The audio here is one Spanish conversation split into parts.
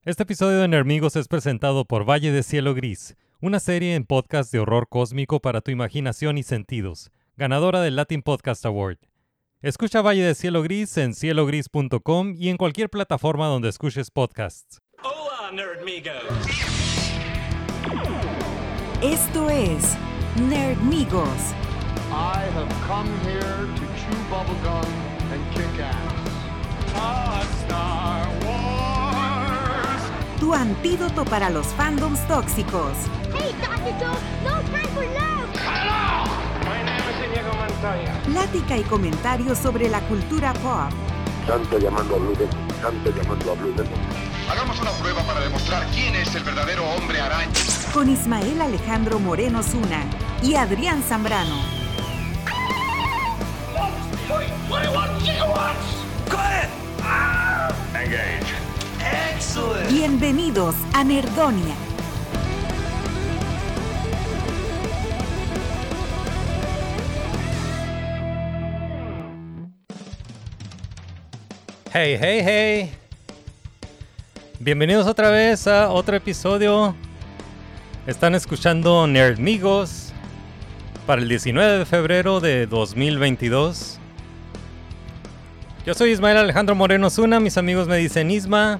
Este episodio de Nermigos es presentado por Valle de Cielo Gris, una serie en podcast de horror cósmico para tu imaginación y sentidos, ganadora del Latin Podcast Award. Escucha Valle de Cielo Gris en cielogris.com y en cualquier plataforma donde escuches podcasts. Hola, Nerdmigos. Esto es Nerdmigos. I have come here to chew bubblegum and kick ass. Star Wars. Tu antídoto para los fandoms tóxicos. Hey, Dr. Joe, no time for love. My name is Inigo Montoya. Plática y comentarios sobre la cultura pop. Santo llamando a Blue Demon, Santo llamando a Blue Demon. Hagamos una prueba para demostrar quién es el verdadero hombre araña. Con Ismael Alejandro Moreno Zuna y Adrián Zambrano. 21 gigawatts. Quiet. Engage. Excellent. Bienvenidos a Nerdonia. Hey, hey, hey. Bienvenidos otra vez a otro episodio. Están escuchando Nerdmigos para el 19 de febrero de 2022. Yo soy Ismael Alejandro Moreno Zuna, mis amigos me dicen Isma.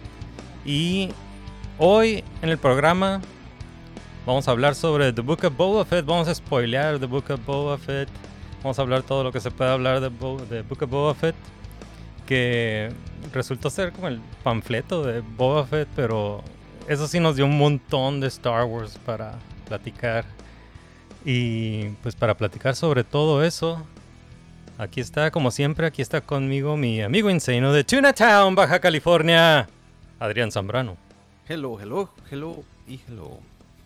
Y hoy en el programa vamos a hablar sobre The Book of Boba Fett. Vamos a spoilear The Book of Boba Fett. Vamos a hablar todo lo que se pueda hablar de Book of Boba Fett, que resultó ser como el panfleto de Boba Fett, pero eso sí nos dio un montón de Star Wars para platicar. Y pues para platicar sobre todo eso, aquí está, como siempre, aquí está conmigo mi amigo insano de Tuna Town, Baja California, Adrián Zambrano. Hello y hello.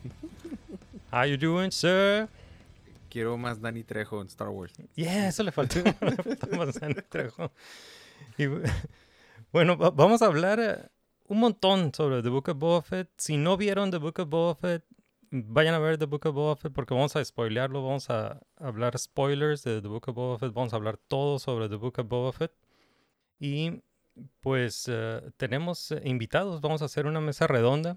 How you doing, sir? Quiero más Danny Trejo en Star Wars. Yeah, eso le faltó. Más Danny Trejo. Y bueno, vamos a hablar un montón sobre The Book of Boba Fett. Si no vieron The Book of Boba Fett, vayan a ver The Book of Boba Fett porque vamos a spoilearlo. Vamos a hablar spoilers de The Book of Boba Fett. Vamos a hablar todo sobre The Book of Boba Fett. Y pues tenemos invitados. Vamos a hacer una mesa redonda.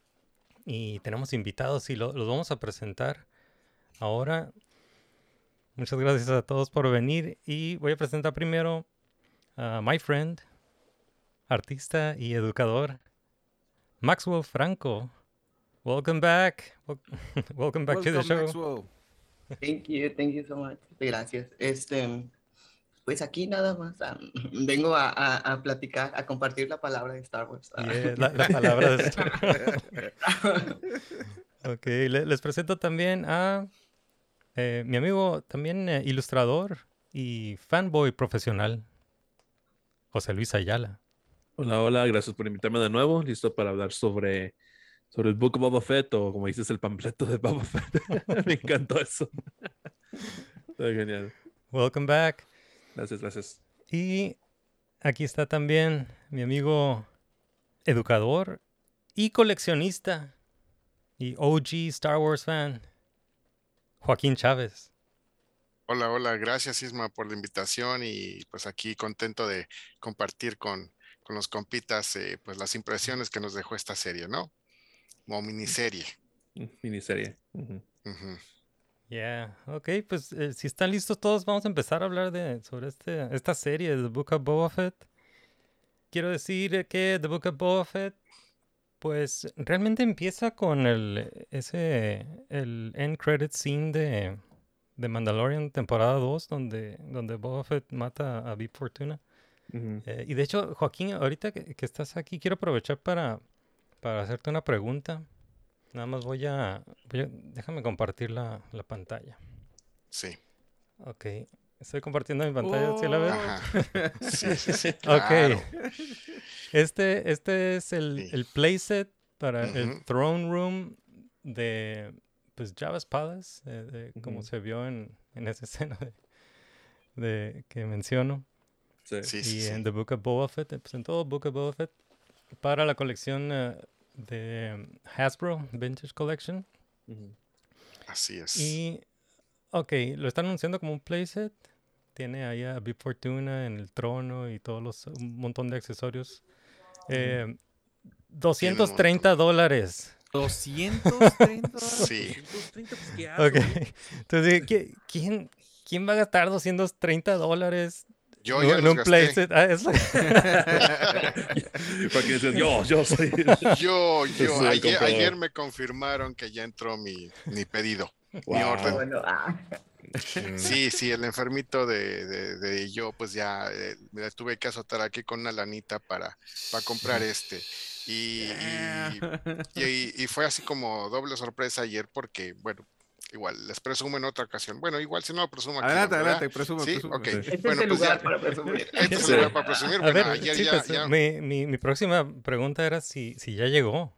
Y tenemos invitados y los vamos a presentar ahora. Muchas gracias a todos por venir. Y voy a presentar primero my friend, artista y educador, Maxwell Franco. Welcome back. Welcome back to the show. Maxwell. Thank you so much. Gracias. Pues aquí nada más vengo a platicar, a compartir la palabra de Star Wars. Yeah, la palabra de Star Wars. Ok, les presento también a mi amigo, también ilustrador y fanboy profesional, José Luis Ayala. Hola, gracias por invitarme de nuevo. Listo para hablar sobre el Book of Boba Fett, o como dices, el panfleto de Boba Fett. Me encantó eso. Está genial. Welcome back. Gracias. Y aquí está también mi amigo educador y coleccionista y OG Star Wars fan, Joaquín Chávez. Hola, gracias Isma por la invitación y pues aquí contento de compartir con los compitas pues las impresiones que nos dejó esta serie, ¿no? Como miniserie. Miniserie. Uh-huh. Ujú. Yeah, ok, pues si están listos todos vamos a empezar a hablar sobre esta serie de The Book of Boba Fett. Quiero decir que The Book of Boba Fett pues realmente empieza con el end credit scene de Mandalorian temporada 2 donde Boba Fett mata a Bib Fortuna. Uh-huh. Y de hecho, Joaquín, ahorita que estás aquí, quiero aprovechar para hacerte una pregunta. Nada más déjame compartir la pantalla. Sí. Ok, estoy compartiendo mi pantalla, ¿sí la ves? Ajá. Sí, claro. Ok. Este es el playset para el throne room de pues Jabba's Palace, como se vio en esa escena de que menciono. Sí. Y en The Book of Boba Fett, pues en todo Book of Boba Fett, para la colección de Hasbro Vintage Collection. Uh-huh. Así es. Y, ok, lo están anunciando como un playset. Tiene ahí a Bib Fortuna en el trono y un montón de accesorios. $230. $230. Sí. 230, pues, ¿qué hago? Ok. Entonces, ¿quién va a gastar $230 Yo ya en los un gasté. playset? Para que dices, yo soy. Yo, soy el ayer comprador. me confirmaron que ya entró mi pedido, mi Wow. orden. Bueno, Sí, el enfermito de yo, pues ya me tuve que azotar aquí con una lanita para comprar este. Y fue así como doble sorpresa ayer porque, bueno, igual les presumo en otra ocasión. Bueno, igual si no lo presumo aquí. Adelante, ¿verdad? adelante, presume, Sí, presume. ok. Sí. este Bueno, es el pues lugar ya, para presumir. este es Sí. el lugar para presumir. A Bueno, ver, ayer sí, ya, pues, mi próxima pregunta era si ya llegó.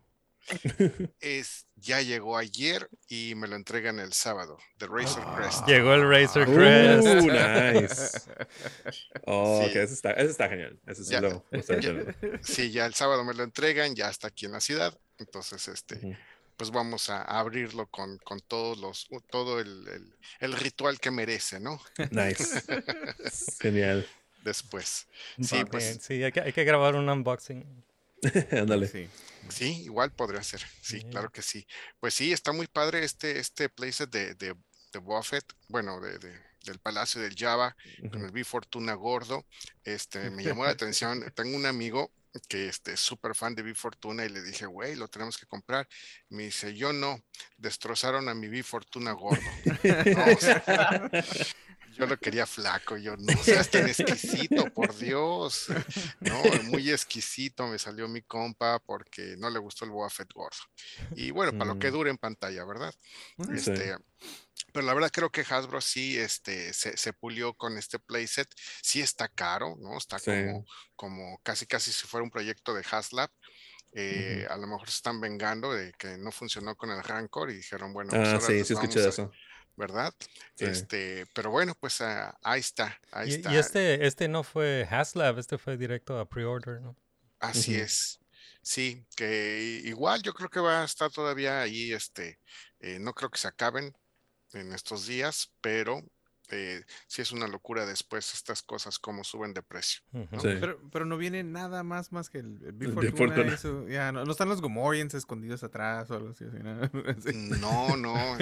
ya llegó ayer y me lo entregan el sábado, de Razor Crest. Llegó el Razor Crest. Nice. Oh, Sí. ok, eso está genial. Eso sí Ya- lo está chido. Sí, ya el sábado me lo entregan, ya está aquí en la ciudad. Entonces, Ujú. pues vamos a abrirlo con todo el ritual que merece, ¿no? Nice. Genial. Después. Sí, Ok, pues sí, hay que grabar un unboxing. Ándale. Sí. sí, igual podría ser. Sí, Sí. claro que sí. Pues sí, está muy padre este playset de Boba Fett, bueno, del Palacio del Java, con el B Fortuna gordo. Me llamó la atención. Tengo un amigo que es súper fan de B Fortuna y le dije, güey, lo tenemos que comprar. Me dice, yo no, destrozaron a mi B Fortuna gordo. No, o sea, yo lo quería flaco, yo no seas tan exquisito, por Dios. No, muy exquisito me salió mi compa porque no le gustó el Boba Fett gordo. Y bueno, para lo que dure en pantalla, ¿verdad? Sí. Pero la verdad creo que Hasbro sí se pulió con este playset. Sí está caro, ¿no? Está Sí. como casi si fuera un proyecto de HasLab. A lo mejor se están vengando de que no funcionó con el Rancor y dijeron, bueno, pues ahora Sí, les sí vamos escuché de eso. ¿verdad? Sí. Pero bueno, pues ahí está. Y este no fue HasLab, este fue directo a pre-order, ¿no? Así Ujú. es. Sí, que igual yo creo que va a estar todavía ahí, no creo que se acaben en estos días, pero sí es una locura después estas cosas como suben de precio. Ujú. Sí. Pero no viene nada más que el Big El Fortuna. Big Fortuna. Eso, ya, no están los Gomorians escondidos atrás o algo así. ¿No? Sí. No,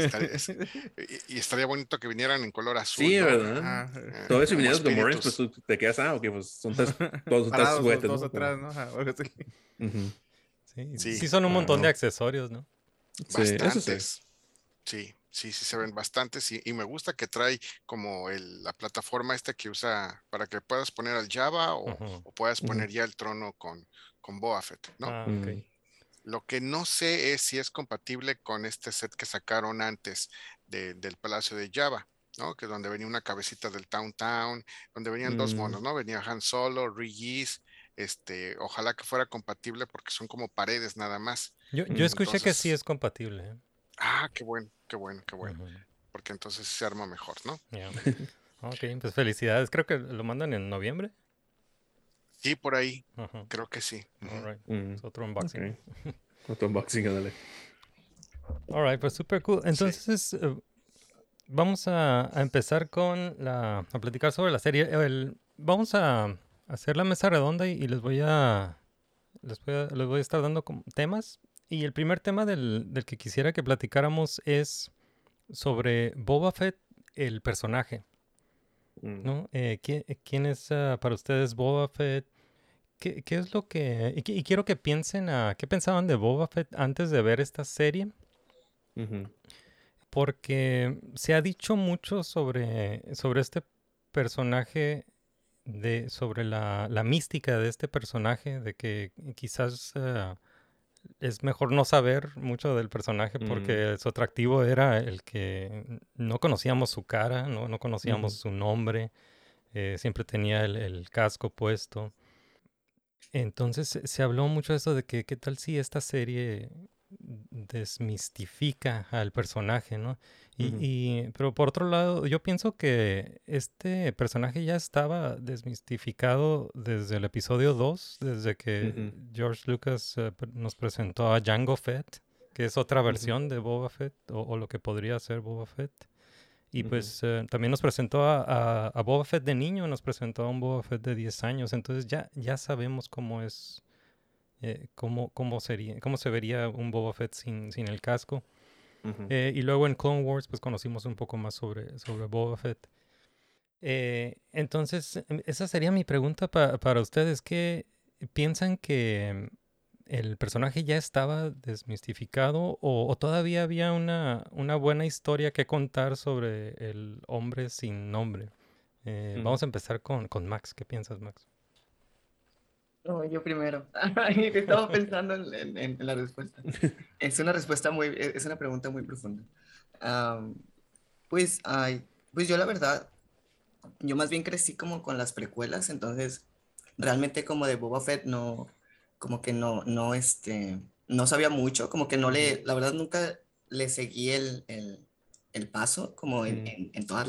y estaría bonito que vinieran en color azul, Sí, ¿no? ¿verdad? Ajá. Todavía si Como vinieras con Morris, pues espíritus. tú te quedas, ok, pues son todos tres Parados juguetes, los dos ¿no? atrás, ¿no? Ajá, algo así. Ujú. Sí, Sí. son un montón de Wow. accesorios, ¿no? Sí, eso sí. Bastantes. Sí, se ven bastantes y me gusta que trae como la plataforma que usa para que puedas poner al Java Ujú. o puedas Ujú. poner ya el trono con Boba Fett, ¿no? Ah, ok. Mm. Lo que no sé es si es compatible con este set que sacaron antes del Palacio de Java, ¿no? Que donde venía una cabecita del Town, donde venían dos monos, ¿no? Venía Han Solo, Regis, ojalá que fuera compatible porque son como paredes nada más. Yo escuché que sí es compatible. ¿eh? Qué bueno, Ujú. porque entonces se arma mejor, ¿no? Ya. Ok, pues felicidades. Creo que lo mandan en noviembre. Sí, por ahí, Ajá. creo que sí. Ujú. All right. Mm. Es otro unboxing. Ok. Otro unboxing, ándale. All right, pues super cool. Entonces, vamos a empezar a platicar sobre la serie. Vamos a hacer la mesa redonda y les voy a estar dando como temas. Y el primer tema del que quisiera que platicáramos es sobre Boba Fett, el personaje, ¿no? ¿Quién es para ustedes Boba Fett? ¿Qué es lo que... Y quiero que piensen qué pensaban de Boba Fett antes de ver esta serie. Ujú. Porque se ha dicho mucho sobre este personaje, sobre la mística de este personaje, de que quizás es mejor no saber mucho del personaje porque su atractivo era el que no conocíamos su cara, no conocíamos su nombre, siempre tenía el casco puesto. Entonces se habló mucho de eso de que qué tal si esta serie desmistifica al personaje, ¿no? Pero por otro lado, yo pienso que este personaje ya estaba desmistificado desde el episodio 2, desde que George Lucas nos presentó a Jango Fett, que es otra versión de Boba Fett, o lo que podría ser Boba Fett. Y pues también nos presentó a Boba Fett de niño, nos presentó a un Boba Fett de 10 años, entonces ya sabemos cómo es cómo se vería un Boba Fett sin el casco. Ujú. Y luego en Clone Wars pues conocimos un poco más sobre Boba Fett. Entonces, esa sería mi pregunta para ustedes. ¿Qué piensan que el personaje ya estaba desmistificado o todavía había una buena historia que contar sobre el hombre sin nombre? Vamos a empezar con Max. ¿Qué piensas, Max? No, yo primero. Estaba pensando en la respuesta. Es una pregunta muy profunda. Am, pues yo la verdad, yo más bien crecí como con las precuelas, entonces realmente como de Boba Fett como que no sabía mucho, como que la verdad nunca le seguí el paso como en todas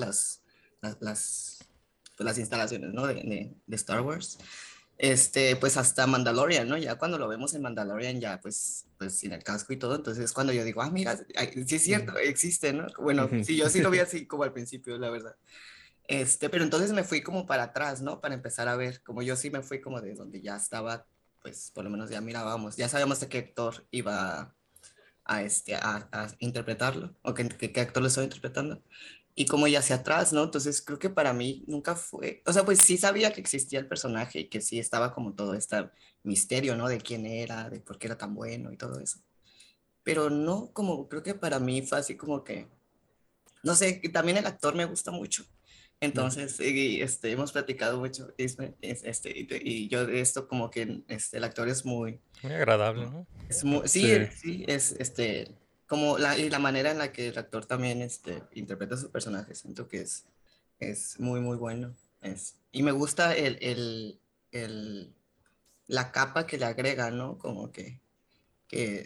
las instalaciones, ¿no? de Star Wars. Pues hasta Mandalorian, ¿no? Ya cuando lo vemos en Mandalorian, ya pues sin el casco y todo, entonces es cuando yo digo, mira, sí es cierto, existe, ¿no? Bueno, sí, yo sí lo vi así como al principio, la verdad. Pero entonces me fui como para atrás, ¿no? Para empezar a ver, como yo sí me fui como de donde ya estaba, pues por lo menos ya mirábamos, ya sabíamos de qué actor iba a interpretarlo, o qué actor lo estaba interpretando. Y como ya hacia atrás, ¿no? Entonces creo que para mí nunca fue, o sea, pues sí sabía que existía el personaje y que sí estaba como todo este misterio, ¿no? De quién era, de por qué era tan bueno y todo eso. Pero no, como creo que para mí fue así como que, no sé, y también el actor me gusta mucho. Entonces, hemos platicado mucho, y yo de esto como que el actor es muy, Muy agradable, ¿no? sí, Sí. sí, como y la manera en la que el actor también interpreta sus personajes, siento que es muy, muy bueno. Y me gusta el, la capa que le agrega, ¿no? Como que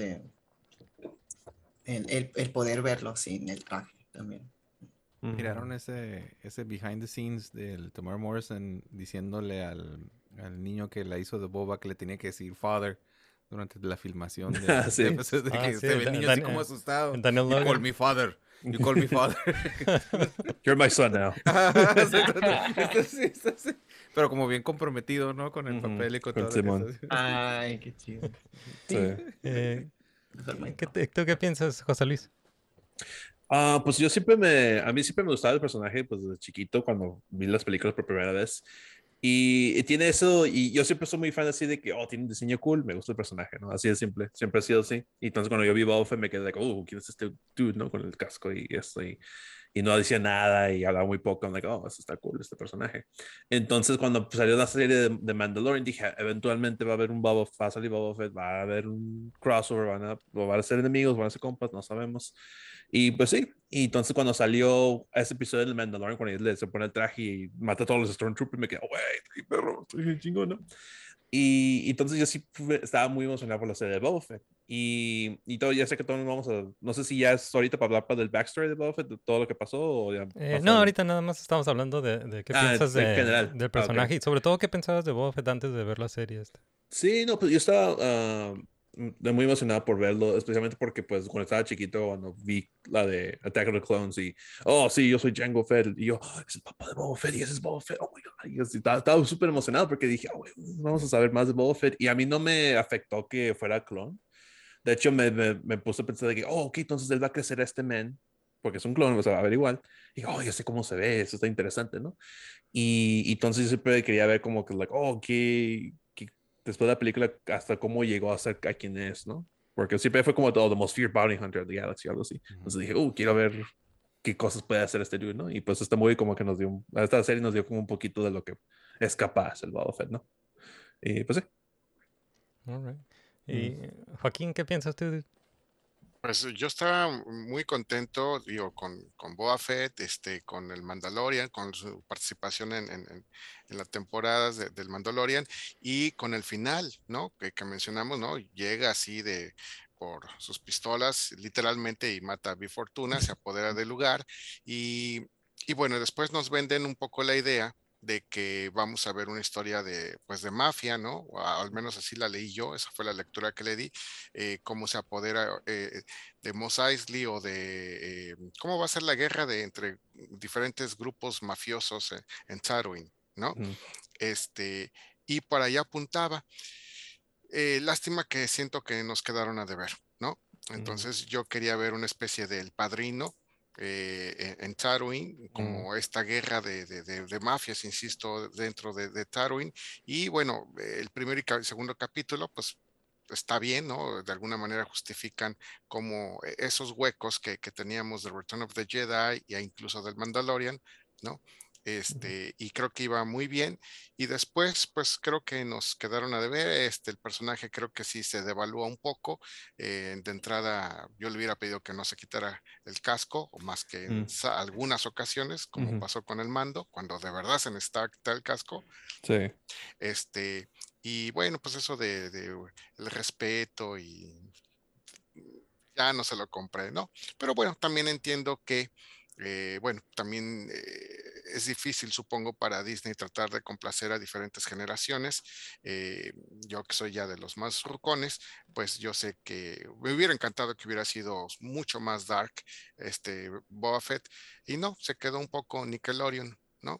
el poder verlo sin el traje también. Miraron ese behind the scenes del Tamara Morrison diciéndole al niño que la hizo de Boba que le tenía que decir father durante la filmación de, Sí. de que se ve el niño así como asustado. Daniel You call Logan. me father. You call me father. You're my son now. Sí. Pero como bien comprometido, ¿no? Con el papel y con Con todo Simón. lo que está Ay, qué chido. Sí. ¿Tú qué piensas, José Luis? Pues a mí siempre me gustaba el personaje, pues desde chiquito, cuando vi las películas por primera vez. Y tiene eso, y yo siempre soy muy fan así de que, tiene un diseño cool, me gusta el personaje, ¿no? Así de simple, siempre ha sido así. Y entonces cuando yo vi Boba Fett me quedé like, ¿quién es este dude, no? Con el casco y esto, y no decía nada y hablaba muy poco, I'm like, eso está cool, este personaje. Entonces cuando salió la serie de Mandalorian, dije, eventualmente va a haber va a salir Boba Fett, va a haber un crossover, van a ser enemigos, van a ser compas, no sabemos. Y pues sí, y entonces cuando salió ese episodio del Mandalorian, cuando él se pone el traje y mata a todos los Stormtroopers, me quedé, güey, perro, estoy bien chingón, ¿no? Y entonces yo sí estaba muy emocionado por la serie de Boba Fett. Y todo, ya sé que todos nos vamos a, no sé si ya es ahorita para hablar del backstory de Boba Fett, de todo lo que pasó, o ya No, ahorita nada más estamos hablando de qué piensas en general. del personaje Okay. y sobre todo qué pensabas de Boba Fett antes de ver la serie esta. Sí, no, pues yo estaba muy emocionado por verlo, especialmente porque pues cuando estaba chiquito, cuando vi la de Attack of the Clones y, sí, yo soy Jango Fett, y yo, es el papá de Boba Fett y ese es Boba Fett, oh my God, y así, estaba súper emocionado porque dije, vamos a saber más de Boba Fett, y a mí no me afectó que fuera clon. De hecho, me puse a pensar de que, ok, entonces él va a crecer a este man, porque es un clon, o sea, va a ver igual. Y ya sé cómo se ve, eso está interesante, ¿no? Y entonces yo siempre quería ver como que, like, después de la película, hasta cómo llegó a ser a quien es, ¿no? Porque siempre fue como todo, the most feared bounty hunter of the galaxy, algo así. Entonces dije, quiero ver qué cosas puede hacer este dude, ¿no? Y pues esta movie como que esta serie nos dio como un poquito de lo que es capaz el Boba Fett, ¿no? Y pues sí. All right. Y Joaquín, ¿qué piensas tú? Pues yo estaba muy contento, digo, con Boba Fett, con el Mandalorian, con su participación en las temporadas del Mandalorian y con el final, ¿no? Que mencionamos, ¿no? Llega así por sus pistolas, literalmente, y mata a Bib Fortuna, se apodera del lugar y bueno, después nos venden un poco la idea de que vamos a ver una historia de mafia, ¿no? O al menos así la leí yo, esa fue la lectura que le di, cómo se apodera de Mos Eisley o de cómo va a ser la guerra entre diferentes grupos mafiosos en Tatooine, ¿no? Y por allá apuntaba. Lástima que siento que nos quedaron a deber, ¿no? Entonces yo quería ver una especie del Padrino en Tatooine, como esta guerra de mafias, insisto, dentro de Tatooine. Y bueno, el primer y segundo capítulo, pues está bien, ¿no? De alguna manera justifican como esos huecos que teníamos de Return of the Jedi e incluso del Mandalorian, ¿no? Y creo que iba muy bien. Y después, pues creo que nos quedaron a deber. El personaje creo que sí se devalúa un poco. De entrada, yo le hubiera pedido que no se quitara el casco, o más que en algunas ocasiones, como pasó con el Mando, cuando de verdad se necesitaba quitar el casco. Sí. Y bueno, pues eso de el respeto y ya no se lo compré, ¿no? Pero bueno, también entiendo que, bueno, también es difícil, supongo, para Disney tratar de complacer a diferentes generaciones. Yo que soy ya de los más rucones, pues yo sé que me hubiera encantado que hubiera sido mucho más dark Boba Fett, y no, se quedó un poco Nickelodeon, ¿no?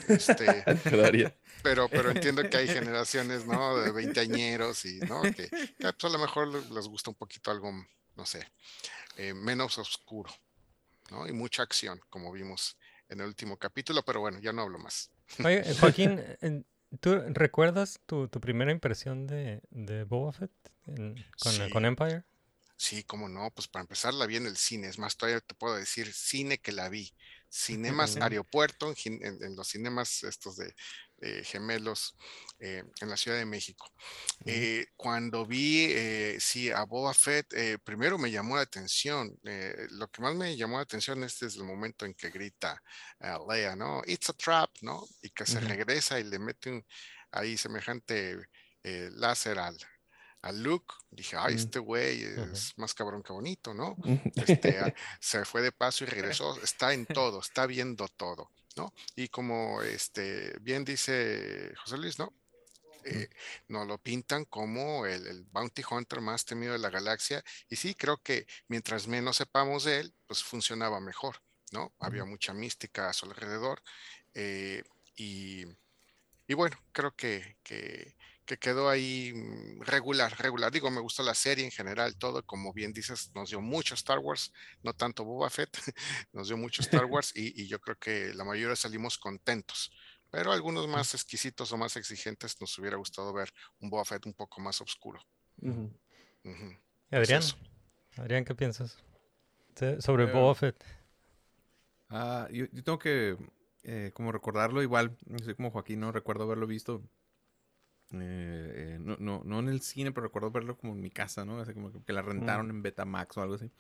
Pero entiendo que hay generaciones, ¿no? De veinteañeros y, ¿no? Que pues a lo mejor les gusta un poquito algo, no sé, menos oscuro, ¿no? Y mucha acción, como vimos en el último capítulo, pero bueno, ya no hablo más. Oye, Joaquín, ¿tú recuerdas tu primera impresión de Boba Fett con Empire? Sí, cómo no, pues para empezar la vi en el cine, es más, todavía te puedo decir cine que la vi. Cinemas Aeropuerto, en los cinemas estos de gemelos en la Ciudad de México. Cuando vi, sí, a Boba Fett, primero me llamó la atención. Lo que más me llamó la atención es desde el momento en que grita Leia, ¿no? It's a trap, ¿no? Y que se regresa y le mete ahí semejante láser a Luke. Dije, ay, este güey es más cabrón que bonito, ¿no? Se fue de paso y regresó, está en todo, está viendo todo, ¿no? Y como bien dice José Luis, ¿no? Nos lo pintan como el bounty hunter más temido de la galaxia, y sí, creo que mientras menos sepamos de él, pues funcionaba mejor, ¿no? Había mucha mística a su alrededor, y bueno, creo que quedó ahí regular. Digo, me gustó la serie en general, todo, como bien dices, nos dio mucho Star Wars, no tanto Boba Fett, nos dio mucho Star Wars, y yo creo que la mayoría salimos contentos, pero algunos más exquisitos o más exigentes nos hubiera gustado ver un Boba Fett un poco más oscuro. Adrián, Adrián, ¿qué piensas sobre Boba Fett? Yo tengo que como recordarlo igual, soy como Joaquín, no recuerdo haberlo visto. No en el cine, pero recuerdo verlo como en mi casa, ¿no? Así como que la rentaron en Betamax o algo así.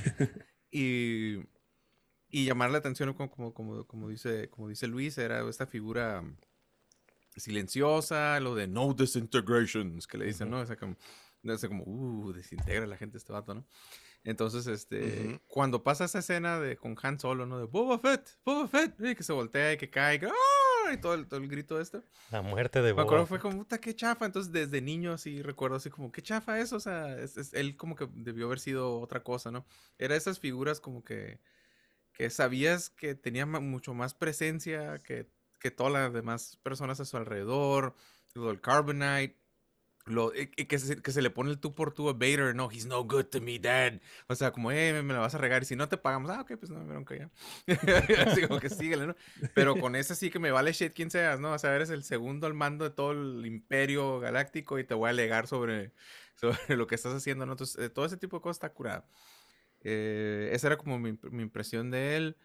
y llamar la atención, como dice Luis, era esta figura silenciosa, lo de no disintegrations, que le dicen, ¿no? Como, desintegra la gente este vato, ¿no? Entonces, cuando pasa esa escena con Han Solo, ¿no? De Boba Fett, y que se voltea y que cae, y todo el grito La muerte de Boba. Me acuerdo, fue como, puta, qué chafa. Entonces, desde niño, así, recuerdo así como, qué chafa eso, o sea, él como que debió haber sido otra cosa, ¿no? Era esas figuras como que sabías que tenía mucho más presencia que todas las demás personas a su alrededor, lo del Carbonite. Que se le pone el tú por tú a Vader, no, he's no good to me, dad. O sea, como, me la vas a regar, y si no te pagamos, ok, pues no, me bronca ya. Así como que síguele, ¿no? Pero con ese sí que me vale shit quien seas, ¿no? O sea, eres el segundo al mando de todo el imperio galáctico y te voy a alegar sobre lo que estás haciendo, ¿no? Entonces, todo ese tipo de cosas está curado. Esa era como mi impresión de él.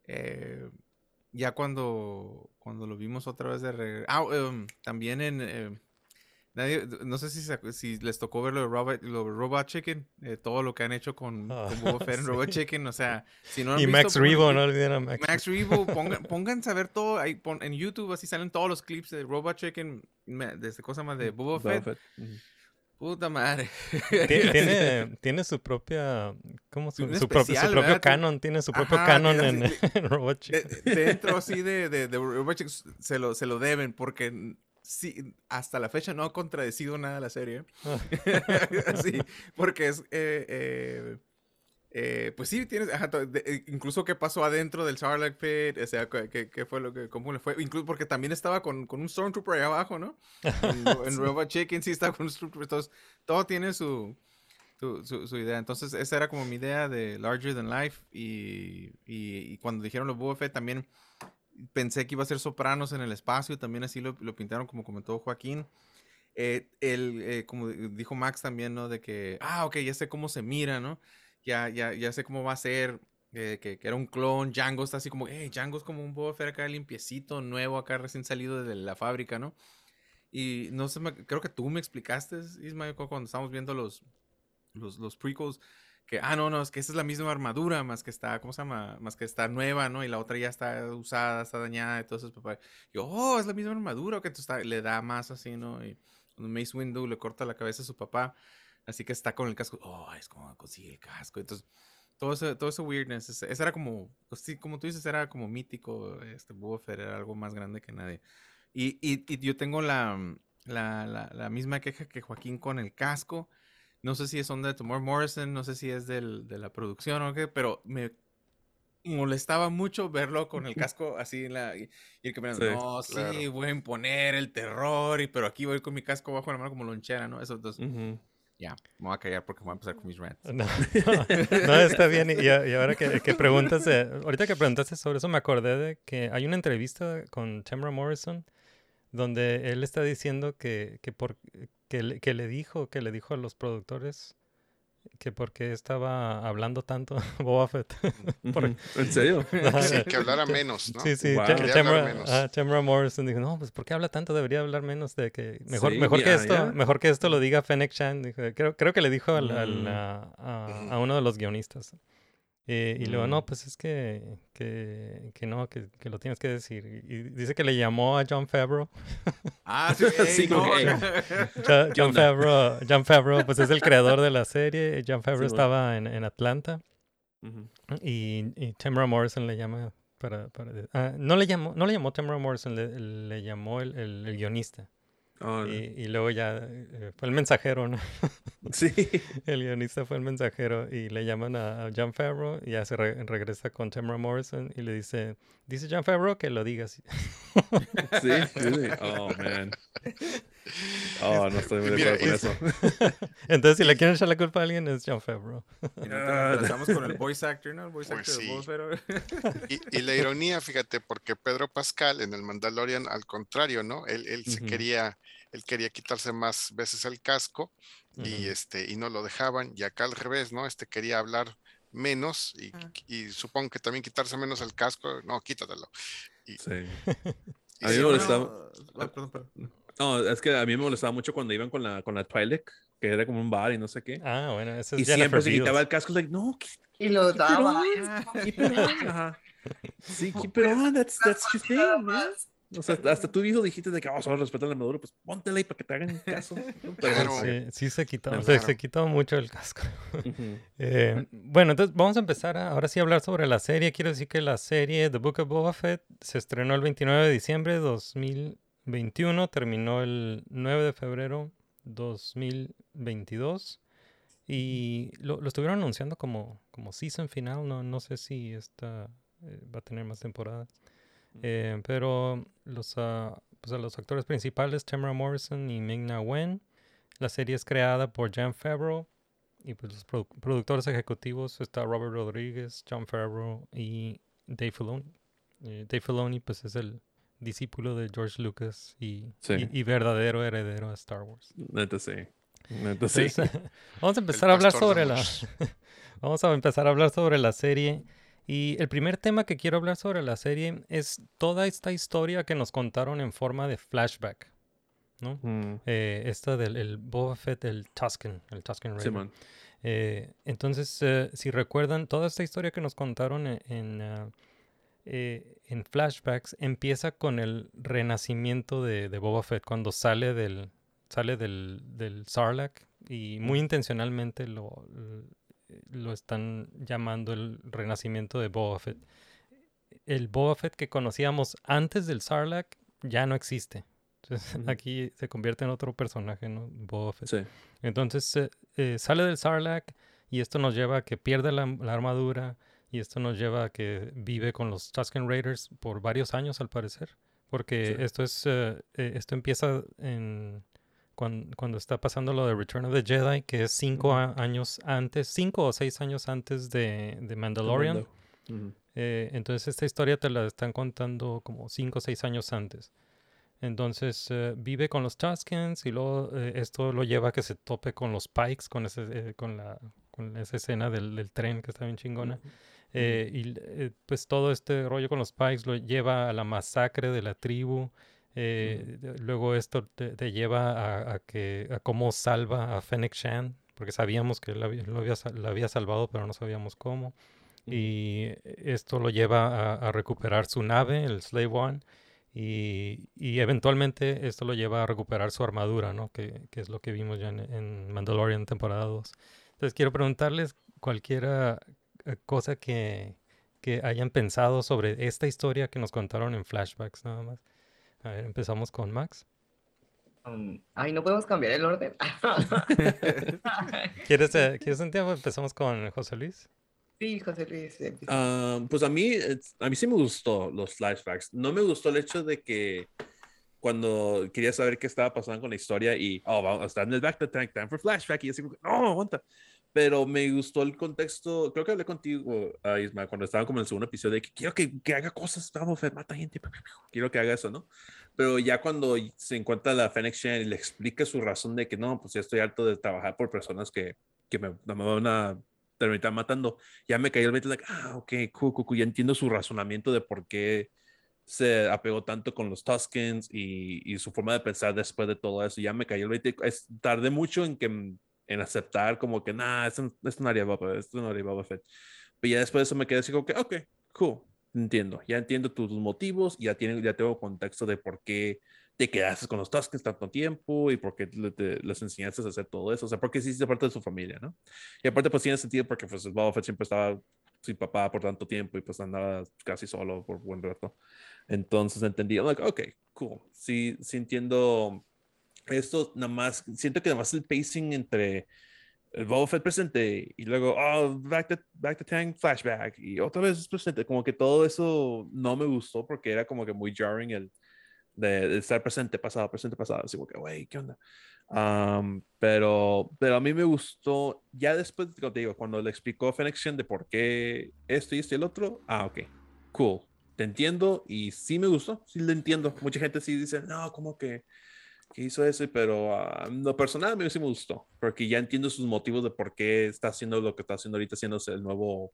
Ya cuando lo vimos otra vez también en... no sé si les tocó ver lo de Robot Chicken, todo lo que han hecho con Boba Fett en Robot Chicken, o sea, si no han visto, Max Rebo, no olviden a Max Rebo, pónganse a ver todo, ahí en YouTube, así salen todos los clips de Robot Chicken, desde cosas más de Boba Fett. Puta madre. Tiene su propia, ¿cómo su especial, propio canon, tiene su propio canon en Robot Chicken. Dentro así de Robot Chicken se lo deben, porque sí, hasta la fecha no ha contradecido nada la serie. Sí, porque Pues sí, tienes, incluso qué pasó adentro del Sarlacc pit, o sea, qué fue cómo le fue, incluso porque también estaba con un Stormtrooper ahí abajo, ¿no? En Robot Chicken sí estaba con un Stormtrooper, entonces todo tiene su idea. Entonces esa era como mi idea de Larger Than Life, y cuando dijeron los Boba Fett también pensé que iba a ser Sopranos en el espacio, también así lo pintaron como comentó Joaquín. Como dijo Max también, ¿no? De que, ok, ya sé cómo se mira, ¿no? Ya sé cómo va a ser, que era un clon. Django está así como, Django es como un Boba Fett acá limpiecito, nuevo, acá recién salido de la fábrica, ¿no? Y no sé, creo que tú me explicaste, Ismael, cuando estábamos viendo los prequels, que, no, es que esa es la misma armadura, más que está, ¿cómo se llama? Más que está nueva, ¿no? Y la otra ya está usada, está dañada, entonces, papá, yo, es la misma armadura, que entonces le da más así, ¿no? Y cuando Mace Windu le corta la cabeza a su papá, así que está con el casco, es como consigue el casco, entonces, todo ese weirdness, ese era como, pues, sí, como tú dices, era como mítico, Boba Fett era algo más grande que nadie. Y yo tengo la misma queja que Joaquín con el casco. No sé si es onda de Tamora Morrison, no sé si es de la producción o qué, pero me molestaba mucho verlo con el casco así y el que me claro. Voy a imponer el terror, pero aquí voy con mi casco bajo la mano como lonchera, ¿no? Eso, entonces, ya, me voy a callar porque voy a empezar con mis rants. No, está bien. Y ahora que preguntas, ahorita que preguntaste sobre eso, me acordé de que hay una entrevista con Tamara Morrison donde él está diciendo que le dijo a los productores que porque estaba hablando tanto Boba Fett. ¿En serio? Sí, que hablara menos, ¿no? Sí. Wow. Tamara Morrison dijo, no, pues ¿por qué habla tanto? Debería hablar menos, de que mejor que esto lo diga Fennec Shand. Dijo, creo que le dijo a uno de los guionistas. Y luego, no, pues es que no, que lo tienes que decir. Y dice que le llamó a Jon Favreau. Sí, no. Jon Favreau, pues es el creador de la serie. Jon Favreau estaba en Atlanta. Y Tamara Morrison le llama no le llamó Tamara Morrison, le llamó el guionista. Y luego ya fue el mensajero, ¿no? Sí. El guionista fue el mensajero y le llaman a Jon Favreau y ya se regresa con Tamara Morrison y le dice Jon Favreau que lo digas. Sí. Oh, man. No estoy muy de acuerdo con eso. Entonces, si le quieren echar la culpa a alguien, es Jon Favreau. Estamos con el voice actor, ¿no? El voice actor de Boba Fett. Y la ironía, fíjate, porque Pedro Pascal en el Mandalorian, al contrario, ¿no? Él quería quitarse más veces el casco y no lo dejaban. Y acá al revés, ¿no? Quería hablar menos y supongo que también quitarse menos el casco. No, quítatelo. Sí. A mí me molestaba. No, es que a mí me molestaba mucho cuando iban con la Twi'lek, que era como un bar y no sé qué. Bueno, eso es y siempre se quitaba el casco, no, y lo daba. Sí, keep it on, that's your thing, man. O sea, hasta tu hijo dijiste de que solo respetan la armadura, pues póntela ahí para que te hagan caso. Claro. Sí se quitó, se quitó mucho el casco. Bueno, entonces vamos a empezar ahora sí a hablar sobre la serie. Quiero decir que la serie The Book of Boba Fett se estrenó el 29 de diciembre de 2021, terminó el 9 de febrero 2022 y lo estuvieron anunciando como season final. No sé si esta va a tener más temporadas. Pero pues a los actores principales, Tamara Morrison y Ming-Na Wen. La serie es creada por Jon Favreau y pues los productores ejecutivos está Robert Rodriguez, Jon Favreau y Dave Filoni. Dave Filoni pues es el discípulo de George Lucas y verdadero heredero de Star Wars. Neta sí. Entonces, vamos a empezar a hablar sobre la serie. Y el primer tema que quiero hablar sobre la serie es toda esta historia que nos contaron en forma de flashback, ¿no? Esta del Boba Fett, el Tusken Raider. Entonces, si recuerdan, toda esta historia que nos contaron en flashbacks empieza con el renacimiento de Boba Fett cuando sale del Sarlacc y muy intencionalmente lo están llamando el renacimiento de Boba Fett. El Boba Fett que conocíamos antes del Sarlacc ya no existe. Entonces, aquí se convierte en otro personaje, ¿no? Boba Fett. Sí. Entonces sale del Sarlacc, y esto nos lleva a que pierde la armadura, y esto nos lleva a que vive con los Tusken Raiders por varios años al parecer, porque esto empieza cuando está pasando lo de Return of the Jedi, que es 5 años antes, 5 o 6 años antes de Mandalorian. Entonces esta historia te la están contando como 5 o 6 años antes. Entonces vive con los Tuskens y luego esto lo lleva a que se tope con los Pikes, con esa escena del tren que está bien chingona. Pues todo este rollo con los Pikes lo lleva a la masacre de la tribu. Luego esto te lleva a cómo salva a Fennec Shand, porque sabíamos que la había salvado, pero no sabíamos cómo. Y esto lo lleva a recuperar su nave, el Slave One. Y eventualmente esto lo lleva a recuperar su armadura, ¿no? Que es lo que vimos ya en Mandalorian temporada 2. Entonces quiero preguntarles cualquier cosa que hayan pensado sobre esta historia que nos contaron en flashbacks nada más. A ver, empezamos con Max. Ay, ¿no podemos cambiar el orden? ¿Quieres un tiempo? Empezamos con José Luis. Sí, José Luis. Pues a mí sí me gustó los flashbacks. No me gustó el hecho de que cuando quería saber qué estaba pasando con la historia y, vamos a estar en el back to tank, time for flashback, y así, no, aguanta. Pero me gustó el contexto, creo que hablé contigo, Isma, cuando estaba como en el segundo episodio, de que quiero que haga cosas, vamos, mata gente, quiero que haga eso, ¿no? Pero ya cuando se encuentra la Fennec Shand y le explica su razón de que no, pues ya estoy harto de trabajar por personas que no me van a terminar matando, ya me cayó el 20, ok, cool, ya entiendo su razonamiento de por qué se apegó tanto con los Tuskens y su forma de pensar después de todo eso. Ya me cayó el 20. Tardé mucho en aceptar como que, esto no haría Boba Fett. Pero ya después de eso me quedé así como que, ok, cool, entiendo. Ya entiendo tus motivos, ya tengo contexto de por qué te quedaste con los Tuskens tanto tiempo y por qué les enseñaste a hacer todo eso. O sea, porque sí es parte de su familia, ¿no? Y aparte, pues tiene sentido porque pues, Boba Fett siempre estaba sin papá por tanto tiempo y pues andaba casi solo por buen rato. Entonces entendí, ok, cool. Sí entiendo esto, nada más, siento que nada más el pacing entre el Boba Fett presente y luego, back to tank, flashback y otra vez presente, como que todo eso no me gustó porque era como que muy jarring el de estar presente, pasado, así como que, güey, ¿qué onda? Pero a mí me gustó, ya después, como te digo, cuando le explicó Fennec Shand de por qué esto y el otro, ok, cool, te entiendo y sí me gustó, sí lo entiendo. Mucha gente sí dice, no, como que hizo eso, pero lo personal a mí sí me gustó, porque ya entiendo sus motivos de por qué está haciendo lo que está haciendo ahorita, haciéndose el nuevo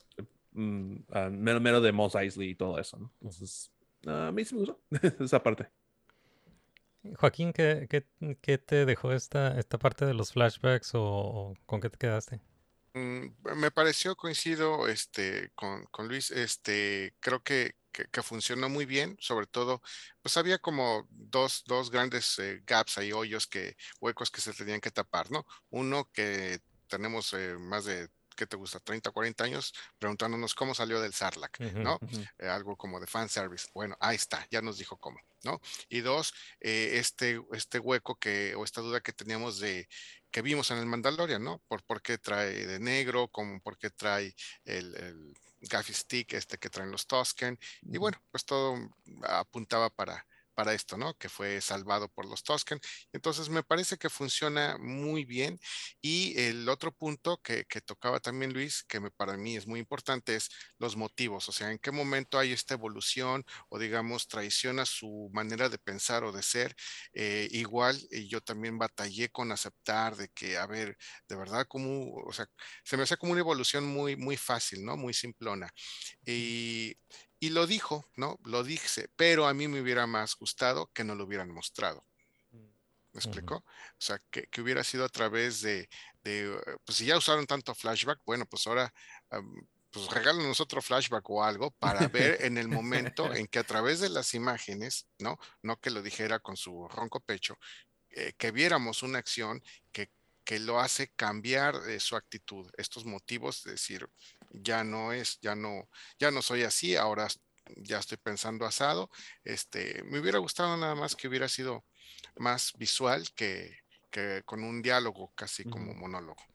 mero de Mos Eisley y todo eso, ¿no? Entonces, a mí sí me gustó esa parte. Joaquín, ¿qué te dejó esta parte de los flashbacks o con qué te quedaste? Me pareció, coincido con Luis, creo que funcionó muy bien, sobre todo, pues había como dos grandes gaps ahí, huecos que se tenían que tapar, ¿no? Uno que tenemos más de, ¿qué te gusta? 30, 40 años preguntándonos cómo salió del Sarlacc, ¿no? Algo como de fanservice. Bueno, ahí está, ya nos dijo cómo, ¿no? Y dos, este hueco o esta duda que teníamos que vimos en el Mandalorian, ¿no? Por qué trae de negro, como por qué trae el Gaffi Stick que traen los Tusken, y bueno, pues todo apuntaba para esto, ¿no? Que fue salvado por los Tusken. Entonces me parece que funciona muy bien. Y el otro punto que tocaba también Luis, para mí es muy importante, es los motivos. O sea, en qué momento hay esta evolución o digamos traiciona su manera de pensar o de ser. Igual yo también batallé con aceptar de que, a ver, de verdad, o sea, se me hace como una evolución muy, muy fácil, ¿no? Muy simplona. Y lo dijo, ¿no? Lo dije, pero a mí me hubiera más gustado que no lo hubieran mostrado. ¿Me explicó? O sea, que hubiera sido a través pues si ya usaron tanto flashback, bueno, pues ahora, pues regálanos otro flashback o algo para ver en el momento en que a través de las imágenes, ¿no? No que lo dijera con su ronco pecho, que viéramos una acción que lo hace cambiar su actitud, estos motivos, de decir, ya no soy así, ahora ya estoy pensando asado. Me hubiera gustado nada más que hubiera sido más visual que con un diálogo casi como monólogo,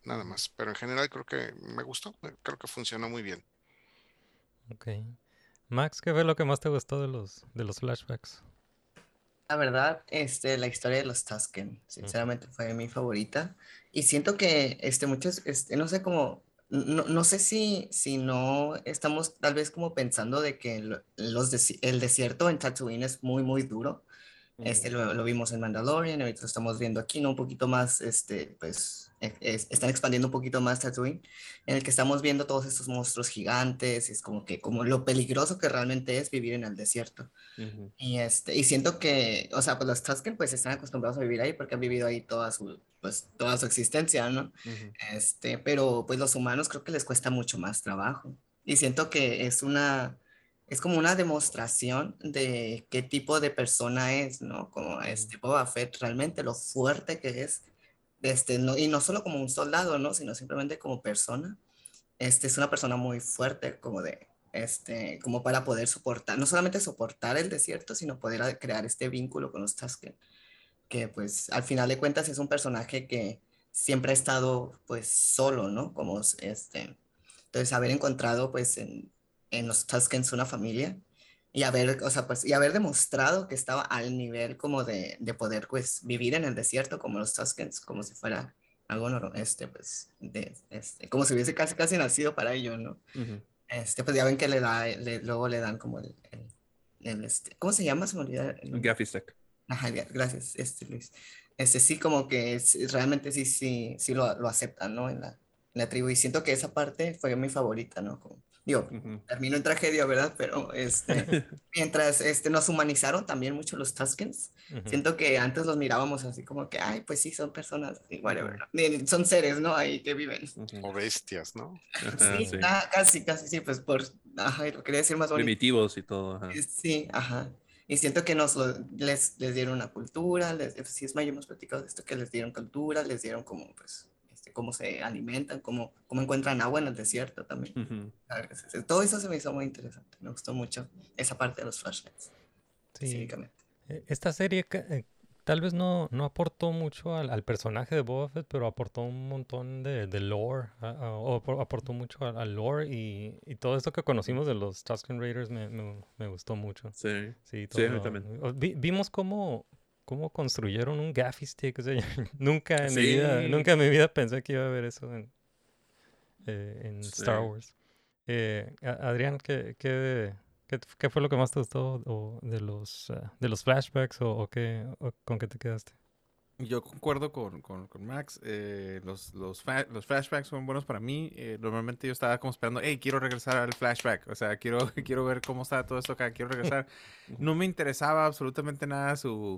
nada más. Pero en general creo que me gustó, creo que funcionó muy bien. Ok. Max, ¿qué fue lo que más te gustó de los flashbacks? La verdad, la historia de los Tusken, sinceramente fue mi favorita. Y siento que, muchos, no sé cómo, no sé si no estamos tal vez como pensando de que el desierto en Tatooine es muy, muy duro. Lo vimos en Mandalorian, ahorita lo estamos viendo aquí, ¿no? Un poquito más, pues, están expandiendo un poquito más Tatooine, en el que estamos viendo todos estos monstruos gigantes, es como que, como lo peligroso que realmente es vivir en el desierto. Ujú. Y siento que, o sea, pues los Tusken pues están acostumbrados a vivir ahí porque han vivido ahí pues, toda su existencia, ¿no? Ujú. Pero pues los humanos creo que les cuesta mucho más trabajo. Y siento que es como una demostración de qué tipo de persona es, ¿no? Como Boba Fett, realmente lo fuerte que es, no, y no solo como un soldado, ¿no? Sino simplemente como persona. Es una persona muy fuerte, como para poder soportar, no solamente soportar el desierto, sino poder crear este vínculo con los Tusken, que pues al final de cuentas es un personaje que siempre ha estado pues solo, ¿no? Entonces haber encontrado pues en los Tuskens una familia y o sea, pues, y haber demostrado que estaba al nivel como de poder pues vivir en el desierto como los Tuskens, como si fuera algo, pues, como si hubiese casi, casi nacido para ello, ¿no? Ujú. Pues ya ven que luego le dan como ¿cómo se llama? Se me olvida el Un nombre. Gaffy Stack. Ajá, gracias, Luis. Sí, como que realmente sí lo aceptan, ¿no? En la tribu. Y siento que esa parte fue mi favorita, ¿no? Digo, Ujú. terminó en tragedia, ¿verdad? Pero mientras nos humanizaron también mucho los Tuskens, Ujú. siento que antes los mirábamos así como que, ay, pues sí, son personas, y whatever, Ujú. ¿no? Son seres, ¿no? Ahí que viven. Ujú. O bestias, ¿no? Ajá, Sí, sí. casi, casi, sí, pues ajá, lo quería decir más bonito. Primitivos y todo, ajá. Sí, ajá. Y siento que les dieron una cultura, sí, es más, ya hemos platicado de esto, que les dieron cultura, les dieron como, pues, cómo se alimentan, cómo encuentran agua en el desierto también. Ujú. Todo eso se me hizo muy interesante. Me gustó mucho esa parte de los flashbacks, Sí. específicamente. Esta serie tal vez no aportó mucho al personaje de Boba Fett, pero aportó un montón de lore, aportó mucho al lore y todo esto que conocimos de los Tusken Raiders me gustó mucho. Sí, Sí, sí, a mí todo. también. Vimos cómo construyeron un gaffy stick. O sea, nunca Sí, en mi vida pensé que iba a ver eso en sí. Star Wars. Adrián, ¿qué fue lo que más te gustó de los flashbacks o con qué te quedaste? Yo concuerdo con Max. Los flashbacks son buenos para mí. Normalmente yo estaba como esperando, hey, quiero regresar al flashback. O sea, quiero ver cómo está todo esto acá, quiero regresar. No me interesaba absolutamente nada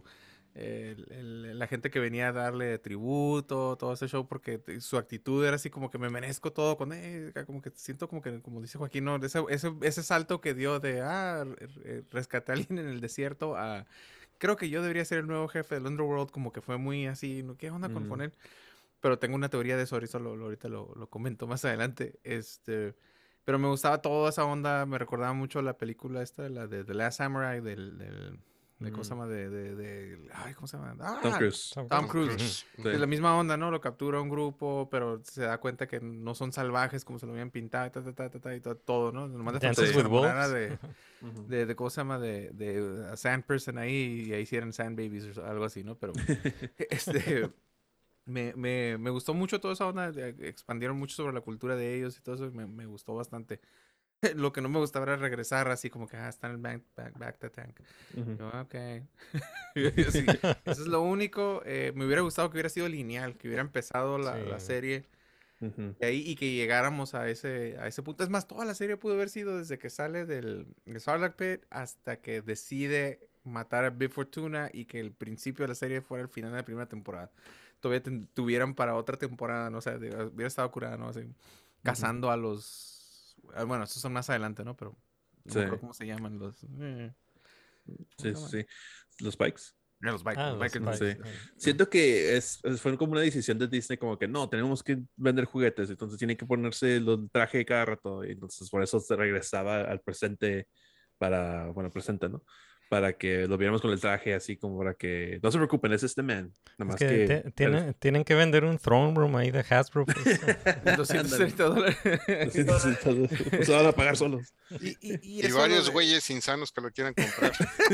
la gente que venía a darle tributo, todo ese show, porque su actitud era así como que me merezco todo, acá como que siento como que, como dice Joaquín, ¿no? Ese salto que dio de, rescaté a alguien en el desierto a creo que yo debería ser el nuevo jefe del Underworld, como que fue muy así, ¿no? ¿Qué onda con Ujú. él? Pero tengo una teoría de eso, ahorita lo comento más adelante. Pero me gustaba toda esa onda, me recordaba mucho la película esta, la de The Last Samurai, de cosa más ay, ¿cómo se llama? Tom Ah, Cruise. Tom Tom Cruise. Cruise. Cruz. Sí. De la misma onda, ¿no? Lo captura un grupo, pero se da cuenta que no son salvajes como se lo habían pintado, y todo, ¿no? Nomás le faltó que Dances se with enamorara Wolves. Ujú. de ¿cómo se llama? De Sand Person ahí y ahí hicieran Sand Babies o algo así, ¿no? Pero me gustó mucho toda esa onda, expandieron mucho sobre la cultura de ellos y todo eso, me gustó bastante. Lo que no me gustaba era regresar así como que, está en el back the tank. Ujú. Yo, ok. Sí, eso es lo único. Me hubiera gustado que hubiera sido lineal, que hubiera empezado la Sí. serie Ujú. y que llegáramos a ese punto. Es más, toda la serie pudo haber sido desde que sale del Sarlacc Pit hasta que decide matar a Bib Fortuna y que el principio de la serie fuera el final de la primera temporada. Todavía tuvieran para otra temporada, no sé, hubiera estado curada, ¿no? Así, cazando a los... bueno, estos son más adelante, ¿no? Pero no Sí, me acuerdo cómo se llaman los... ¿cómo se sí, llaman? sí. Los bikes. Los Ah, los bikers. Sí. Spikes. Siento que fue como una decisión de Disney, como que no, tenemos que vender juguetes, entonces tiene que ponerse el traje cada rato, y entonces por eso se regresaba al presente bueno, presente, ¿no? para que lo viéramos con el traje así como para que no se preocupen, es este man. Nada más Es que tienen que vender un throne room ahí de Hasbro. Pues. $230. Se van a pagar solos. Y varios güeyes insanos que lo quieran comprar.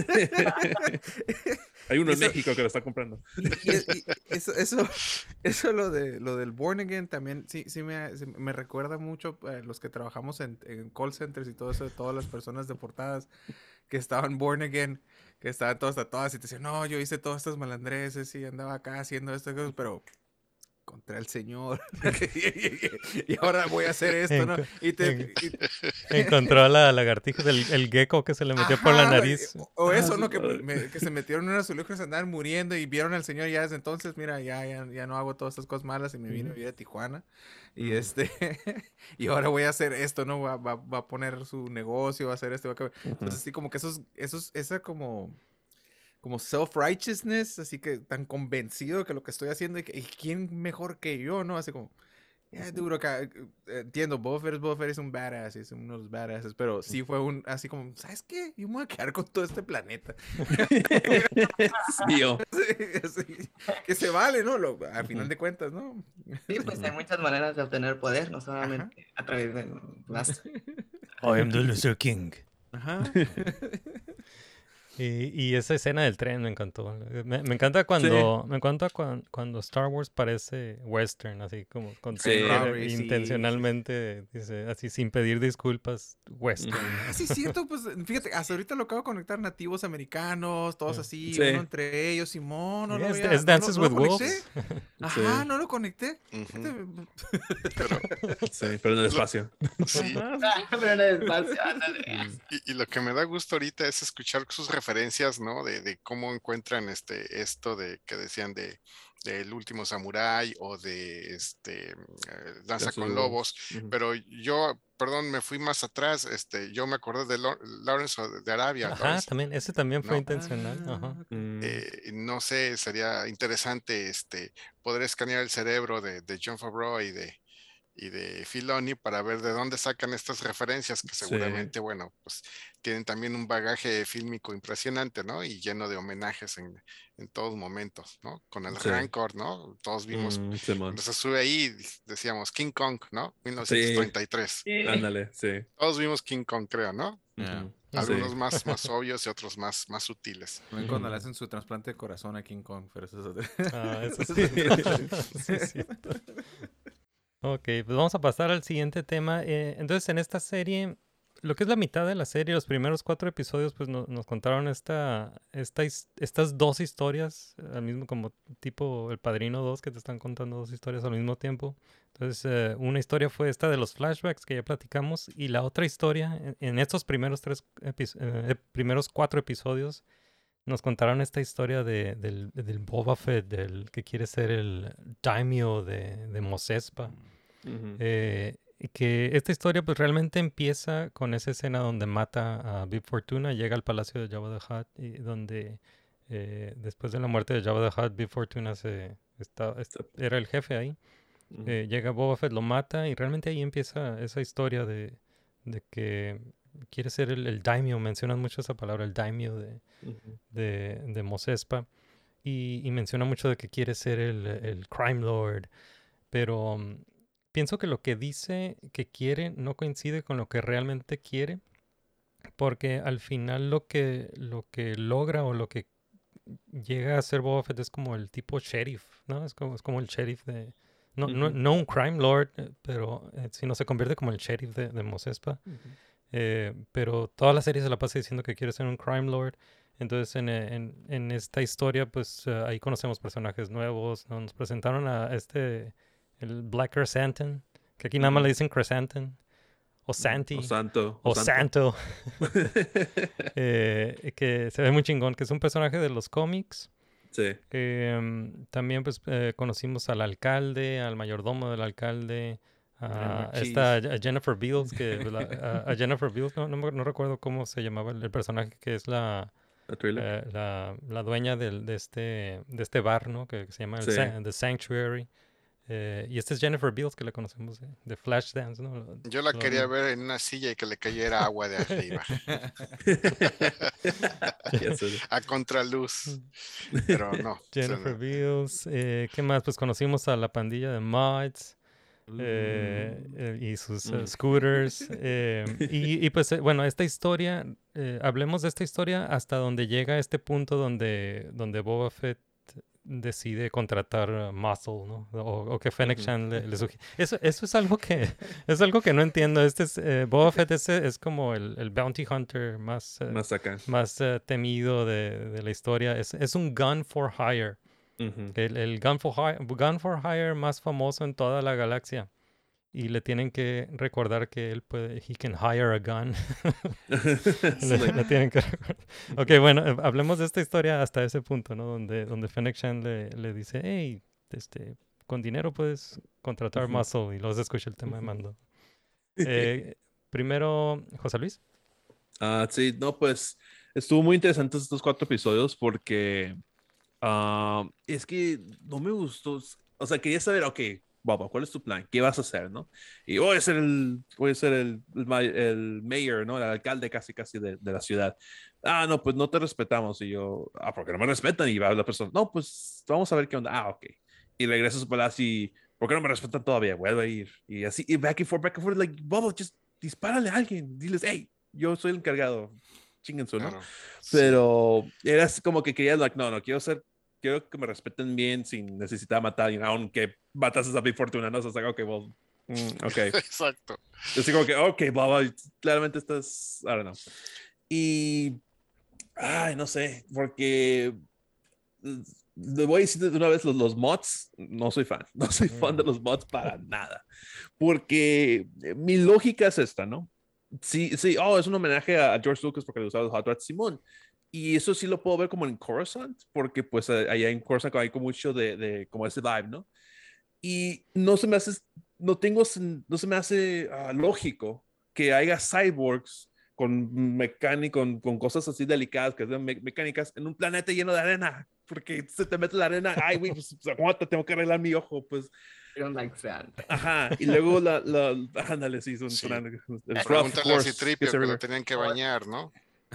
Hay uno en México que lo está comprando. Y eso lo del Born Again también sí me recuerda mucho a los que trabajamos en call centers y todo eso, de todas las personas deportadas que estaban Born Again, que estaban todas tatuadas y te decían, no, yo hice todas estas malandreses y andaba acá haciendo estas cosas, pero contra el Señor. Y ahora voy a hacer esto, ¿no? Encontró a la lagartija, el gecko que se le metió por la nariz. O eso, ¿no? Que se metieron en una azulejos y se andaban muriendo y vieron al Señor ya desde entonces, mira, ya no hago todas estas cosas malas y me vine a vivir a Tijuana. Y y ahora voy a hacer esto, ¿no? Va a poner su negocio, va a hacer esto. Entonces, sí, como que esa como self-righteousness, así que tan convencido de que lo que estoy haciendo, y quién mejor que yo, ¿no? Así como, duro acá, entiendo, Boba Fett es un badass, es uno de los badasses, pero sí fue así como, ¿sabes qué? Yo me voy a quedar con todo este planeta. Sí, que se vale, ¿no? Al final de cuentas, ¿no? Sí, pues hay muchas maneras de obtener poder, no solamente a través de las... I am the Loser King. Ajá. Y esa escena del tren me encantó. Me encanta cuando cuando Star Wars parece western, así como intencionalmente, dice así sin pedir disculpas, western. Sí, cierto, pues fíjate, hasta ahorita lo acabo de conectar, nativos americanos, todos así, uno entre ellos, Simón, no lo había, es Dances with Wolves. Ajá, no lo conecté. Pero en el espacio. Sí. Pero en el espacio, Y lo que me da gusto ahorita es escuchar sus referencias, ¿no? De cómo encuentran esto de que decían del último samurái o de Danza con Lobos. Pero yo, perdón, me fui más atrás. Yo me acordé de Lawrence de Arabia. Ajá, Lawrence, también, ese también fue intencional. Ajá. No sé, sería interesante poder escanear el cerebro de Jon Favreau y de Filoni para ver de dónde sacan estas referencias que seguramente, bueno, pues tienen también un bagaje fílmico impresionante, ¿no? Y lleno de homenajes en todos momentos, ¿no? Con el Rancor, ¿no? Todos vimos, cuando se sube ahí, decíamos King Kong, ¿no? 1933. Ándale, sí. Todos vimos King Kong, creo, ¿no? Algunos más obvios y otros más sutiles. Cuando le hacen su trasplante de corazón a King Kong, pero eso es eso sí. Ok, pues vamos a pasar al siguiente tema. Entonces, en esta serie, lo que es la mitad de la serie, los primeros 4 episodios, pues nos contaron estas 2 historias, al mismo como tipo El Padrino 2, que te están contando 2 historias al mismo tiempo. Entonces, una historia fue esta de los flashbacks que ya platicamos, y la otra historia, en estos primeros 4 episodios, nos contaron esta historia del Boba Fett, del que quiere ser el daimyo de Mos Espa. Que esta historia pues realmente empieza con esa escena donde mata a Bib Fortuna, llega al palacio de Jabba the Hutt, y donde después de la muerte de Jabba the Hutt, Bib Fortuna era el jefe ahí. Llega Boba Fett, lo mata, y realmente ahí empieza esa historia de que quiere ser el daimyo. Mencionan mucho esa palabra, el daimyo de Mos Espa, y menciona mucho de que quiere ser el crime lord, pero pienso que lo que dice que quiere no coincide con lo que realmente quiere, porque al final lo que logra o lo que llega a ser Boba Fett es como el tipo sheriff, ¿no? Es como el sheriff de... No un crime lord, pero sino se convierte como el sheriff de Mos Espa. Pero toda la serie se la pasa diciendo que quiere ser un crime lord. Entonces en esta historia pues ahí conocemos personajes nuevos, ¿no? Nos presentaron a el Black Chrysanthemum, que aquí nada más le dicen Chrysanthemum o Santi o Santo. Que se ve muy chingón, que es un personaje de los cómics. Sí. También pues conocimos al alcalde, al mayordomo del alcalde, a Jennifer Beals, a Jennifer Beals, no recuerdo cómo se llamaba el personaje, que es la dueña de este bar, ¿no? Que se llama The Sanctuary. Y esta es Jennifer Beals, que la conocemos de Flashdance, ¿no? Yo la quería ver en una silla y que le cayera agua de arriba. A contraluz. Pero no. Jennifer Beals. ¿Qué más? Pues conocimos a la pandilla de Mods. Y sus scooters. Y pues, bueno, esta historia, hablemos de esta historia hasta donde llega este punto donde Boba Fett decide contratar Muscle, ¿no? O que Fennec Shand le sugiere. Eso es algo que no entiendo. Boba Fett es como el bounty hunter más temido de la historia. Es un gun for hire. El gun for hire más famoso en toda la galaxia. Y le tienen que recordar que él puede... He can hire a gun. le tienen que recordar. Ok, bueno, hablemos de esta historia hasta ese punto, ¿no? Donde Fennec Shand le dice, hey, con dinero puedes contratar Muscle. Y luego se escucha el tema de Mando. Primero, José Luis. Sí, no, pues estuvo muy interesante estos 4 episodios porque es que no me gustó. O sea, quería saber, ok, Boba, ¿cuál es tu plan? ¿Qué vas a hacer, no? Y voy a ser el mayor, ¿no? El alcalde casi de la ciudad. No, pues no te respetamos. Y yo, ¿por qué no me respetan? Y va la persona, no, pues vamos a ver qué onda. Ok. Y regresa a su palacio y, ¿por qué no me respetan todavía? Vuelve a ir. Y así, y back and forth, like, Boba, just dispárale a alguien. Diles, hey, yo soy el encargado. Chingensu, ¿no? Claro, Pero era así como que quería, like, no, quiero que me respeten bien sin necesidad de matar a alguien, aunque matas a Big Fortuna, ¿no? O sea, ok, well, ok. Exacto. Así como que, ok, Baba, claramente estás, I don't know. Y, no sé, porque le voy a decir de una vez, los mods, no soy fan de los mods para nada, porque mi lógica es esta, ¿no? Sí, es un homenaje a George Lucas porque le usaba los Hot Rods Simón. Y eso sí lo puedo ver como en Coruscant, porque pues allá en Coruscant hay como mucho de como ese vibe, ¿no? Y no se me hace lógico que haya cyborgs con cosas así delicadas, que sean mecánicas, en un planeta lleno de arena, porque se te mete la arena, ay, güey, pues aguanta, tengo que arreglar mi ojo, pues. I don't like that. Ajá, y luego ándale, sí, pregúntale a Citripio que lo tenían que bañar, ¿no?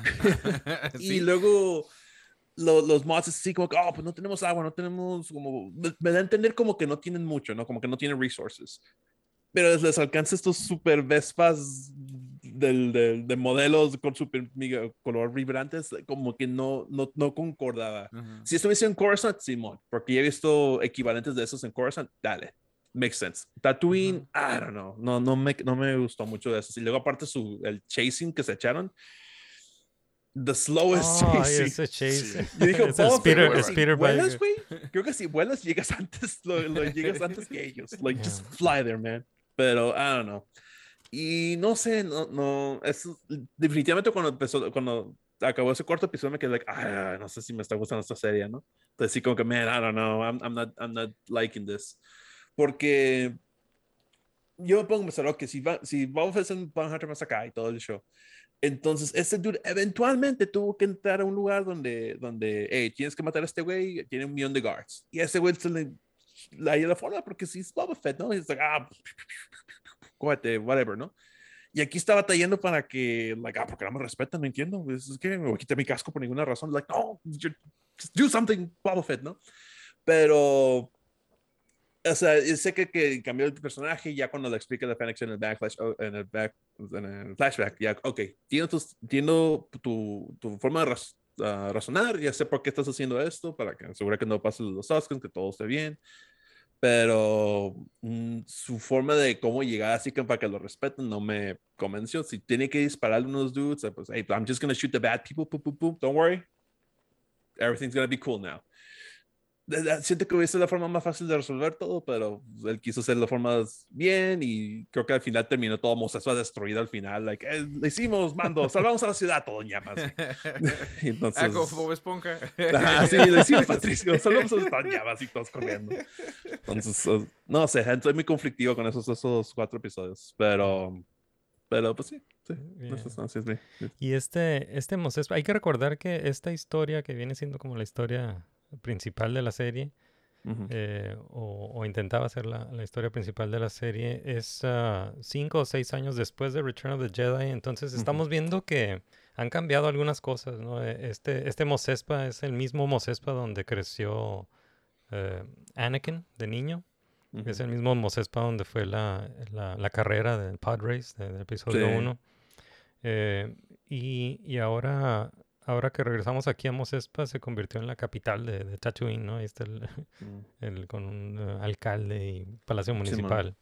Y luego los mods así como que, pues no tenemos agua, no tenemos como, me da a entender como que no tienen mucho, ¿no? Como que no tienen resources. Pero les alcanza estos super Vespas de modelos con super color vibrantes, como que no concordaba. Si estuviese en Coruscant, Simón, porque ya he visto equivalentes de esos en Coruscant, dale. Makes sense. Tatooine, I don't know. No me gustó mucho de eso. Y luego aparte el chasing que se echaron, the slowest chasing. Ese chase. Yo dije, Speeder ¿vuelas, güey? Creo que si vuelas, llegas antes, llegas antes que ellos. Like, just fly there, man. Pero, I don't know. Y no sé, definitivamente cuando acabó ese 4º episodio me quedé like, no sé si me está gustando esta serie, ¿no? Entonces sí como que, man, I don't know, I'm not liking this. Porque yo me pongo a pensar, ok, si Boba Fett es un Bounty Hunter más acá y todo el show, entonces ese dude eventualmente tuvo que entrar a un lugar donde hey, tienes que matar a este güey, tiene 1 millón de guards. Y a ese güey se le haya la forma porque si es Boba Fett, ¿no? Y es like, cógete, whatever, ¿no? Y aquí está batallando para que, like, ¿por qué no me respetan? No entiendo. Es que me voy a quitar mi casco por ninguna razón. Like, no, just do something, Boba Fett, ¿no? Pero, o sea, sé que cambió el personaje ya cuando le explica la Fennec en el flashback, ya, ok, entiendo tu forma de razonar, ya sé por qué estás haciendo esto, para que asegurar que no pase los Tuskens, que todo esté bien, pero su forma de cómo llegar así que para que lo respeten no me convenció. Si tiene que dispararle a unos dudes, pues, hey, I'm just going to shoot the bad people, don't worry, everything's going to be cool now. Siento que hubiese la forma más fácil de resolver todo, pero él quiso hacer la forma bien y creo que al final terminó todo Moseso destruido al final, like, le hicimos, Mando, salvamos a la ciudad, todo en llamas. Entonces, como Bob Esponja. Sí, le hicimos, Patricio, salvamos a las llamas y todos corriendo. Entonces, no sé, estoy muy conflictivo con esos 4 episodios, pero pues sí. Y este Moseso, hay que recordar que esta historia que viene siendo como la historia principal de la serie, Ujú. o intentaba ser la historia principal de la serie, es 5 o 6 años después de Return of the Jedi. Entonces estamos viendo que han cambiado algunas cosas, ¿no? Este Mos Espa es el mismo Mos Espa donde creció Anakin de niño. Es Ujú. el mismo Mos Espa donde fue la carrera del Pod Race del episodio Sí. 1. Y ahora que regresamos aquí a Mos Espa, se convirtió en la capital de Tatooine, ¿no? Ahí está Mm. con un alcalde y palacio Simón. municipal.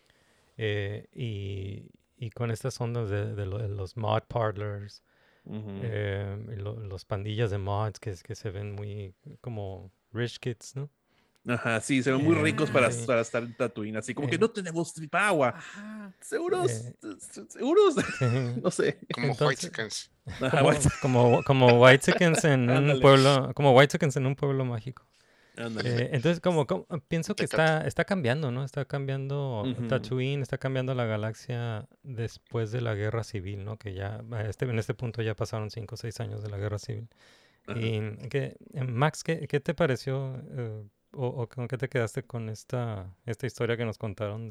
Y con estas ondas de los mod parlors, Ujú. y los pandillas de mods que se ven muy como rich kids, ¿no? Ajá, sí, se ven muy ricos para, Sí. para estar en Tatooine, así como que Eh, no tenemos agua. Ajá. ¿Seguros? eh, ¿Seguros? sí. No sé. Como Entonces, Whitexicans. Ajá, como Whitexicans en un Ándale. pueblo, como Whitexicans en un pueblo mágico. ándale. Entonces, pienso que está cambiando, ¿no? Está cambiando Ujú. Tatooine, está cambiando la galaxia después de la Guerra Civil, ¿no? Que ya, en este punto ya pasaron 5 o 6 años de la Guerra Civil. Ajá. Y Max, ¿qué te pareció o con qué te quedaste con esta historia que nos contaron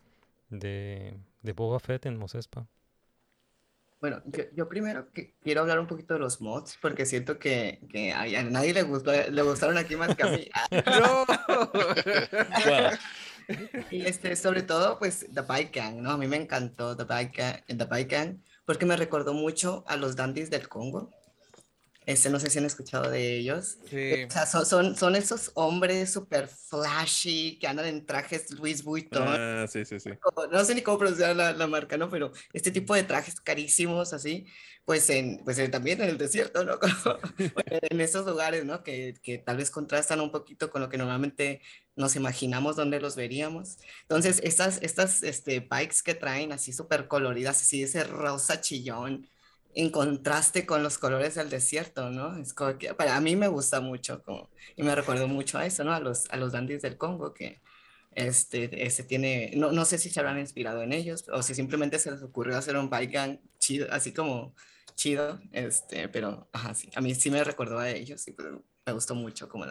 de Boba Fett en Mos Espa? Bueno, yo primero quiero hablar un poquito de los mods, porque siento que a nadie le gustaron aquí más que a mí. ¡No! Wow. Y sobre todo, pues, The Bike Gang, ¿no? A mí me encantó The Bike Gang, porque me recordó mucho a los dandies del Congo. No sé si han escuchado de ellos. Sí. O sea, son esos hombres súper flashy que andan en trajes Louis Vuitton. Ah, sí. No sé ni cómo pronunciar la marca, ¿no? Pero este tipo de trajes carísimos, así, pues, también en el desierto, ¿no? En esos lugares, ¿no? Que tal vez contrastan un poquito con lo que normalmente nos imaginamos donde los veríamos. Entonces, estas bikes que traen así súper coloridas, así ese rosa chillón, en contraste con los colores del desierto, ¿no? Es como que para mí me gusta mucho, y me recuerdo mucho a eso, ¿no? A los dandies del Congo, que tiene, no sé si se habrán inspirado en ellos o si simplemente se les ocurrió hacer un bike gang chido, así como chido, pero ajá, sí, a mí sí me recordó a ellos y pues, me gustó mucho como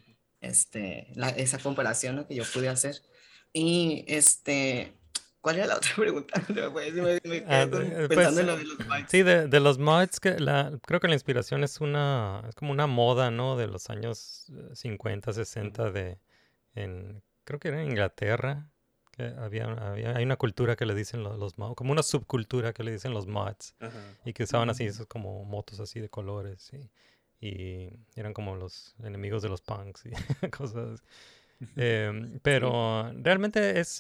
esa comparación, ¿no? Que yo pude hacer. Y ¿cuál era la otra pregunta? Me quedé Pues pensando en lo de los bikes. sí, de los mods, creo que la inspiración es como una moda, ¿no? De los años 50, 60 creo que era en Inglaterra, que hay una cultura que le dicen los mods, como una subcultura que le dicen los mods, Ajá. y que usaban así esos como motos así de colores, y eran como los enemigos de los punks y cosas así. Pero realmente es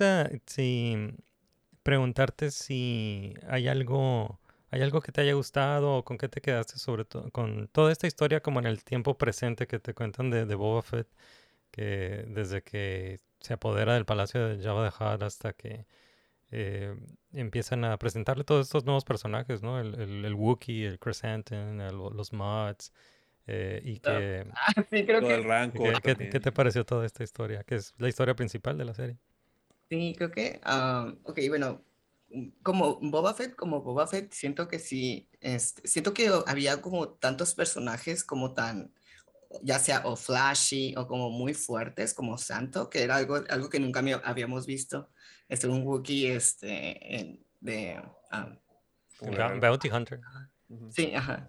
preguntarte si hay algo que te haya gustado o con qué te quedaste sobre todo con toda esta historia como en el tiempo presente que te cuentan de Boba Fett, que desde que se apodera del palacio de Jabba the Hutt hasta que empiezan a presentarle todos estos nuevos personajes, ¿no? El Wookiee, el Chrysanthemum, los mods, y que... Sí, creo Todo el que Rancor ¿Qué también. te pareció toda esta historia? Que es la historia principal de la serie. sí, creo que, ok, bueno, como Boba Fett, siento que sí, siento que había como tantos personajes como ya sea o flashy o como muy fuertes como Santo, que era algo que nunca habíamos visto, un Wookiee, Como El guerrero. Bounty Hunter. Ujú. sí, ajá,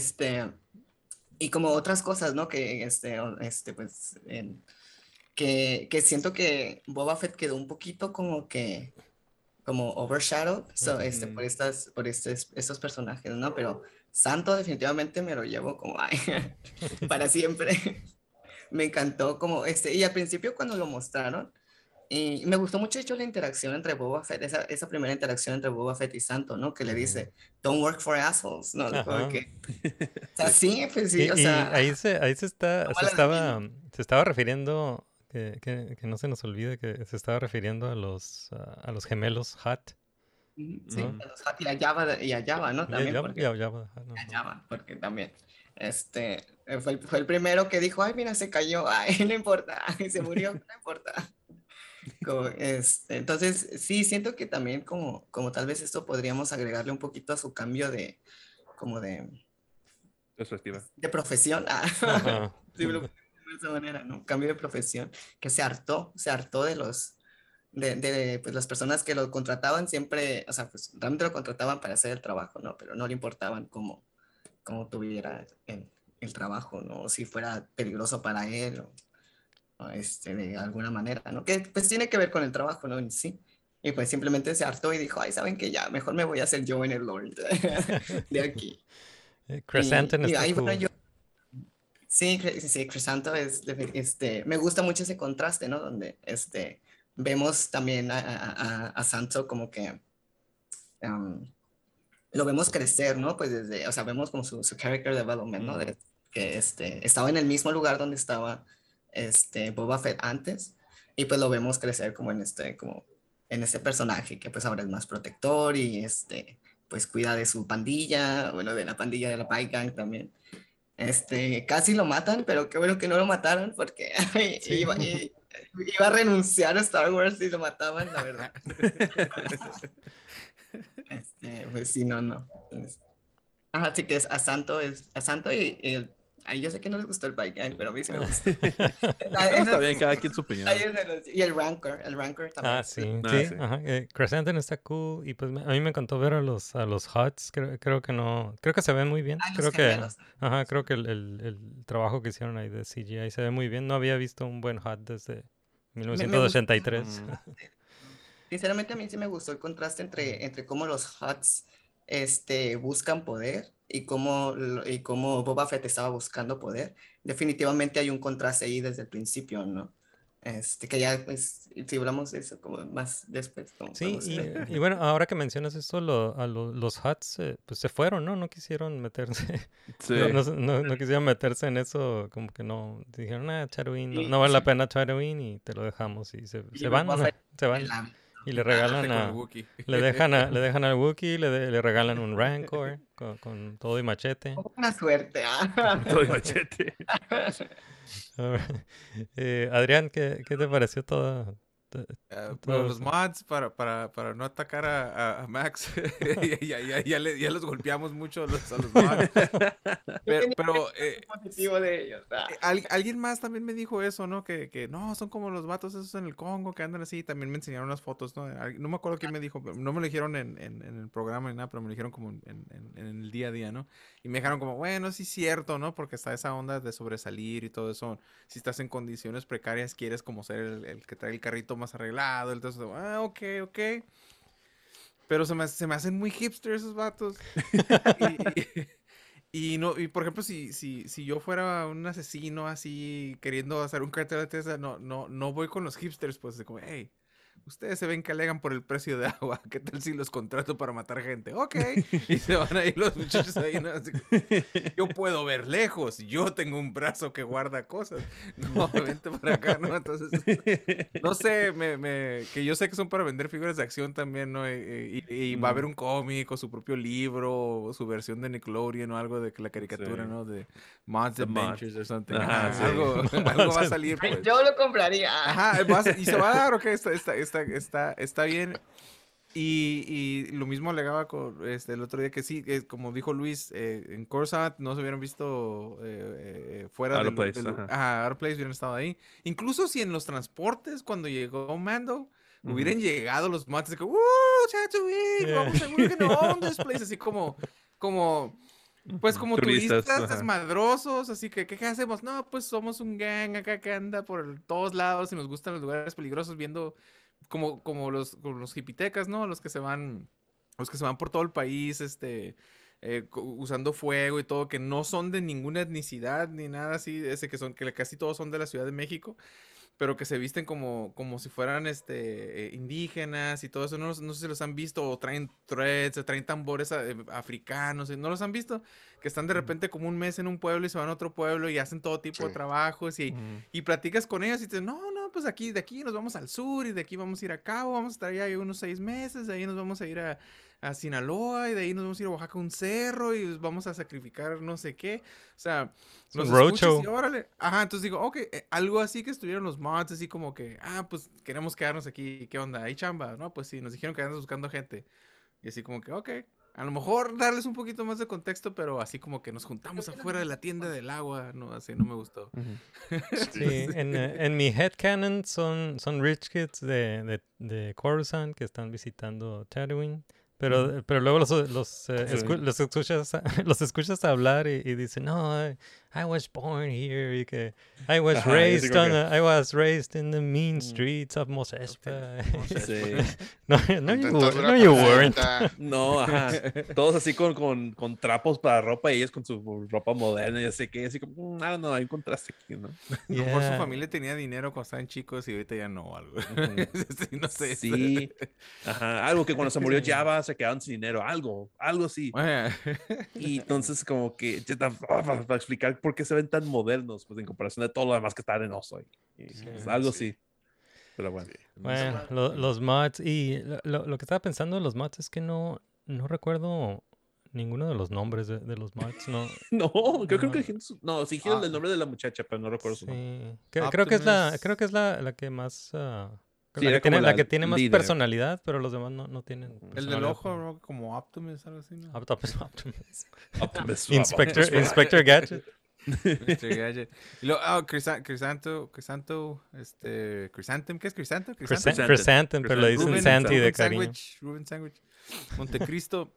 y como otras cosas, ¿no? Pues, que siento que Boba Fett quedó un poquito como overshadowed, Ujú. estos personajes, ¿no? Pero Santo definitivamente me lo llevo como ay, para siempre. Me encantó y al principio cuando lo mostraron, y me gustó mucho, de hecho, la interacción entre Boba Fett, esa primera interacción entre Boba Fett y Santo, ¿no? Que le dice, don't work for assholes, ¿no? Como Ajá. que, o sea, Sí. sí, pues sí, o Y sea, ahí se tómala de mí, ¿no? estaba refiriendo, que no se nos olvide que se estaba refiriendo a los gemelos Hutt, Sí, ¿no? y a Java, ¿no? También, porque Ya, no. a Java, porque también, fue el primero que dijo, ay, mira, se cayó, ay, no importa, y se murió, no importa. Entonces, sí, siento que también como tal vez esto podríamos agregarle un poquito a su cambio como de Perspectiva. profesión, Ajá. sí, me lo de esa manera, ¿no? Cambio de profesión, que se hartó de pues, las personas que lo contrataban siempre, o sea, pues realmente lo contrataban para hacer el trabajo, ¿no? Pero no le importaban cómo tuviera el trabajo, ¿no? O si fuera peligroso para él o de alguna manera, ¿no? Que pues tiene que ver con el trabajo, ¿no? En sí. Y pues simplemente se hartó y dijo, ay, ¿saben qué? Ya, mejor me voy a hacer yo en el Lord de aquí. Chrysanthemum Y está ahí, cool. bueno, sí, Crisanto me gusta mucho ese contraste, ¿no? Donde vemos también a Santo como que lo vemos crecer, ¿no? Pues o sea, vemos como su character development, ¿no? Que estaba en el mismo lugar donde estaba Boba Fett antes y pues lo vemos crecer como en este personaje que pues ahora es más protector y pues cuida de su pandilla, bueno, de la pandilla de la Pai Gang también. Casi lo matan, pero qué bueno que no lo mataron porque Sí. iba a renunciar a Star Wars si lo mataban, la verdad. Pues sí, no. Ajá, sí que es a Santo y ahí yo sé que no les gustó el Bike Gang, pero a mí sí me gustó. Está bien, cada quien su opinión. Y el Rancor también. Sí, sí. Ajá. Chrysanthemum está cool y pues a mí me encantó ver a los Huts, creo que se ven muy bien. Los gemelos. Creo que el trabajo que hicieron ahí de CGI se ve muy bien. No había visto un buen Hut desde 1983. Sinceramente a mí sí me gustó el contraste entre cómo los Huts buscan poder y cómo Boba Fett estaba buscando poder. Definitivamente hay un contraste ahí desde el principio, ¿no? Que ya, pues, si hablamos de eso como más después. Sí, y bueno, ahora que mencionas esto, los Huts pues se fueron, ¿no? No quisieron meterse. Sí. No quisieron meterse en eso, como que no. Dijeron, Tatooine, no vale la pena Tatooine y te lo dejamos y se van. Se van. Y le regalan le dejan al Wookiee, le regalan un Rancor con todo y machete. Una suerte. Todo y machete. Adrián, ¿qué te pareció todo? Los mods para no atacar a Max, ya los golpeamos mucho a los mods. Pero positivo de ellos. Alguien más también me dijo eso, ¿no? Que no, son como los vatos esos en el Congo que andan así. También me enseñaron unas fotos, ¿no? No me acuerdo quién me dijo, no me lo dijeron en el programa ni nada, pero me lo dijeron como en el día a día, ¿no? Y me dijeron como, bueno, sí es cierto, ¿no? Porque está esa onda de sobresalir y todo eso. Si estás en condiciones precarias, quieres como ser el que trae el carrito más arreglado. Entonces, ok. Pero se me hacen muy hipster esos vatos. Y por ejemplo, si yo fuera un asesino así queriendo hacer un cartel de Tesla, no voy con los hipsters, pues de como, hey, ustedes se ven que alegan por el precio de agua, ¿qué tal si los contrato para matar gente? Ok, y se van a ir los muchachos ahí, ¿no? Así, yo puedo ver lejos, yo tengo un brazo que guarda cosas, no, vente para acá, ¿no? Entonces, no sé, que yo sé que son para vender figuras de acción también, ¿no? Y va a haber un cómic o su propio libro o su versión de Nickelodeon o algo de la caricatura, ¿no? De Mods Adventures o something. Algo va a salir, pues. Yo lo compraría. Ajá, y se va a dar, ok, está bien. Y lo mismo alegaba el otro día que sí, como dijo Luis, en Coruscant no se hubieran visto fuera Out of Place, Out of Place, hubieran estado ahí. Incluso si en los transportes, cuando llegó Mando, hubieran llegado los mates de que, Tatooine, vamos a we're gonna own this place, así como turistas desmadrosos, así que, ¿qué hacemos? No, pues somos un gang acá que anda por todos lados y nos gustan los lugares peligrosos viendo como los hipitecas, ¿no? Los que se van por todo el país, usando fuego y todo, que no son de ninguna etnicidad ni nada así, que casi todos son de la Ciudad de México, pero que se visten como si fueran indígenas y todo eso. No sé si los han visto, o traen threads, o traen tambores africanos, ¿no los han visto? Que están de repente como un mes en un pueblo y se van a otro pueblo y hacen todo tipo de trabajos y platicas con ellos y te dicen, no, pues de aquí nos vamos al sur y de aquí vamos a ir a Cabo, vamos a estar allá unos 6 meses, de ahí nos vamos a ir a Sinaloa y de ahí nos vamos a ir a Oaxaca, un cerro y vamos a sacrificar no sé qué. O sea, los escuchas y órale. Ajá, entonces digo, ok, algo así que estuvieron los mods, así como que, pues queremos quedarnos aquí, ¿qué onda? ¿Hay chamba? No, pues sí, nos dijeron que andas buscando gente. Y así como que, ok, A lo mejor darles un poquito más de contexto, pero así como que nos juntamos afuera de la tienda del agua, no, así no me gustó. Sí, en mi headcanon son rich kids de Coruscant que están visitando Tatooine. Pero luego los escuchas hablar y dicen, no, I was born here, y que I was raised in the mean streets of Mos Espa. Sí. No, you weren't. No, ajá. Todos así con trapos para ropa y ellos con su ropa moderna y así que así como, no, hay un contraste aquí, ¿no? A lo mejor su familia tenía dinero cuando estaban chicos y ahorita ya no, algo. Sí, no sé. Sí, ajá, algo que cuando se murió Jabba se quedaron sin dinero, algo así. Y entonces como que para explicar por qué se ven tan modernos, pues en comparación de todo lo demás que está arenoso. Algo así. Pero bueno. Bueno, los mods. Y lo que estaba pensando de los mods es que no recuerdo ninguno de los nombres de los mods. No, creo que sí dijeron el nombre de la muchacha, pero no recuerdo su nombre. Creo que es la que más... Sí, la que tiene más personalidad, pero los demás no tienen. El del ojo, ¿no? Como Optimus, algo así, ¿no? Optimus. Inspector Gadget. Mr. Gadget. Y luego, Crisanto, Crisantum, ¿qué es Crisanto? Crisantum, pero le dicen Santi de cariño. Ruben Sandwich. Montecristo,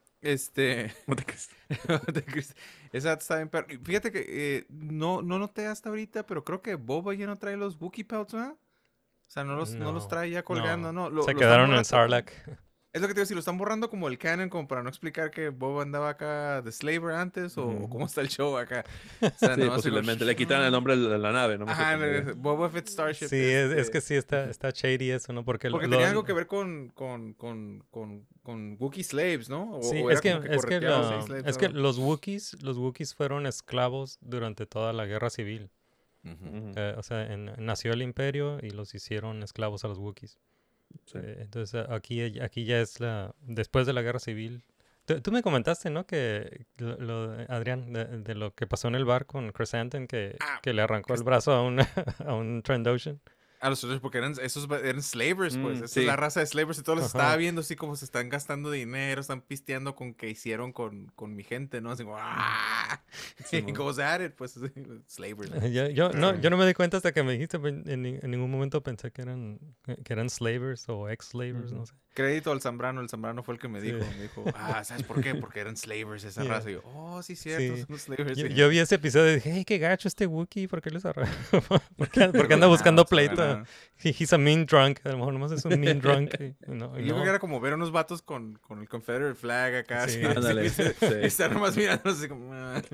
Montecristo. Esa está bien, pero fíjate que no noté hasta ahorita, pero creo que Boba ya no trae los Wookiee pelts, ¿verdad? O sea, no los trae ya colgando, ¿no? Se quedaron en Sarlacc. Es lo que te digo, si lo están borrando como el canon, como para no explicar que Boba andaba acá de Slaver antes, o cómo está el show acá. O sea, sí, posiblemente. Le quitan el nombre de la nave, ¿no? Boba Fett Starship. Sí, es que sí está shady eso, ¿no? Porque tenía algo que ver con Wookiee slaves, ¿no? Sí, es que los Wookiees fueron esclavos durante toda la guerra civil. O sea, nació el imperio y los hicieron esclavos a los Wookiees. Sí. Entonces aquí ya es después de la guerra civil. Tú me comentaste, ¿no? Que Adrián, de lo que pasó en el bar con Chrysanthemum, que le arrancó el brazo a un Trandoshan. A los otros, porque esos eran slavers, pues. Esa es la raza de slavers. Y todos los estaba viendo así como se están gastando dinero, están pisteando con que hicieron con mi gente, ¿no? Así como, Sí, goes at it, pues, slavers. Yo no me di cuenta hasta que me dijiste, en ningún momento pensé que eran slavers o ex-slavers, no sé. Crédito al Zambrano, el Zambrano fue el que me dijo, ¿sabes por qué? Porque eran slavers esa raza. Y yo, sí, cierto, son slavers. Yo vi ese episodio y dije, hey, qué gacho este Wookiee, ¿por qué les arranca? ¿Por qué anda buscando pleito? He's a mean drunk, a lo mejor nomás es un mean drunk. Yo creo que era como ver a unos vatos con el Confederate flag acá. Sí, y estar nomás mirando así como...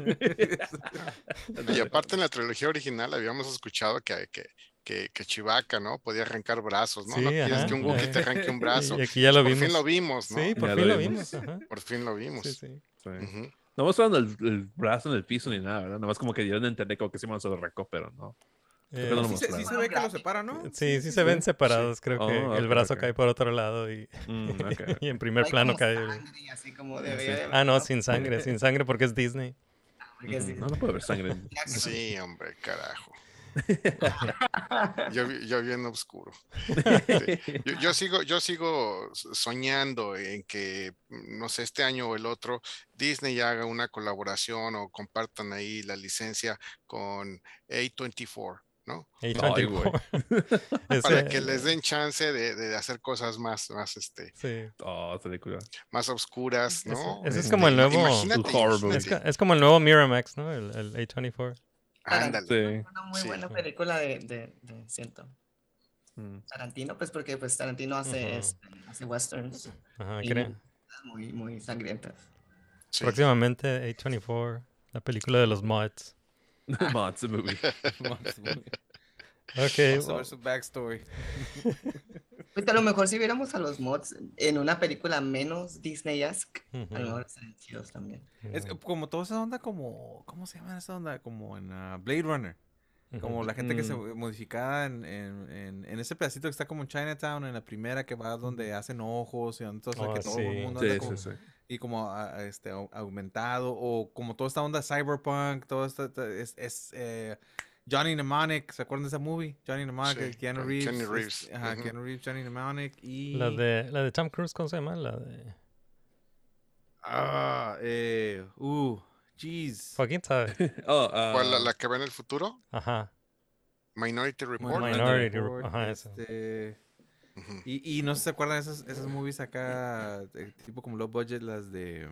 Y aparte en la trilogía original habíamos escuchado que Chewbacca, ¿no? Podía arrancar brazos, ¿no? Sí, no quieres que un Wookiee te arranque un brazo. Y aquí ya lo vimos. Por fin lo vimos, ¿no? Sí, por fin lo vimos. Por fin lo vimos. Sí. No mostraron el brazo en el piso ni nada, ¿verdad? Nomás como que dieron a entender como que Simón se lo arrancó, pero no. Sí se ve que lo separan, ¿no? Sí se ven separados. Creo que el brazo cae por otro lado y en primer plano cae. Así como debería no, sin sangre porque es Disney. No puede haber sangre. Sí, hombre, carajo. Yo bien oscuro. Sí. Yo sigo soñando en que, no sé, este año o el otro, Disney haga una colaboración o compartan ahí la licencia con A24, ¿no? A24. Para que les den chance de hacer cosas más más oscuras, ¿no? Ese es como el nuevo es como el nuevo Miramax, ¿no? El A24. Ándale. Una muy buena película de siento. Tarantino, pues porque pues Tarantino hace westerns. Muy, muy sangrientas. Sí. Próximamente A24, la película de los mods. Mods, the movie. Okay. Vamos a ver su backstory. Pues a lo mejor si viéramos a los mods en una película menos Disney-esque, a lo mejor serían chidos también. Es como toda esa onda ¿cómo se llama esa onda? Como en Blade Runner. Como la gente que se modificada en ese pedacito que está como en Chinatown, en la primera que va donde hacen ojos y entonces que todo el mundo anda como, y como aumentado, o como toda esta onda cyberpunk, todo esto es Johnny Mnemonic, ¿se acuerdan de esa movie? Johnny Mnemonic, sí, Keanu Reeves. Keanu Reeves, Johnny Mnemonic y... La de Tom Cruise, ¿cómo se llama? La de... Jeez. Joaquín sabe. ¿Cuál, la que ve en el futuro? Ajá. Minority Report. Minority Report. Ajá, eso. Ujú. Y no sé si se acuerdan de esas movies acá, tipo como low budget, las de...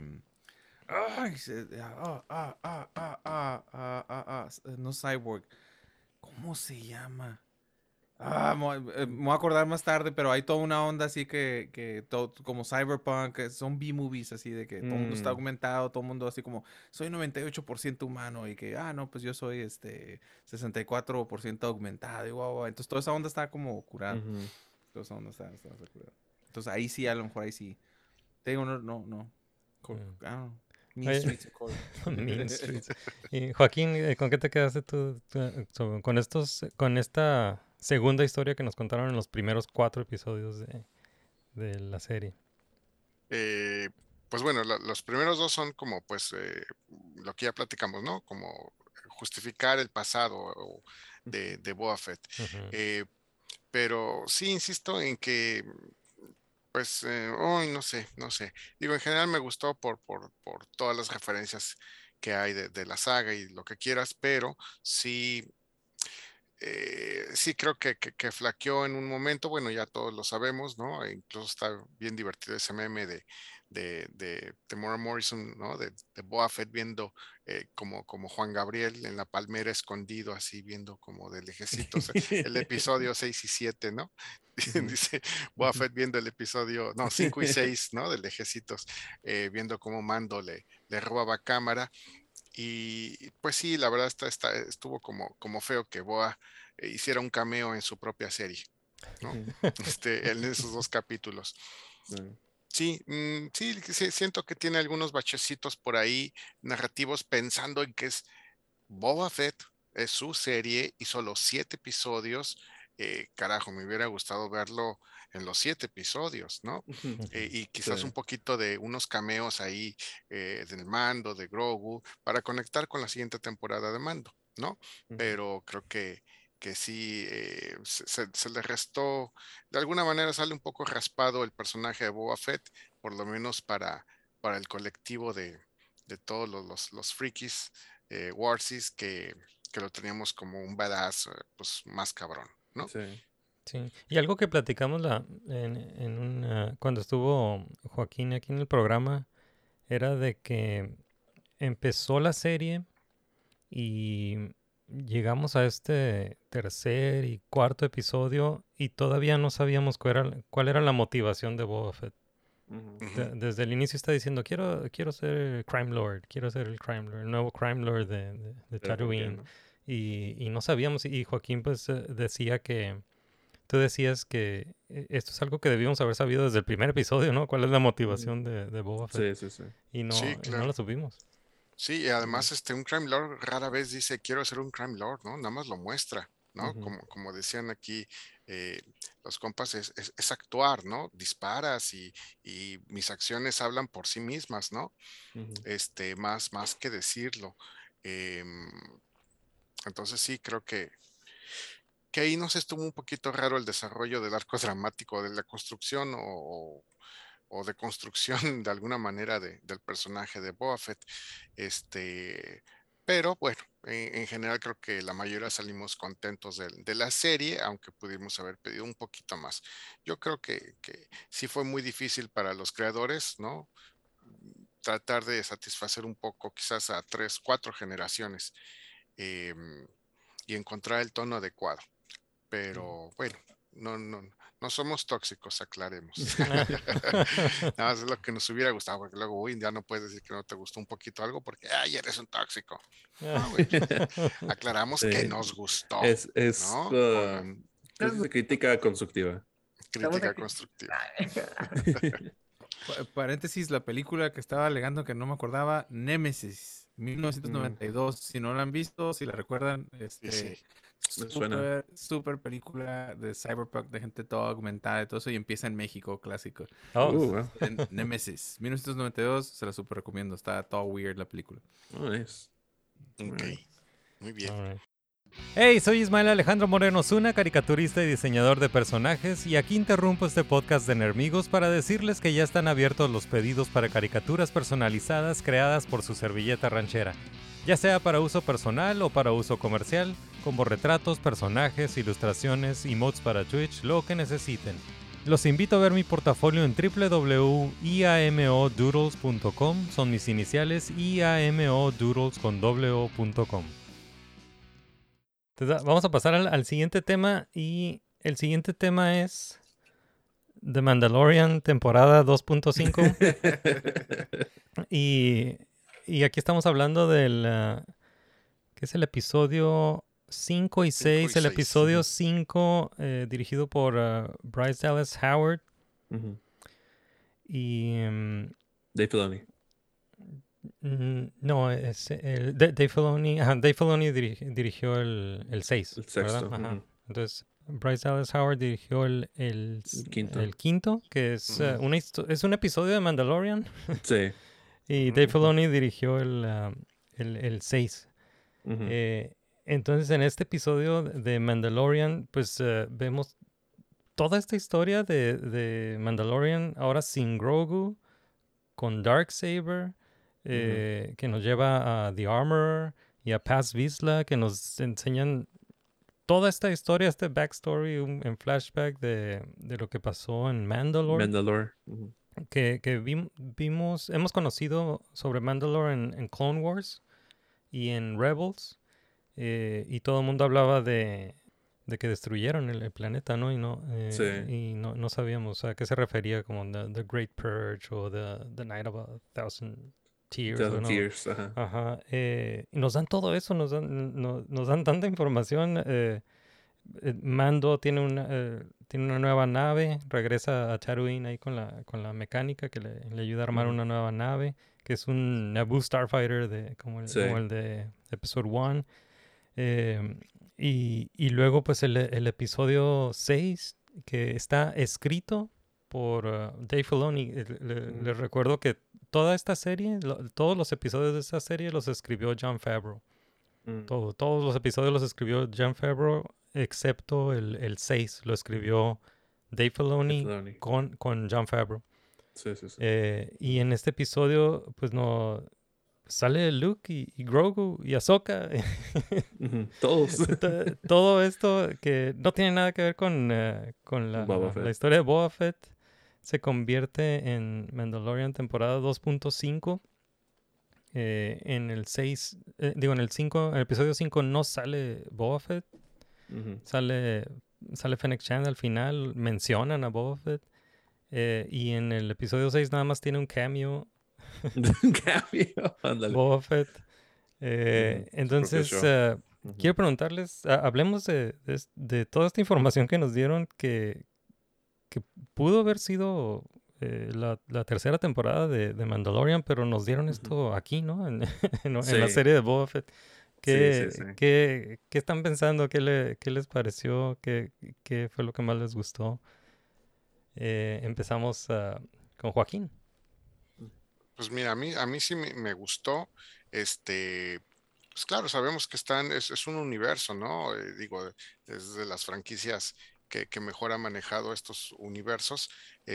no Cyborg. ¿Cómo se llama? Me voy a acordar más tarde, pero hay toda una onda así que todo, como Cyberpunk, son B-movies así de que todo el mundo está augmentado, todo el mundo así como soy 98% humano y que, no, pues yo soy 64% aumentado y guau. Entonces toda esa onda está como curada. Toda esa onda está curada. Entonces ahí sí, a lo mejor ahí sí. Te digo, no. Mean Streets. Mean Streets. Y Joaquín, ¿con qué te quedaste tú con esta segunda historia que nos contaron en los primeros 4 episodios de la serie? Pues bueno, los primeros 2 son como pues lo que ya platicamos, ¿no? Como justificar el pasado de Boba Fett. Pero sí insisto en que pues, no sé. Digo, en general me gustó por todas las referencias que hay de la saga y lo que quieras, pero sí, sí creo que flaqueó en un momento. Bueno, ya todos lo sabemos, ¿no? E incluso está bien divertido ese meme de Temuera Morrison, ¿no? De Boba Fett viendo como Juan Gabriel en la palmera escondido, así viendo como de lejecitos el episodio 6 y 7, ¿no? Dice Boba Fett viendo el episodio, no, 5 y 6, ¿no? De lejecitos, viendo cómo Mando le robaba cámara. Y pues sí, la verdad estuvo como feo que Boa hiciera un cameo en su propia serie, ¿no? En esos 2 capítulos. Sí, siento que tiene algunos bachecitos por ahí narrativos pensando en que es Boba Fett, es su serie y solo 7 episodios. Carajo, me hubiera gustado verlo en los 7 episodios, ¿no? Y quizás un poquito de unos cameos ahí del Mando, de Grogu, para conectar con la siguiente temporada de Mando, ¿no? Pero creo que sí se le restó, de alguna manera sale un poco raspado el personaje de Boba Fett, por lo menos para el colectivo de todos los frikis Warsis que lo teníamos como un badass pues más cabrón, ¿no? Sí. Y algo que platicamos cuando estuvo Joaquín aquí en el programa era de que empezó la serie y llegamos a este tercer y cuarto episodio y todavía no sabíamos cuál era la motivación de Boba Fett. Desde el inicio está diciendo, quiero ser el Crime Lord, el nuevo Crime Lord de Tatooine. Y no sabíamos, y Joaquín pues decía que, tú decías que esto es algo que debíamos haber sabido desde el primer episodio, ¿no? ¿Cuál es la motivación de Boba Fett? Sí. Y no, sí, claro. y no lo supimos. Sí, y además un Crime Lord rara vez dice, quiero ser un Crime Lord, ¿no? Nada más lo muestra, ¿no? Como decían aquí los compas, es actuar, ¿no? Disparas y mis acciones hablan por sí mismas, ¿no? Más que decirlo. Entonces sí, creo que ahí nos estuvo un poquito raro el desarrollo del arco dramático de la construcción o de construcción de alguna manera del personaje de Boba Fett. Pero bueno, en general creo que la mayoría salimos contentos de la serie, aunque pudimos haber pedido un poquito más. Yo creo que sí fue muy difícil para los creadores, ¿no? Tratar de satisfacer un poco quizás a 3, 4 generaciones y encontrar el tono adecuado. Pero bueno, no somos tóxicos, aclaremos. Nada más es lo que nos hubiera gustado, porque luego ya no puedes decir que no te gustó un poquito algo porque eres un tóxico. No, güey. Aclaramos que nos gustó. ¿no? Es crítica constructiva. Crítica constructiva. Paréntesis, la película que estaba alegando que no me acordaba, Nemesis, 1992. Si no la han visto, si la recuerdan, Sí. Super película de Cyberpunk, de gente toda augmentada y todo eso, y empieza en México, clásico. Nemesis, 1992, se la super recomiendo. Está todo weird la película. Nice. Ok, muy bien. Hey, soy Ismael Alejandro Moreno Zuna, caricaturista y diseñador de personajes, y aquí interrumpo este podcast de Nermigos para decirles que ya están abiertos los pedidos para caricaturas personalizadas creadas por su servilleta ranchera, ya sea para uso personal o para uso comercial, como retratos, personajes, ilustraciones, emotes para Twitch, lo que necesiten. Los invito a ver mi portafolio en www.iamodoodles.com, son mis iniciales, iamodoodles.com. Entonces, vamos a pasar al siguiente tema, y el siguiente tema es The Mandalorian temporada 2.5. y aquí estamos hablando del que es el episodio 5 y 6. El episodio 5 dirigido por Bryce Dallas Howard. Y Dave Filoni. No, es Dave Filoni. Dave Filoni dirigió el 6. El sexto. ¿Verdad? Entonces, Bryce Dallas Howard dirigió el quinto, que es, es un episodio de Mandalorian. Sí. Y Dave Filoni dirigió el 6. Entonces, en este episodio de Mandalorian, pues vemos toda esta historia de Mandalorian, ahora sin Grogu, con Darksaber, que nos lleva a The Armorer y a Paz Vizsla, que nos enseñan toda esta historia, este backstory en flashback de lo que pasó en Mandalore. Que hemos conocido sobre Mandalore en Clone Wars y en Rebels, y todo el mundo hablaba de que destruyeron el planeta, ¿no? Y no sabíamos a qué se refería, como the Great Purge o the Night of a Thousand Tears. Ajá. Y nos dan todo eso, nos dan tanta información. Mando tiene una nueva nave, regresa a Tatooine ahí con la mecánica que le ayuda a armar una nueva nave, que es un Naboo Starfighter como el de Episode 1. Y luego pues el episodio 6, que está escrito por Dave Filoni. Les recuerdo que toda esta serie, todos los episodios de esta serie los escribió Jon Favreau. Todos los episodios los escribió Jon Favreau, excepto el 6, lo escribió Dave Filoni con Jon Favreau. Sí. Y en este episodio, pues no sale Luke y Grogu y Ahsoka. Todos. Todo esto que no tiene nada que ver con la historia de Boba Fett se convierte en Mandalorian temporada 2.5. En el 6, en el 5, en el episodio 5 no sale Boba Fett. Sale Fennec Shand al final, mencionan a Boba Fett. Y en el episodio 6 nada más tiene un cameo. Boba Fett. Entonces, quiero preguntarles, hablemos de toda esta información que nos dieron, que pudo haber sido la tercera temporada de Mandalorian, pero nos dieron esto aquí, ¿no? En la serie de Boba Fett. ¿Qué están pensando? ¿Qué les pareció? ¿Qué fue lo que más les gustó? Empezamos con Joaquín. Pues mira, a mí sí me gustó. Pues claro, sabemos que es un universo, ¿no? Digo, es de las franquicias que mejor ha manejado estos universos.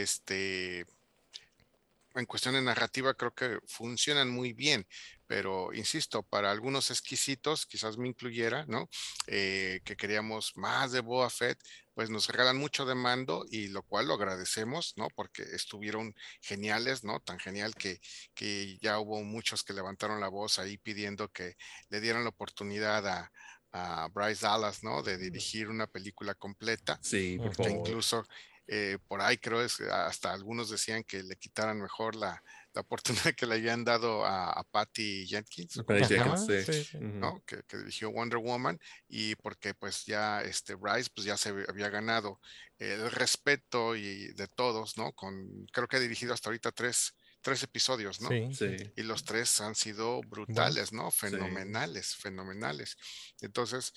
En cuestión de narrativa creo que funcionan muy bien, pero insisto, para algunos exquisitos, quizás me incluyera, ¿no? Que queríamos más de Boba Fett, pues nos regalan mucho de Mando, y lo cual lo agradecemos, ¿no? Porque estuvieron geniales, ¿no? Tan genial que ya hubo muchos que levantaron la voz ahí pidiendo que le dieran la oportunidad a Bryce Dallas, ¿no? De dirigir una película completa. Sí, por favor. Incluso por ahí creo hasta algunos decían que le quitaran mejor la oportunidad que le habían dado a Patty Jenkins, ¿no? Que dirigió Wonder Woman, y porque pues ya Bryce pues ya se había ganado el respeto y de todos, ¿no? Creo que ha dirigido hasta ahorita tres episodios, ¿no? Sí. Y los tres han sido brutales, ¿no? Fenomenales. Entonces,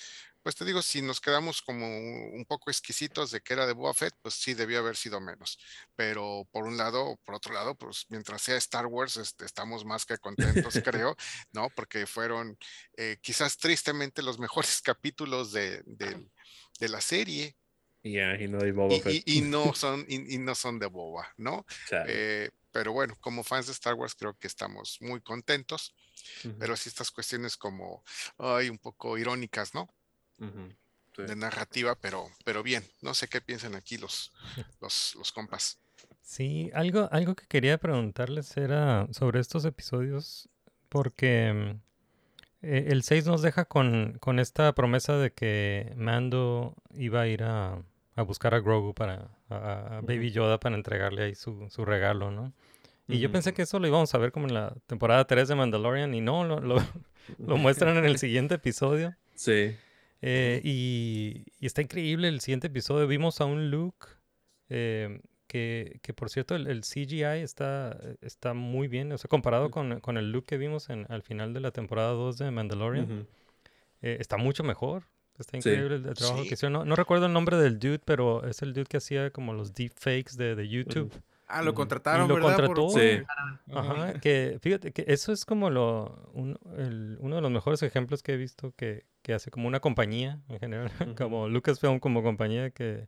pues te digo, si nos quedamos como un poco exquisitos de que era de Boba Fett, pues sí debió haber sido menos. Pero por un lado, o por otro lado, pues mientras sea Star Wars, estamos más que contentos, creo, ¿no? Porque fueron quizás tristemente los mejores capítulos de la serie. Y no hay Boba Fett. Y no son de Boba, ¿no? Chale. Pero bueno, como fans de Star Wars creo que estamos muy contentos, pero sí estas cuestiones como un poco irónicas, ¿no? Sí. De narrativa, pero bien, no sé qué piensan aquí los compas. Sí, algo que quería preguntarles era sobre estos episodios, porque el 6 nos deja con esta promesa de que Mando iba a ir a buscar a Grogu a Baby Yoda para entregarle ahí su regalo, ¿no? Y yo pensé que eso lo íbamos a ver como en la temporada 3 de Mandalorian y no, lo muestran en el siguiente episodio. Sí. Y está increíble el siguiente episodio. Vimos a un Luke que por cierto, el CGI está muy bien. O sea, comparado con el Luke que vimos al final de la temporada 2 de Mandalorian, está mucho mejor. Está increíble el trabajo que hicieron. No recuerdo el nombre del dude, pero es el dude que hacía como los deepfakes de YouTube. Lo contrataron, y lo ¿verdad? contrató. Sí. Ajá, que fíjate que eso es como uno de los mejores ejemplos que he visto que hace como una compañía en general, como Lucasfilm como compañía que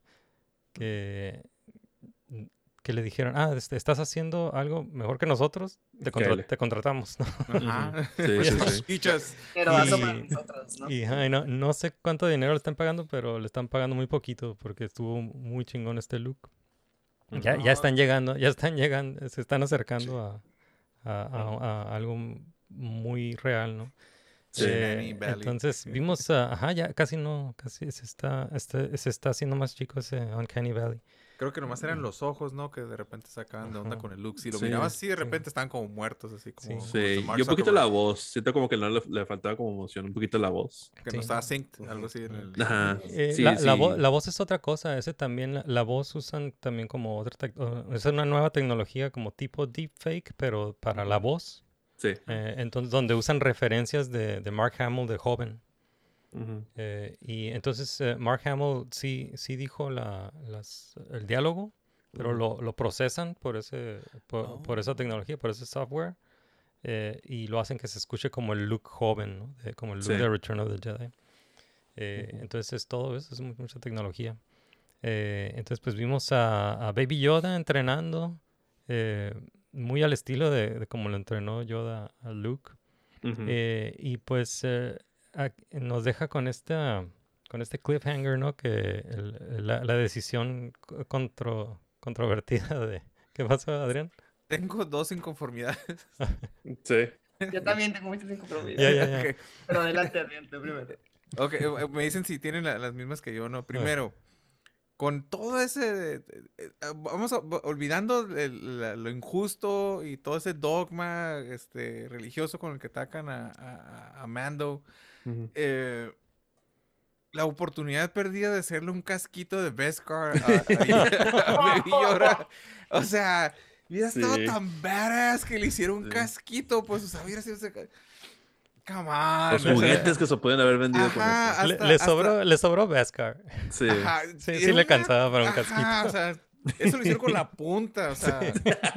le dijeron, estás haciendo algo mejor que nosotros, te contratamos, ¿no? Ajá. Sí. Pero hazlo para nosotros, ¿no? Y no sé cuánto dinero le están pagando, pero le están pagando muy poquito porque estuvo muy chingón este look. Ya están llegando, se están acercando a algo muy real, ¿no? Sí. Entonces vimos, ya casi se está haciendo más chico ese Uncanny Valley. Creo que nomás eran los ojos, ¿no? Que de repente sacaban de onda con el look. Si lo mirabas así, de repente estaban como muertos, así como... Sí, y un poquito la voz. Siento como que no le faltaba como emoción, un poquito la voz. Que no estaba synced, algo así. En el... Ajá. La voz es otra cosa. Ese también, la voz usan también como otra... es una nueva tecnología como tipo deepfake, pero para la voz. Sí. Entonces, donde usan referencias de Mark Hamill de joven. Y entonces Mark Hamill sí dijo el diálogo, pero lo procesan por esa tecnología, por ese software, y lo hacen que se escuche como el Luke joven, ¿no? Como el Luke de Return of the Jedi. Entonces todo eso es mucha tecnología. Entonces pues vimos a Baby Yoda entrenando, muy al estilo de como lo entrenó Yoda a Luke. Y pues... nos deja con este cliffhanger, ¿no? Que la decisión controvertida de... ¿Qué pasó, Adrián? Tengo 2 inconformidades. Sí. Yo también tengo muchas inconformidades. Ya. Okay. Pero adelante, Adrián, tú primero. Ok, me dicen si tienen las mismas que yo, ¿no? Primero, con todo ese... vamos olvidando lo injusto y todo ese dogma religioso con el que atacan a Mando. La oportunidad perdida de hacerle un casquito de Beskar a Baby Yoda. O sea, hubiera estado tan badass que le hicieron un casquito, pues, o sea, hubiera sido... Come on. Los juguetes que se pueden haber vendido con eso. Le sobró Beskar. Sí. Ajá, sí le cansaba para un casquito. O sea, eso lo hicieron con la punta, o sea.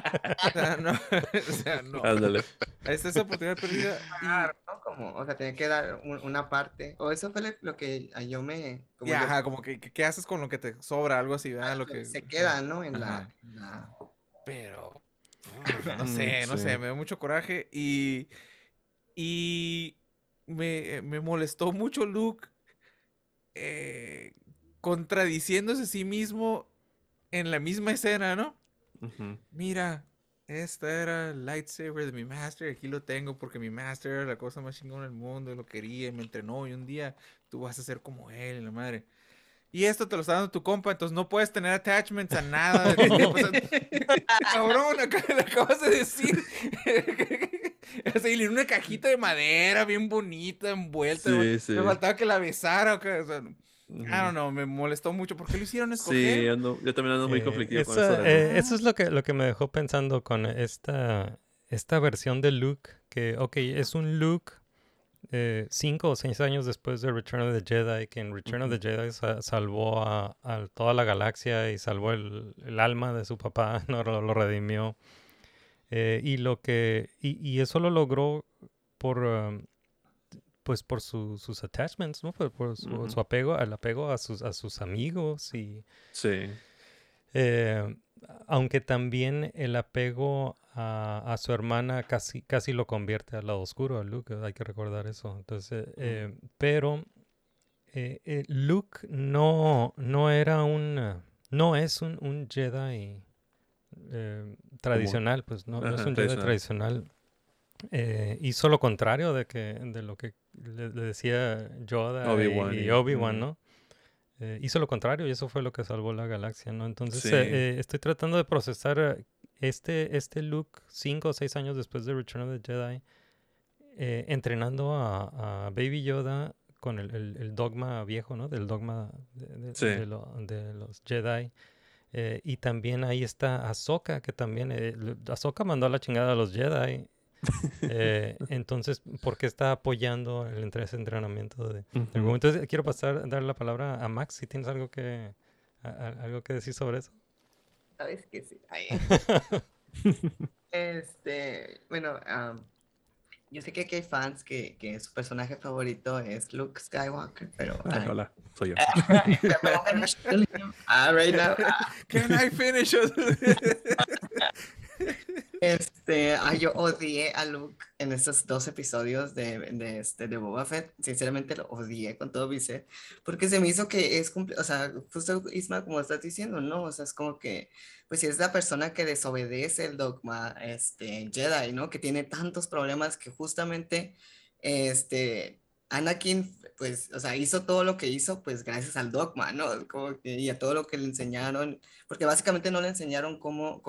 No. Ándale. Esa es la oportunidad perdida. ¿no? Como, o sea, tenía que dar una parte. O eso fue lo que yo me... Como que ¿qué haces con lo que te sobra? Algo así, ¿verdad? Lo que se queda, ¿no? En la... Pero... No sé, me dio mucho coraje y me molestó mucho Luke contradiciéndose a sí mismo en la misma escena, ¿no? Mira, esta era el lightsaber de mi master, aquí lo tengo porque mi master era la cosa más chingona del mundo, lo quería y me entrenó y un día tú vas a ser como él, la madre. Y esto te lo está dando tu compa, entonces no puedes tener attachments a nada. Cabrón, le acabas de decir. O sea, y en una cajita de madera bien bonita, envuelta. Sí. Me faltaba que la besara. O sea, I don't know, me molestó mucho. ¿Por qué lo hicieron escoger? Sí, yo también ando muy conflictivo con eso. Eso es lo que me dejó pensando con esta versión de Luke. Que, es un Luke 5 o 6 años después de Return of the Jedi, que en Return of the Jedi salvó a toda la galaxia y salvó el alma de su papá, no lo redimió. Y eso lo logró por pues por sus attachments, ¿no? Por su apego a sus amigos y Sí. aunque también el apego a su hermana casi lo convierte al lado oscuro a Luke, hay que recordar eso. Entonces, pero Luke no es un Jedi tradicional, pues no es un Jedi tradicional. Hizo lo contrario de lo que le decía Yoda y Obi-Wan, ¿no? Hizo lo contrario y eso fue lo que salvó la galaxia, ¿no? Entonces estoy tratando de procesar este Luke 5 o 6 años después de Return of the Jedi, entrenando a Baby Yoda con el dogma viejo, ¿no? Del dogma de los Jedi. Y también ahí está Ahsoka, que también Ahsoka mandó a la chingada a los Jedi. Entonces, ¿por qué está apoyando ese entrenamiento de Grogu? Entonces, quiero dar la palabra a Max, si tienes algo que decir sobre eso. Sabes que sí. Bueno, yo sé que aquí hay fans que su personaje favorito es Luke Skywalker, pero... Hola, soy yo. Right now. Can I finish? Yo odié a Luke en estos 2 episodios de Boba Fett. Sinceramente lo odié con todo mi ser, porque se me hizo que o sea, justo Isma, como estás diciendo, ¿no? O sea, es como que, pues si es la persona que desobedece el dogma Jedi, ¿no? Que tiene tantos problemas que justamente Anakin, pues, o sea, hizo todo lo que hizo, pues, gracias al dogma, ¿no? Como que, y a todo lo que le enseñaron, porque básicamente no le enseñaron cómo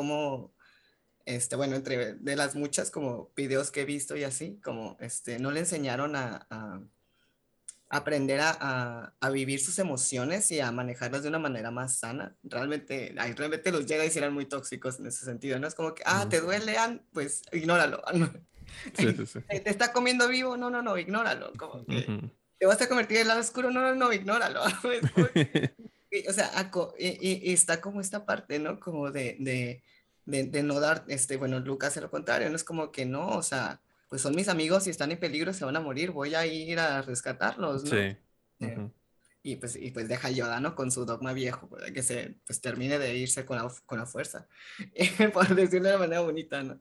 bueno, entre de las muchas como videos que he visto y así, como no le enseñaron a aprender a vivir sus emociones y a manejarlas de una manera más sana. Realmente los Jedi eran muy tóxicos en ese sentido, ¿no? Es como que, ¿te duele, pues ignóralo. Sí. ¿Te está comiendo vivo? No, ignóralo. Como que, ¿te vas a convertir en el lado oscuro? No, ignóralo. O sea, y está como esta parte, ¿no? Como de no dar, bueno, Luke hace lo contrario, no es como que no, o sea, pues son mis amigos y están en peligro, se van a morir, voy a ir a rescatarlos, ¿no? Sí. Y pues deja a Yoda, ¿no? Con su dogma viejo, para que pues termine de irse con la fuerza, por decirlo de una manera bonita, ¿no?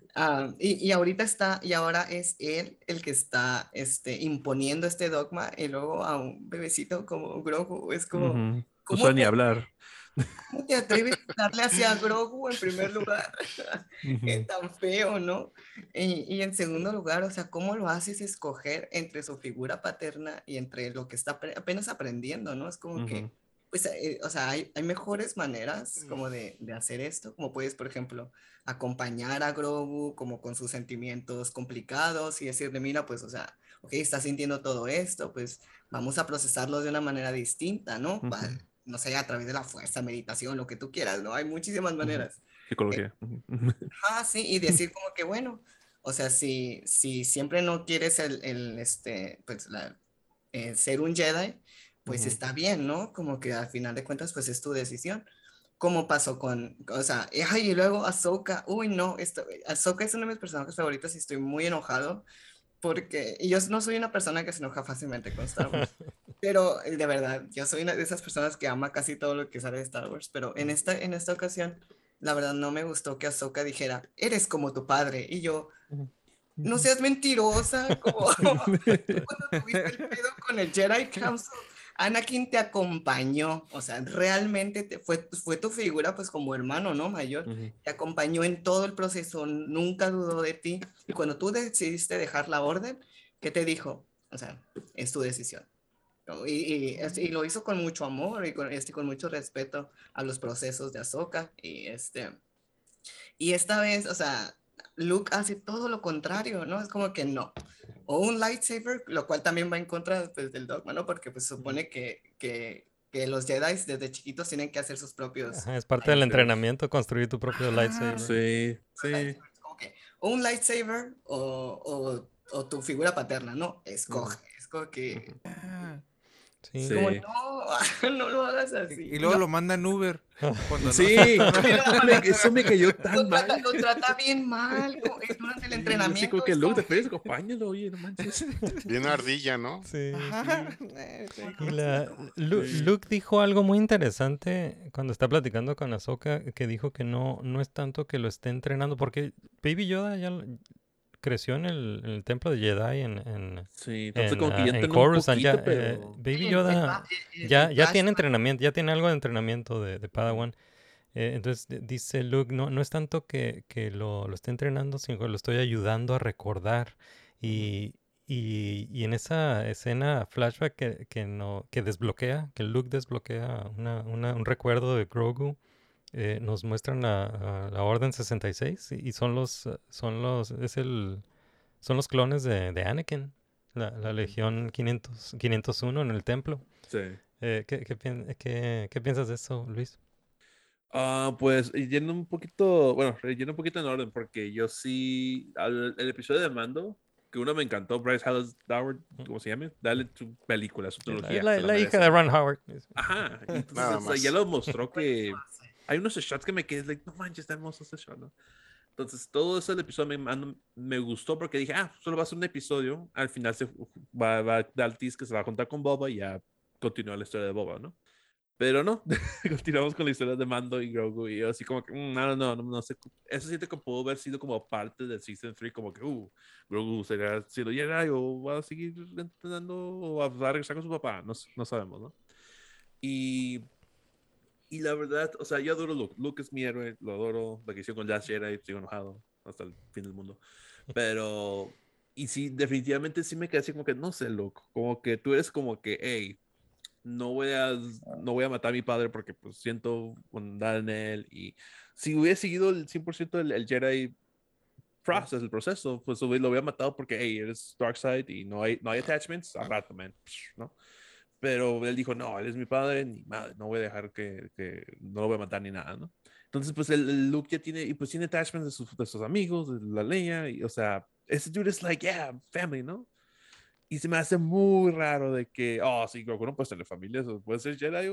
Y ahora es él el que está imponiendo este dogma y luego a un bebecito como Grogu, es como... No sabe ni hablar. ¿Cómo te atreves a darle hacia Grogu en primer lugar? Es tan feo, ¿no? Y en segundo lugar, o sea, ¿cómo lo haces escoger entre su figura paterna y entre lo que está apenas aprendiendo, ¿no? Es como que, pues, o sea, hay mejores maneras como de hacer esto, como puedes, por ejemplo, acompañar a Grogu como con sus sentimientos complicados y decirle, mira, pues, o sea, ok, está sintiendo todo esto, pues vamos a procesarlo de una manera distinta, ¿no? No sé, a través de la fuerza, meditación, lo que tú quieras, ¿no? Hay muchísimas maneras. Psicología. Sí, y decir como que, bueno, o sea, si siempre no quieres pues, ser un Jedi, pues está bien, ¿no? Como que al final de cuentas, pues es tu decisión. Como pasó o sea, y luego Ahsoka, uy, no, Ahsoka es uno de mis personajes favoritos y estoy muy enojado y yo no soy una persona que se enoja fácilmente con Star Wars, pero de verdad, yo soy una de esas personas que ama casi todo lo que sale de Star Wars, pero en esta ocasión, la verdad no me gustó que Ahsoka dijera, eres como tu padre, y yo, no seas mentirosa, como cuando tuviste el pedo con el Jedi Council, Anakin te acompañó, o sea, realmente fue tu figura, pues como hermano, ¿no? Mayor, te acompañó en todo el proceso, nunca dudó de ti, y cuando tú decidiste dejar la orden, ¿qué te dijo? O sea, es tu decisión. Y lo hizo con mucho amor y con mucho respeto a los procesos de Ahsoka, y esta vez, o sea, Luke hace todo lo contrario, ¿no? Es como que no. O un lightsaber, lo cual también va en contra, pues, del dogma, ¿no? Porque pues supone que los Jedi desde chiquitos tienen que hacer sus propios... es parte del entrenamiento, construir tu propio lightsaber. Sí. Como que, o un lightsaber o o tu figura paterna, no, escoge que... Sí. Como, no, no lo hagas así. Y luego lo mandan Uber. Cuando Sí, eso me cayó tan mal. Lo trata bien mal durante el entrenamiento. Sí, como que Luke, después acompáñalo, oye, no manches. Bien ardilla, ¿no? Sí. Ajá. Y Luke dijo algo muy interesante cuando está platicando con Ahsoka, que dijo que no es tanto que lo esté entrenando, porque Baby Yoda ya creció en el templo de Jedi sí, entonces como que ya en un Coruscant. poquito, Ya, pero... Baby Yoda ya tiene entrenamiento, ya tiene algo de entrenamiento de Padawan. Entonces dice Luke, no es tanto que lo esté entrenando, sino que lo estoy ayudando a recordar. Y en esa escena flashback que desbloquea, que Luke desbloquea un recuerdo de Grogu, nos muestran la Orden 66 y son los clones de Anakin, la Legión 501 en el templo. Sí. ¿Qué piensas de eso, Luis? Pues yendo un poquito en orden, porque yo sí, el episodio de Mando, que uno me encantó, Bryce Dallas Howard, ¿cómo se llama? Dale tu película, su trilogía. La hija de Ron Howard. Ajá, entonces ya lo mostró que hay unos shots que me quedé, like, no manches, está hermoso este shot, ¿no? Entonces todo ese episodio me gustó porque dije, solo va a ser un episodio, al final va a dar tease que se va a juntar con Boba y ya continúa la historia de Boba, ¿no? Pero no, continuamos con la historia de Mando y Grogu y yo así como que, no sé, eso siento que pudo haber sido como parte del Season 3, como que, Grogu será siendo Jedi o va a seguir entrenando o va a regresar con su papá, no sabemos, ¿no? Y la verdad, o sea, yo adoro Luke. Luke es mi héroe, lo adoro. La que hicieron con Last Jedi, sigo enojado hasta el fin del mundo. Pero, y sí, definitivamente sí me quedé así como que, no sé, Luke, como que tú eres como que, hey, no voy a matar a mi padre porque pues siento bondad en él. Y si hubiera seguido el 100% el Jedi process, el proceso, pues lo hubiera matado porque, hey, eres Darkseid y no hay attachments, al rato, man, ¿no? Pero él dijo, no, él es mi padre, ni madre, no voy a dejar que no lo voy a matar ni nada, ¿no? Entonces, pues el Luke ya tiene, y pues tiene attachments de sus amigos, de la Leia, y o sea, ese dude es like, yeah, family, ¿no? Y se me hace muy raro de que, sí, Grogu no puedes tener familia, puedes ser Jedi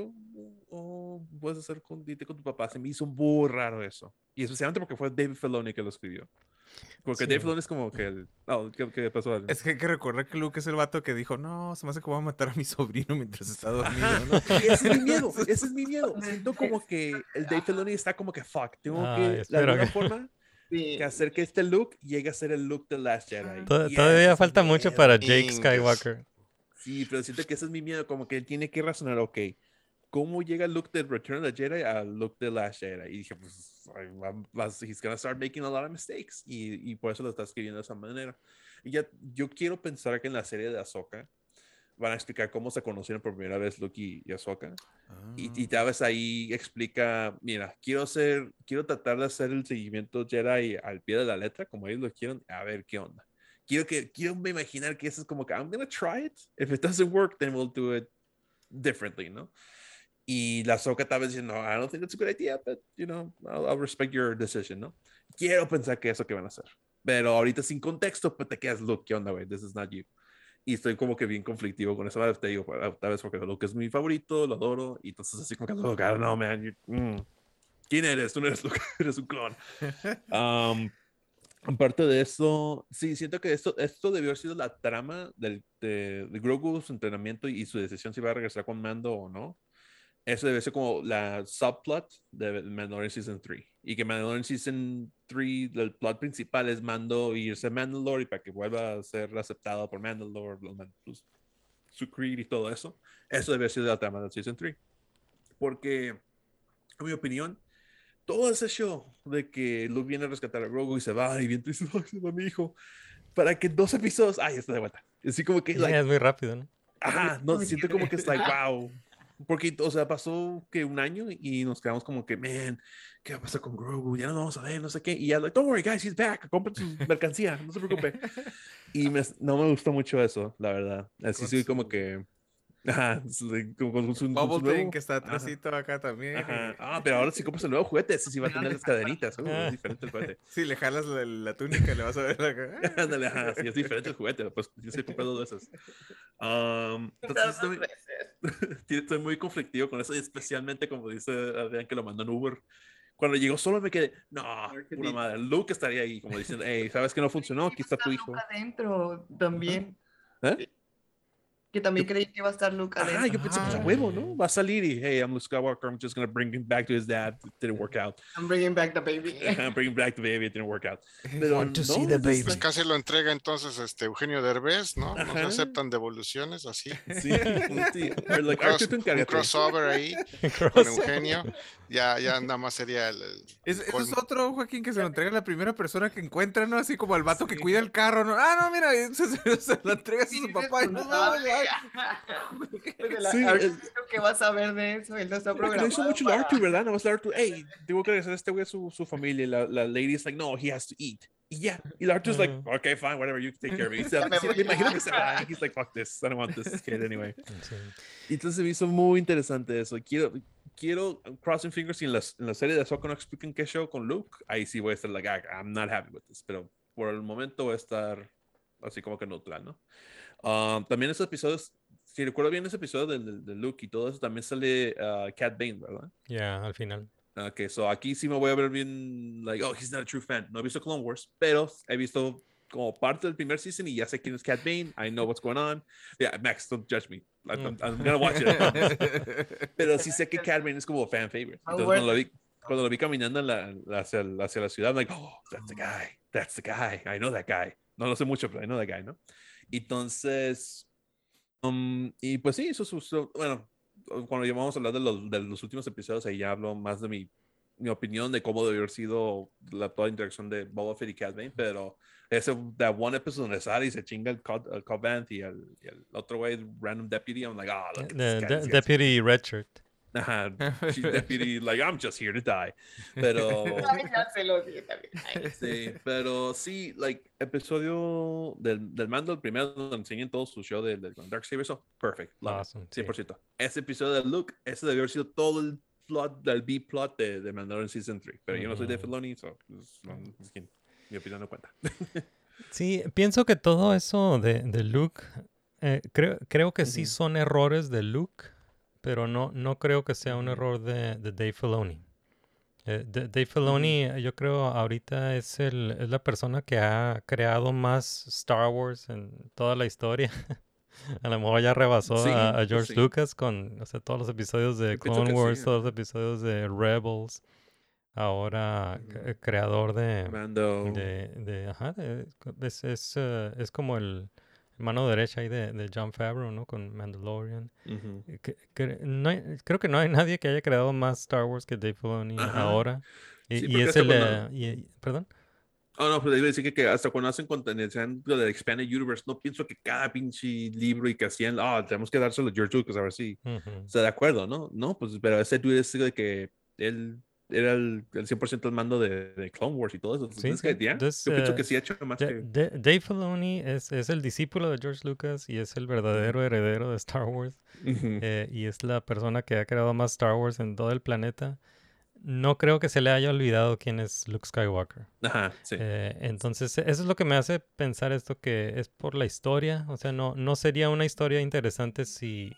o puedes hacer con tu papá. Se me hizo muy raro eso. Y especialmente porque fue Dave Filoni que lo escribió. Porque sí. Dave Filoni es como que ¿qué pasó? Es que hay que recordar que Luke es el vato que dijo, no, se me hace que voy a matar a mi sobrino mientras está dormido, ¿no? Ese es mi miedo. Siento como que el Dave Filoni está como que, fuck, tengo que, de alguna forma, que hacer que este Luke llegue a ser el Luke de Last Jedi. Todavía falta mucho para Jake Skywalker. Sí, pero siento que ese es mi miedo, como que él tiene que razonar, ok, ¿cómo llega Luke de Return of the Jedi a Luke de Last Jedi? Y dije, pues, he's gonna start making a lot of mistakes. Y por eso lo está escribiendo de esa manera. Y ya, yo quiero pensar que en la serie de Ahsoka van a explicar cómo se conocieron por primera vez Luke y Ahsoka. Y tal vez ahí explica, mira, quiero tratar de hacer el seguimiento Jedi al pie de la letra, como ellos lo quieren, a ver qué onda. Quiero imaginar que eso es como que, I'm gonna try it. If it doesn't work, then we'll do it differently, ¿no? Y la Ahsoka tal vez dice, no, I don't think that's a good idea, but, you know, I'll respect your decision, ¿no? Quiero pensar que eso que van a hacer. Pero ahorita sin contexto, pues te quedas, Luke, ¿qué onda, güey? This is not you. Y estoy como que bien conflictivo con eso. Te digo, tal vez porque Luke es mi favorito, lo adoro. Y entonces así como que, Luke, I don't know, man. ¿Quién eres? Tú no eres Luke, eres un clon. Aparte de eso, sí, siento que esto debió haber sido la trama de Grogu, su entrenamiento y su decisión si va a regresar con Mando o no. Eso debe ser como la subplot de Mandalorian Season 3. Y que Mandalorian Season 3, el plot principal es Mando irse a Mandalore y para que vuelva a ser aceptado por Mandalore, su creed y todo eso. Eso debe ser la trama de Season 3. Porque, en mi opinión, todo ese show de que Luke viene a rescatar a Grogu y se va y bien triste, se va mi hijo, para que 2 episodios, ya está de vuelta. Así como que, es muy rápido, ¿no? Ajá, no, siento como que es like, wow. Porque, o sea, pasó que 1 año y nos quedamos como que, man, ¿qué va a pasar con Grogu? Ya no lo vamos a ver, no sé qué. Y ya, like, don't worry, guys, he's back. Compren su mercancía, no se preocupe. Y no me gustó mucho eso, la verdad. Así soy como que... Ajá, con su Bubble Thing, nuevo. que está Ajá. atrásito acá también. Ajá. Ah, pero ahora si compras el nuevo juguete, ese sí va a tener las cadenitas. Es diferente el juguete. Si le jalas la túnica, le vas a ver acá. Ándale, ajá, sí, es diferente el juguete. Pues yo sí he comprado de esos. Entonces estoy muy conflictivo con eso, y especialmente como dice Adrián que lo mandó en Uber. Cuando llegó solo me quedé, no, pura madre. Luke estaría ahí, como diciendo, hey, ¿sabes que no funcionó? Aquí está tu hijo. Adentro también. ¿Eh? Que también creí que iba a estar Luke adentro. Ah, yo pensé, pues a huevo, ¿no? Va a salir y, hey, I'm Luke Skywalker, I'm just gonna bring him back to his dad. It didn't work out. I'm bringing back the baby. I'm bringing back the baby, it didn't work out. Pero Want to no, see the baby. Pues casi lo entrega entonces Eugenio Derbez, ¿no? No se Ajá. aceptan devoluciones así. Sí, sí. Or like, Un Arthur, tú un encárgate. crossover ahí con Eugenio. Ya nada más sería el Eso es colmo. otro, Joaquín, que se lo entrega a la primera persona que encuentra, ¿no? Así como al vato que cuida el carro, ¿no? Ah, no, mira, se lo entregas a su papá. Y no, Sí, ¿Qué vas a ver de eso? Él no está Lo programado. hizo mucho el Arthur, ¿verdad? Nada más el Arthur, hey, tengo que regresar a este güey a su familia. La lady is like, no, he has to eat. Y ya. Y el Arthur's like, okay, fine, whatever, you take care of me. Y me imagino que se va. He's like, fuck this, I don't want this kid anyway. Sí. Y entonces me hizo muy interesante eso. Quiero crossing fingers, y en la serie de Ahsoka no explican qué show con Luke. Ahí sí voy a estar like, I'm not happy with this. Pero por el momento voy a estar así como que neutral, ¿no? También esos episodios, si recuerdo bien ese episodio de Luke y todo eso, también sale Cat Bane, ¿verdad? Ya, al final. Ok, so aquí sí me voy a ver bien, like, oh, he's not a true fan. No he visto Clone Wars, pero he visto como parte del primer season y ya sé quién es Cat Bane. I know what's going on. Yeah, Max, don't judge me. I'm gonna watch it. I promise. Pero sí sé que Cat Bane es como fan favorite. Entonces, cuando lo vi caminando hacia la ciudad, I'm like, oh, that's the guy. That's the guy. I know that guy. No lo sé mucho, pero I know that guy, ¿no? Entonces, y pues sí, bueno, cuando llevamos a hablar de los últimos episodios, ahí ya hablo más de mi opinión de cómo debió haber sido toda la interacción de Boba Fett y Cat Bane, pero that one episode donde sale y se chinga el Cobb Vanth y el otro güey, random deputy, I'm like, look at this guy. Deputy Redshirt. Ajá, deputy, like, I'm just here to die. Pero Ya se lo dije también. sí, pero sí, like, episodio del Mando, el primero donde enseñan todo su show del Darksaber, so perfect, Awesome, 100%. Ese episodio de Luke, ese debió haber sido todo el plot, del B-plot de Mandalorian Season 3, pero yo no soy Dave Filoni, so mi opinión no cuenta. Sí, pienso que todo eso de Luke, creo que sí son errores de Luke, pero no creo que sea un error de Dave Filoni. Dave Filoni, yo creo ahorita es la persona que ha creado más Star Wars en toda la historia. A lo mejor ya rebasó a George Lucas con, o sea, todos los episodios de Clone Wars, todos los episodios de Rebels. Ahora creador de Mando. Es como el mano derecha ahí de Jon Favreau, ¿no? Con Mandalorian. Creo que no hay nadie que haya creado más Star Wars que Dave Filoni ahora. Y es ¿perdón? Oh, no, pues ahí decir que hasta cuando hacen contenido del Expanded Universe, no pienso que cada pinche libro y que hacían, tenemos que dárselo a George Lucas a ver si está de acuerdo, ¿no? No, pues, pero ese dude es de que él era el 100% al mando de Clone Wars y todo eso. Sí, Entonces, yo pienso que sí ha hecho más que... Dave Filoni es el discípulo de George Lucas y es el verdadero heredero de Star Wars. Y es la persona que ha creado más Star Wars en todo el planeta. No creo que se le haya olvidado quién es Luke Skywalker. Ajá, sí. Entonces, eso es lo que me hace pensar esto, que es por la historia. O sea, no sería una historia interesante si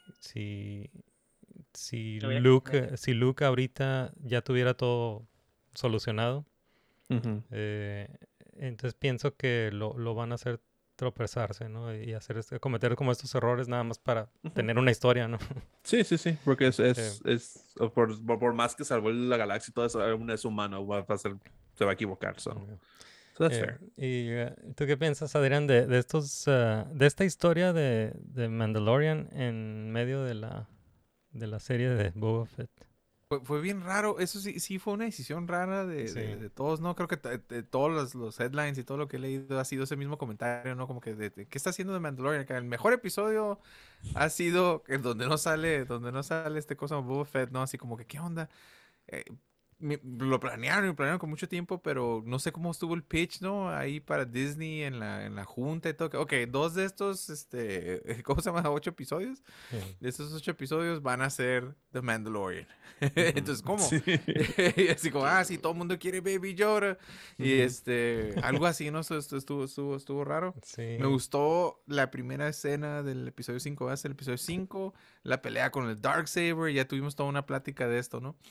Luke ahorita ya tuviera todo solucionado. Entonces pienso que lo van a hacer tropezarse, ¿no? Y cometer como estos errores nada más para tener una historia, ¿no? Sí, porque por más que salvó la galaxia y todo eso, aún es humano, se va a equivocar. So that's fair. ¿Y tú qué piensas, Adrián, de esta historia de Mandalorian en medio de la serie de Boba Fett? Fue bien raro, eso sí fue una decisión rara de todos, ¿no? Creo que todos los headlines y todo lo que he leído ha sido ese mismo comentario, ¿no? Como que ¿qué está haciendo de Mandalorian? Que el mejor episodio ha sido donde no sale este cosa Boba Fett, ¿no? Así como que, ¿qué onda? lo planearon con mucho tiempo, pero no sé cómo estuvo el pitch, ¿no? Ahí para Disney en la junta y todo. Ok, 2 de estos, ¿cómo se llama? 8 episodios. De estos 8 episodios van a ser The Mandalorian. Entonces, ¿cómo? Sí. Y así como, sí, todo el mundo quiere Baby Yoda. Y algo así, ¿no? Estuvo raro. Sí. Me gustó la primera escena del episodio 5, el episodio 5, la pelea con el Darksaber, ya tuvimos toda una plática de esto, ¿no?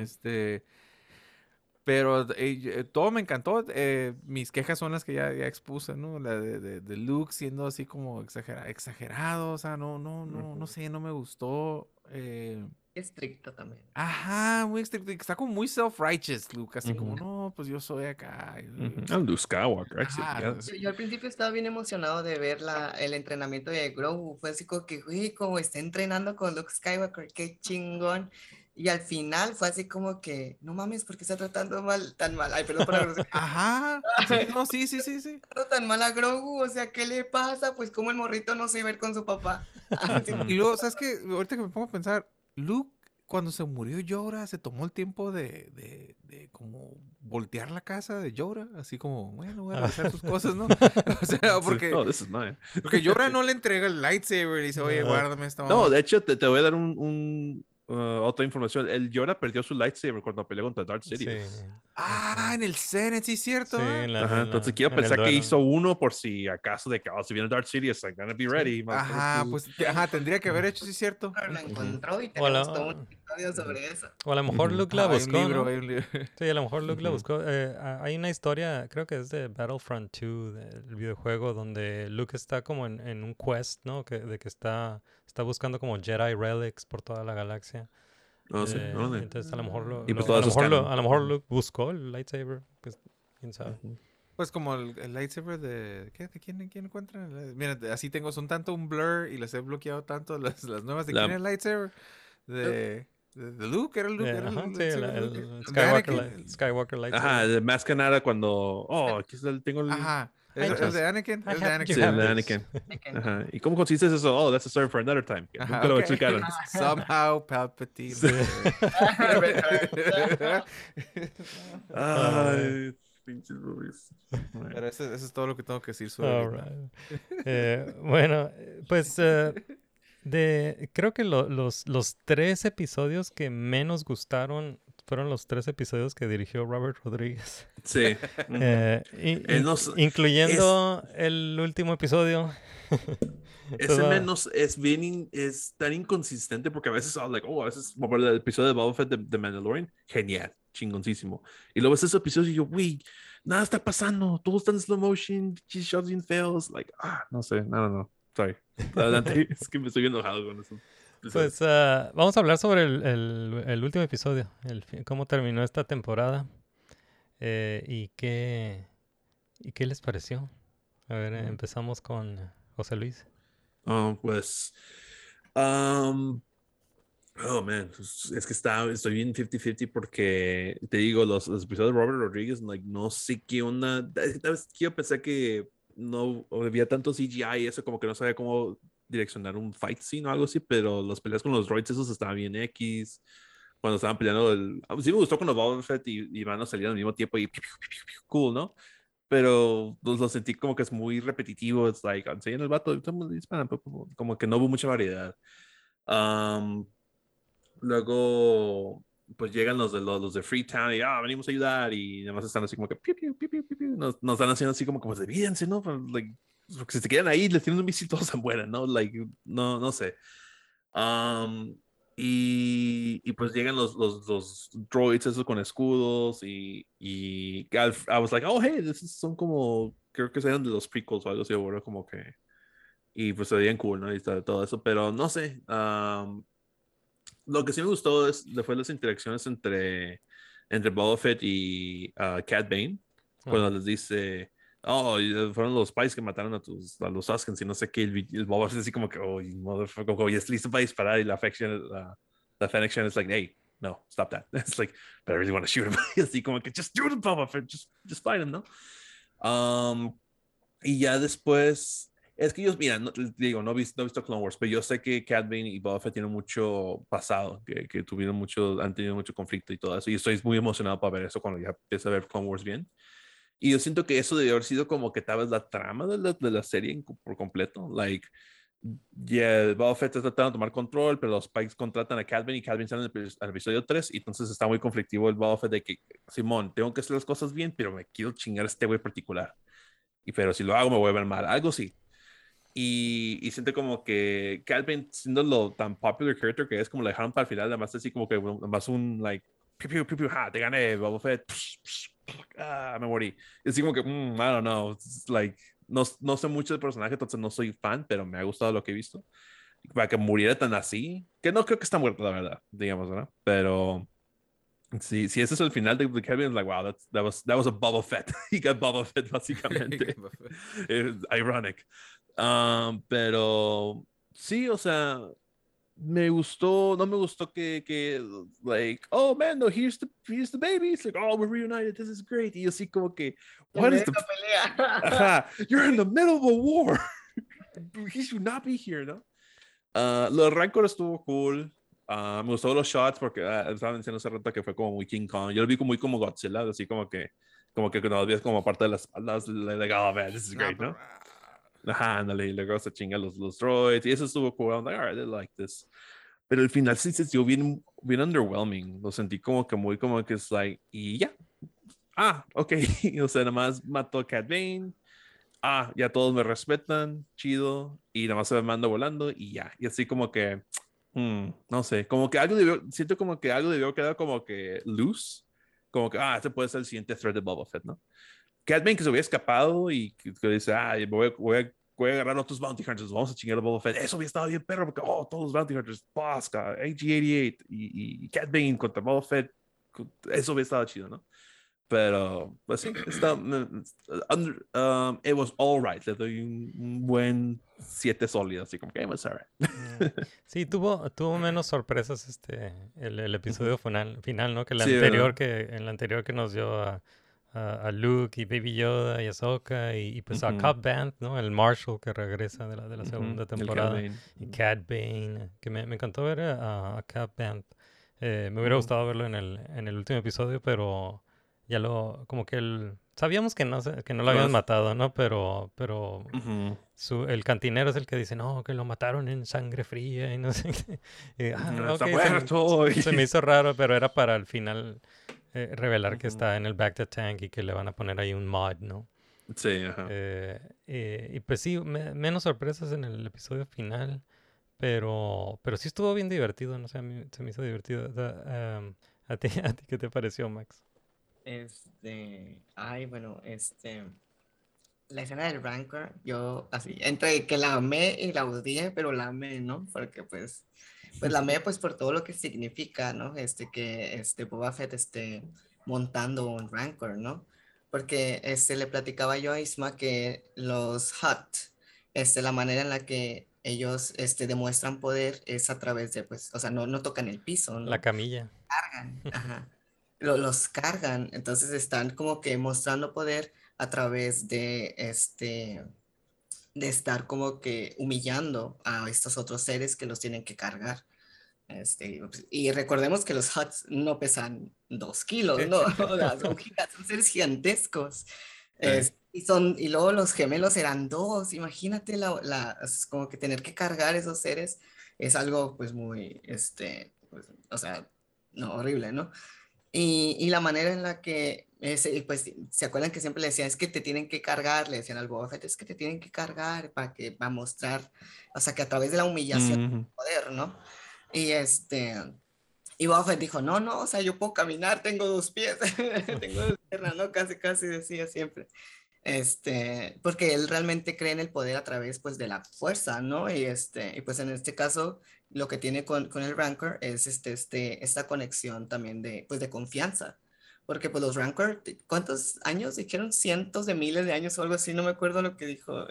Pero todo me encantó. Mis quejas son las que ya expuse, ¿no? La de Luke siendo así como exagerado, o sea, no sé, no me gustó. Estricto también. Ajá, muy estricto. Está como muy self-righteous, Luke. Así como, no, pues yo soy acá. Luke Skywalker. Yo al principio estaba bien emocionado de ver el entrenamiento de Grogu. Fue así como que, güey, como está entrenando con Luke Skywalker, qué chingón. Y al final fue así como que, no mames, ¿por qué está tratando tan mal? Ay, perdón por la grosería. Ajá. Sí. Tratando tan mal a Grogu, o sea, ¿qué le pasa? Pues como el morrito no se ve con su papá. Y luego, ¿sabes qué? Ahorita que me pongo a pensar, Luke, cuando se murió Yoda, se tomó el tiempo de como voltear la casa de Yoda, así como, bueno, voy a revisar sus cosas, ¿no? O sea, porque... No, this is mine. Porque Yoda no le entrega el lightsaber y dice, oye, guárdame esta No, mamá. de hecho, te voy a dar otra información. El Yoda perdió su lightsaber cuando peleó contra Darth Sidious. Sí. En el Senate, sí es cierto. Sí, Entonces quiero pensar que hizo uno por si acaso de que si viene Darth Sidious, I'm gonna be ready. Tendría que haber hecho, sí es cierto. Pero lo encontró y tenemos todo un episodio sobre eso. O a lo mejor Luke la buscó, hay un libro, ¿no? hay un libro. Sí, a lo mejor Luke la buscó. Hay una historia, creo que es de Battlefront 2, del videojuego, donde Luke está como en un quest, ¿no? De que está buscando como Jedi relics por toda la galaxia. Entonces a lo mejor a lo mejor Luke buscó el lightsaber, pues quién sabe. Pues como el lightsaber de quién encuentra. Mira, así tengo, son tanto un blur y les he bloqueado tanto las nuevas de quién era el lightsaber de Luke, era el Luke, el Skywalker lightsaber. Ajá, más que nada cuando aquí tengo el ¿El de Anakin? Sí, el de Anakin. Ajá. ¿Y cómo consiste eso? Oh, that's a story for another time. Nunca lo explicaron. Somehow Palpatine. Ay, pinches movies. Pero eso es todo lo que tengo que decir sobre bueno, pues creo que los 3 episodios que menos gustaron fueron los 3 episodios que dirigió Robert Rodríguez. Sí. Incluyendo el último episodio. Ese menos es tan inconsistente porque a veces, a veces, como el episodio de Boba Fett de Mandalorian, genial, chingoncísimo. Y luego ves ese episodio y yo, nada está pasando, todo está en slow motion, shots and fails, no sé, no. Sorry. Adelante, es que me estoy enojado con eso. Pues vamos a hablar sobre el último episodio, cómo terminó esta temporada y qué les pareció. A ver, empezamos con José Luis. Pues, es que estoy bien 50-50 porque te digo, los episodios de Robert Rodríguez, no sé qué onda. Yo pensé que no había tanto CGI y eso, como que no sabía cómo direccionar un fight scene o algo así, pero las peleas con los droids esos estaban bien X. Cuando estaban peleando, sí me gustó cuando Boba Fett y Mando salían al mismo tiempo y cool, ¿no? Pero lo sentí como que es muy repetitivo. Es enseñan el vato, como que no hubo mucha variedad. Luego, pues llegan los de Freetown y venimos a ayudar y además están así como que nos están haciendo así como divídense, ¿no? Porque si se quedan ahí, les tienen un misil, todos se mueren, ¿no? No sé. Y pues llegan los droids esos con escudos y I was like, oh, hey, son como, creo que eran de los prequels o algo así, bueno, como que, y pues se veían cool, ¿no? Y todo eso, pero no sé. Lo que sí me gustó fue las interacciones entre Boba Fett y Cad Bane, cuando les dice, fueron los spies que mataron a los Tuskens y no sé qué, el Boba Fett así como que, motherfucker, ya es listo para disparar y la Fennec Shan es like, hey, no, stop that. It's like, but I really want to shoot him. Así como que, just shoot him, Boba Fett, just fight him, ¿no? Y ya después, Es que ellos, mira, digo, no he visto Clone Wars, pero yo sé que Cad Bane y Boba Fett tienen mucho pasado, que han tenido mucho conflicto y todo eso, y estoy muy emocionado para ver eso cuando ya empiece a ver Clone Wars bien. Y yo siento que eso debió haber sido como que tal vez la trama de la serie por completo. Like, Boba Fett está tratando de tomar control, pero los Pikes contratan a Cad Bane y Cad Bane sale en el episodio 3, y entonces está muy conflictivo el Boba Fett de que, Simón, tengo que hacer las cosas bien, pero me quiero chingar a este güey particular. Pero si lo hago me voy a ver mal, algo sí. Y siento como que Cad Bane, siendo lo tan popular character que es, como lo dejaron para el final, además así como que más un like, piu, piu, piu, te gané, Boba Fett, me morí. Y así como que, I don't know, like, no sé mucho del personaje, entonces no soy fan, pero me ha gustado lo que he visto. Para que muriera tan así, que no creo que está muerto, la verdad, digamos, ¿no? Pero si ese es el final de Kevin, like, wow, that was a Boba Fett. He got Boba Fett, básicamente. Ironic. Pero sí, o sea, no me gustó que like, oh man, no, here's the baby. It's like, oh, we're reunited, this is great. Y así como que, what is the pelea? You're in the middle of a war. He should not be here, ¿no? Los Rancor estuvo cool. Me gustó los shots porque estaba diciendo hace rato que fue como muy King Kong. Yo lo vi muy como Godzilla, así como que nos ves como parte de las espaldas, like, oh man, this is great, ¿no? Ajá, ándale, y luego se chinga los droids, y eso estuvo cool. I'm like, all right, I like this. Pero el final sí se sintió bien underwhelming. Lo sentí como que es like, y ya. Ok. O sea, nada más mató a Cad Bane. Ya todos me respetan, chido. Y nada más se me manda volando y ya. Y así como que, no sé, como que siento como que algo debió quedar como que loose. Como que, este puede ser el siguiente thread de Boba Fett, ¿no? Cad Bane que se hubiera escapado y que dice, voy a agarrar a otros Bounty Hunters, vamos a chingar a Boba Fett. Eso hubiera estado bien perro, porque, todos los Bounty Hunters, Bosca, AG-88 y Cad Bane contra Boba Fett, eso hubiera estado chido, ¿no? Pero, pues sí, it was all right. Le doy un buen 7 sólido, así como que it was all right. Sí, tuvo menos sorpresas el episodio final, ¿no? Que Sí, el anterior que nos dio a Luke y Baby Yoda y Ahsoka y pues a Cobb Vanth, ¿no? El Marshall que regresa de la segunda temporada. Y Cad Bane, que me encantó ver a Cobb Vanth. Me hubiera gustado verlo en el último episodio, pero ya como que sabíamos que no lo habían matado, ¿no? Pero el cantinero es el que dice, no, que lo mataron en sangre fría y no sé qué. Está muerto. Se me hizo raro, pero era para al final revelar que está en el Bacta Tank y que le van a poner ahí un mod, ¿no? Sí, ajá. Y pues sí, menos sorpresas en el episodio final, pero sí estuvo bien divertido, no sé, a mí se me hizo divertido. ¿A ti qué te pareció, Max? Bueno, la escena del Rancor, yo así, entre que la amé y la odié, pero la amé, ¿no? Porque pues la amé pues por todo lo que significa, ¿no? Que Boba Fett esté montando un Rancor, ¿no? Porque le platicaba yo a Isma que los Hutt, la manera en la que ellos demuestran poder es a través de, pues, o sea, no tocan el piso, ¿no? La camilla. Cargan, ajá. Los cargan, entonces están como que mostrando poder a través de estar como que humillando a estos otros seres que los tienen que cargar. Y recordemos que los Hutts no pesan 2 kilos, ¿no? son seres gigantescos. Y luego los gemelos eran 2. Imagínate es como que tener que cargar esos seres es algo pues muy, pues, o sea, no, horrible, ¿no? Y la manera en la que, pues, ¿se acuerdan que siempre le decían, es que te tienen que cargar? Le decían al Boba Fett, es que te tienen que cargar para mostrar, o sea, que a través de la humillación poder, ¿no? Y Boba Fett dijo, no, o sea, yo puedo caminar, tengo 2 pies, tengo 2 piernas, ¿no? Casi decía siempre. Porque él realmente cree en el poder a través, pues, de la fuerza, ¿no? Y pues en este caso, lo que tiene con el Rancor es esta conexión también de confianza. Porque pues los Rancor, ¿cuántos años? Dijeron cientos de miles de años o algo así, no me acuerdo lo que dijo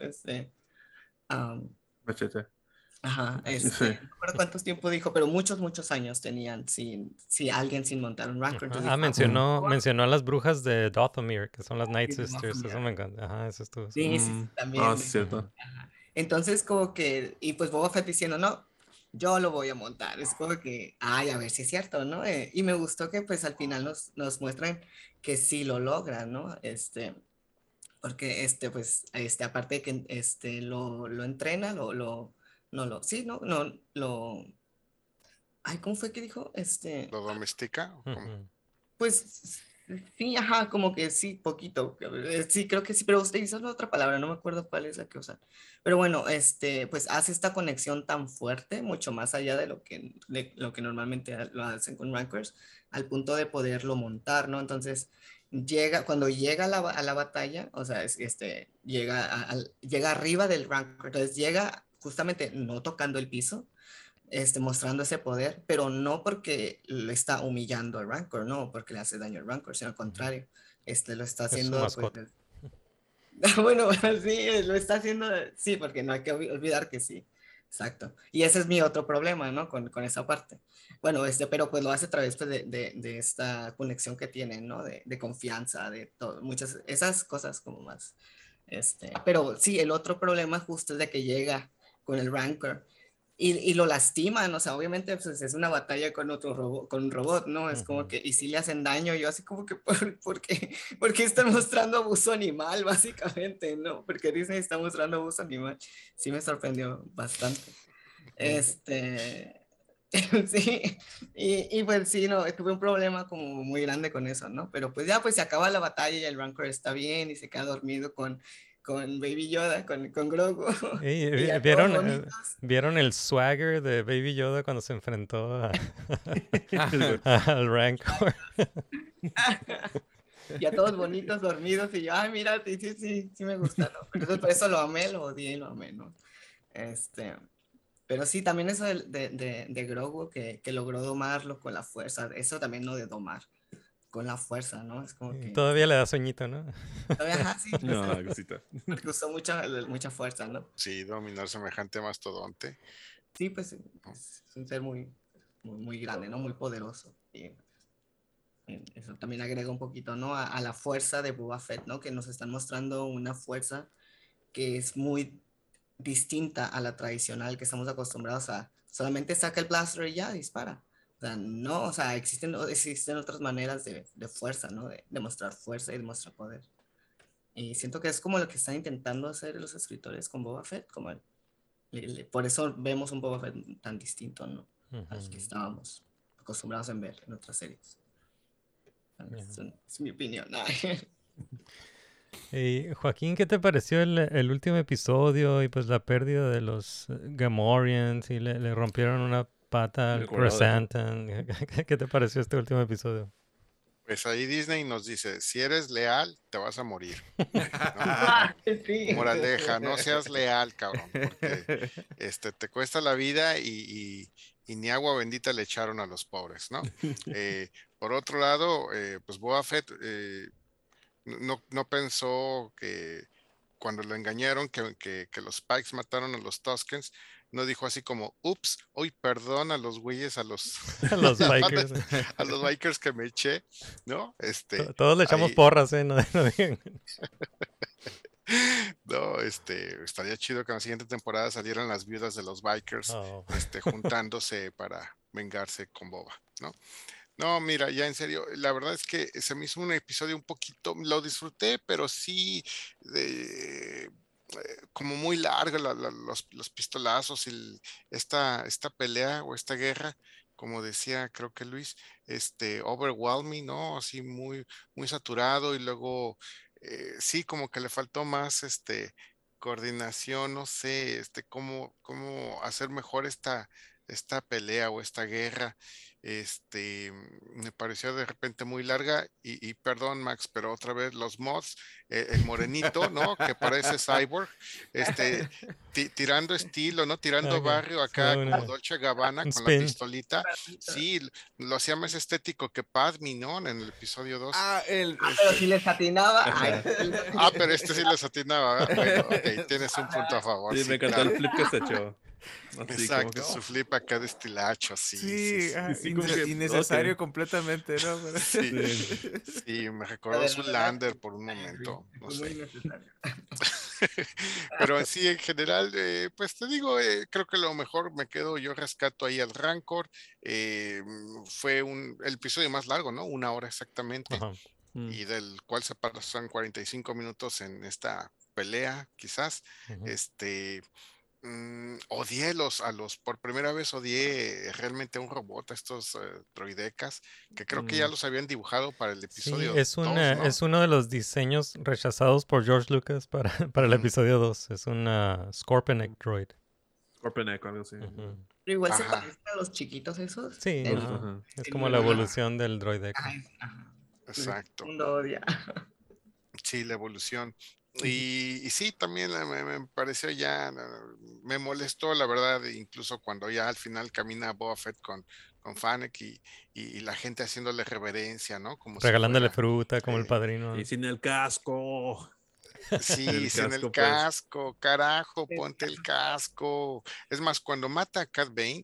Machete. Ajá, no me acuerdo cuántos tiempos dijo, pero muchos años tenían alguien sin montar un Rancor. Mencionó a las brujas de Dathomir, que son las Night Sisters, eso me encanta. Ajá, eso estuvo. Sí, también. Es cierto. Ajá. Entonces como que, y pues Boba Fett diciendo, no, yo lo voy a montar. Es como que, ay, a ver si es cierto, ¿no? Y me gustó que pues al final nos muestran que sí lo logran, ¿no? Porque pues, aparte de que lo entrena, no lo, sí, no, no, ay, ¿cómo fue que dijo? ¿Lo domestica? ¿O cómo? Pues sí, ajá, como que sí, poquito. Sí, creo que sí, pero usted hizo otra palabra, no me acuerdo cuál es la que usan. Pero bueno, pues hace esta conexión tan fuerte, mucho más allá de lo que normalmente lo hacen con Rancors, al punto de poderlo montar, ¿no? Entonces, cuando llega a la batalla, o sea, llega, llega arriba del Rancor, entonces llega justamente no tocando el piso, mostrando ese poder, pero no porque le está humillando al Rancor, no porque le hace daño al Rancor, sino al contrario, lo está Es su haciendo, pues, mascota. bueno, sí, lo está haciendo, sí, porque no hay que olvidar que sí, exacto. Y ese es mi otro problema, ¿no? Con esa parte. Bueno, pero pues lo hace a través pues, de esta conexión que tienen, ¿no? De confianza, de todo, muchas, esas cosas como más, pero sí, el otro problema justo es de que llega con el Rancor y lo lastiman, o sea, obviamente pues, es una batalla con otro robot, con un robot, ¿no? Es como que, y si le hacen daño, yo así como que, ¿por qué están mostrando abuso animal, básicamente, ¿no? Porque Disney está mostrando abuso animal. Sí me sorprendió bastante. Sí, y pues sí, no, tuve un problema como muy grande con eso, ¿no? Pero pues ya pues se acaba la batalla y el Rancor está bien y se queda dormido con Baby Yoda, con Grogu. Y ya todos bonitos. ¿Vieron el swagger de Baby Yoda cuando se enfrentó al Rancor? Ya todos bonitos, dormidos, y yo, ay, mira, sí me gusta, ¿no? Entonces, por eso lo amé, lo odié y lo amé, ¿no? Pero sí, también eso de Grogu, que logró domarlo con la fuerza, eso también no de domar, con la fuerza, ¿no? Es como que... Todavía le da sueñito, ¿no? Ajá, sí. No, cosita. Porque usó mucha fuerza, ¿no? Sí, dominar semejante mastodonte. Sí, pues es un ser muy, muy, muy grande, ¿no? Muy poderoso. Y eso también agrega un poquito, ¿no? A la fuerza de Boba Fett, ¿no? Que nos están mostrando una fuerza que es muy distinta a la tradicional que estamos acostumbrados a. Solamente saca el blaster y ya dispara. O sea, no, o sea, existen otras maneras de fuerza, ¿no? De mostrar fuerza y de mostrar poder. Y siento que es como lo que están intentando hacer los escritores con Boba Fett, por eso vemos un Boba Fett tan distinto, ¿no? Al que estábamos acostumbrados a ver en otras series. Es mi opinión. Y Joaquín, ¿qué te pareció el último episodio y pues la pérdida de los Gamorreans y le rompieron una pata al Chrysanthemum? ¿Qué te pareció este último episodio? Pues ahí Disney nos dice, si eres leal, te vas a morir. ¿No? Sí. Moraleja, no seas leal, cabrón, porque te cuesta la vida y ni agua bendita le echaron a los pobres, ¿no? Por otro lado, pues Boba Fett no pensó que cuando lo engañaron, que los Pikes mataron a los Tuskens, no dijo así como, ups, hoy perdón a los güeyes, a los Bikers. a los bikers que me eché, ¿no? Todos le echamos ahí... porras, ¿eh? No digan. No, estaría chido que en la siguiente temporada salieran las viudas de los bikers, juntándose para vengarse con Boba, ¿no? No, mira, ya en serio, la verdad es que se me hizo un episodio un poquito, lo disfruté, pero sí, como muy largo, los pistolazos y esta pelea o esta guerra, como decía, creo que Luis, overwhelming, ¿no? Así muy, muy saturado y luego, sí, como que le faltó más, coordinación, no sé, cómo hacer mejor esta pelea o esta guerra. Me pareció de repente muy larga y perdón Max, pero otra vez los mods, el morenito, ¿no? Que parece Cyborg, tirando estilo, ¿no? Tirando barrio acá como Dolce Gabbana con la pistolita. Sí, lo hacía más estético que Padme, ¿no? En el episodio 2. Pero si les atinaba. Pero sí les atinaba. Bueno, ok, tienes un punto a favor. Sí, me encantó el flip que se echó. Así, exacto, su flip acá de estilacho, sí. Innecesario completamente, ¿no? Sí, me recordó su Lander por un momento, no sé. Pero sí, en general, pues te digo, creo que lo mejor yo rescato ahí al Rancor. Fue el episodio más largo, ¿no? 1 hora exactamente, Ajá. y del cual se pasan 45 minutos en esta pelea, quizás. Ujú. Odié por primera vez odié realmente a un robot, a estos droidecas, que creo que ya los habían dibujado para el Sí, episodio es 2, ¿no? es uno de los diseños rechazados por George Lucas para el Ujú. episodio 2. Es una Scorpion Droid. Scorpion Echo, algo así. Ujú. Pero igual se Ajá, parecen a los chiquitos esos. Sí, El ajá. Es el como la nuevo. evolución del Droideca. Ay, ajá. exacto. Lo odia. Sí, la evolución. Y sí, también me pareció me molestó, la verdad, incluso cuando ya al final camina Boba Fett con Fennec y la gente haciéndole reverencia, ¿no? Como si Regalándole fuera, fruta como el eh, padrino. Y sin el casco. sí, sin el Pues. casco, carajo, ponte el casco. Es más, cuando mata a Cad Bane,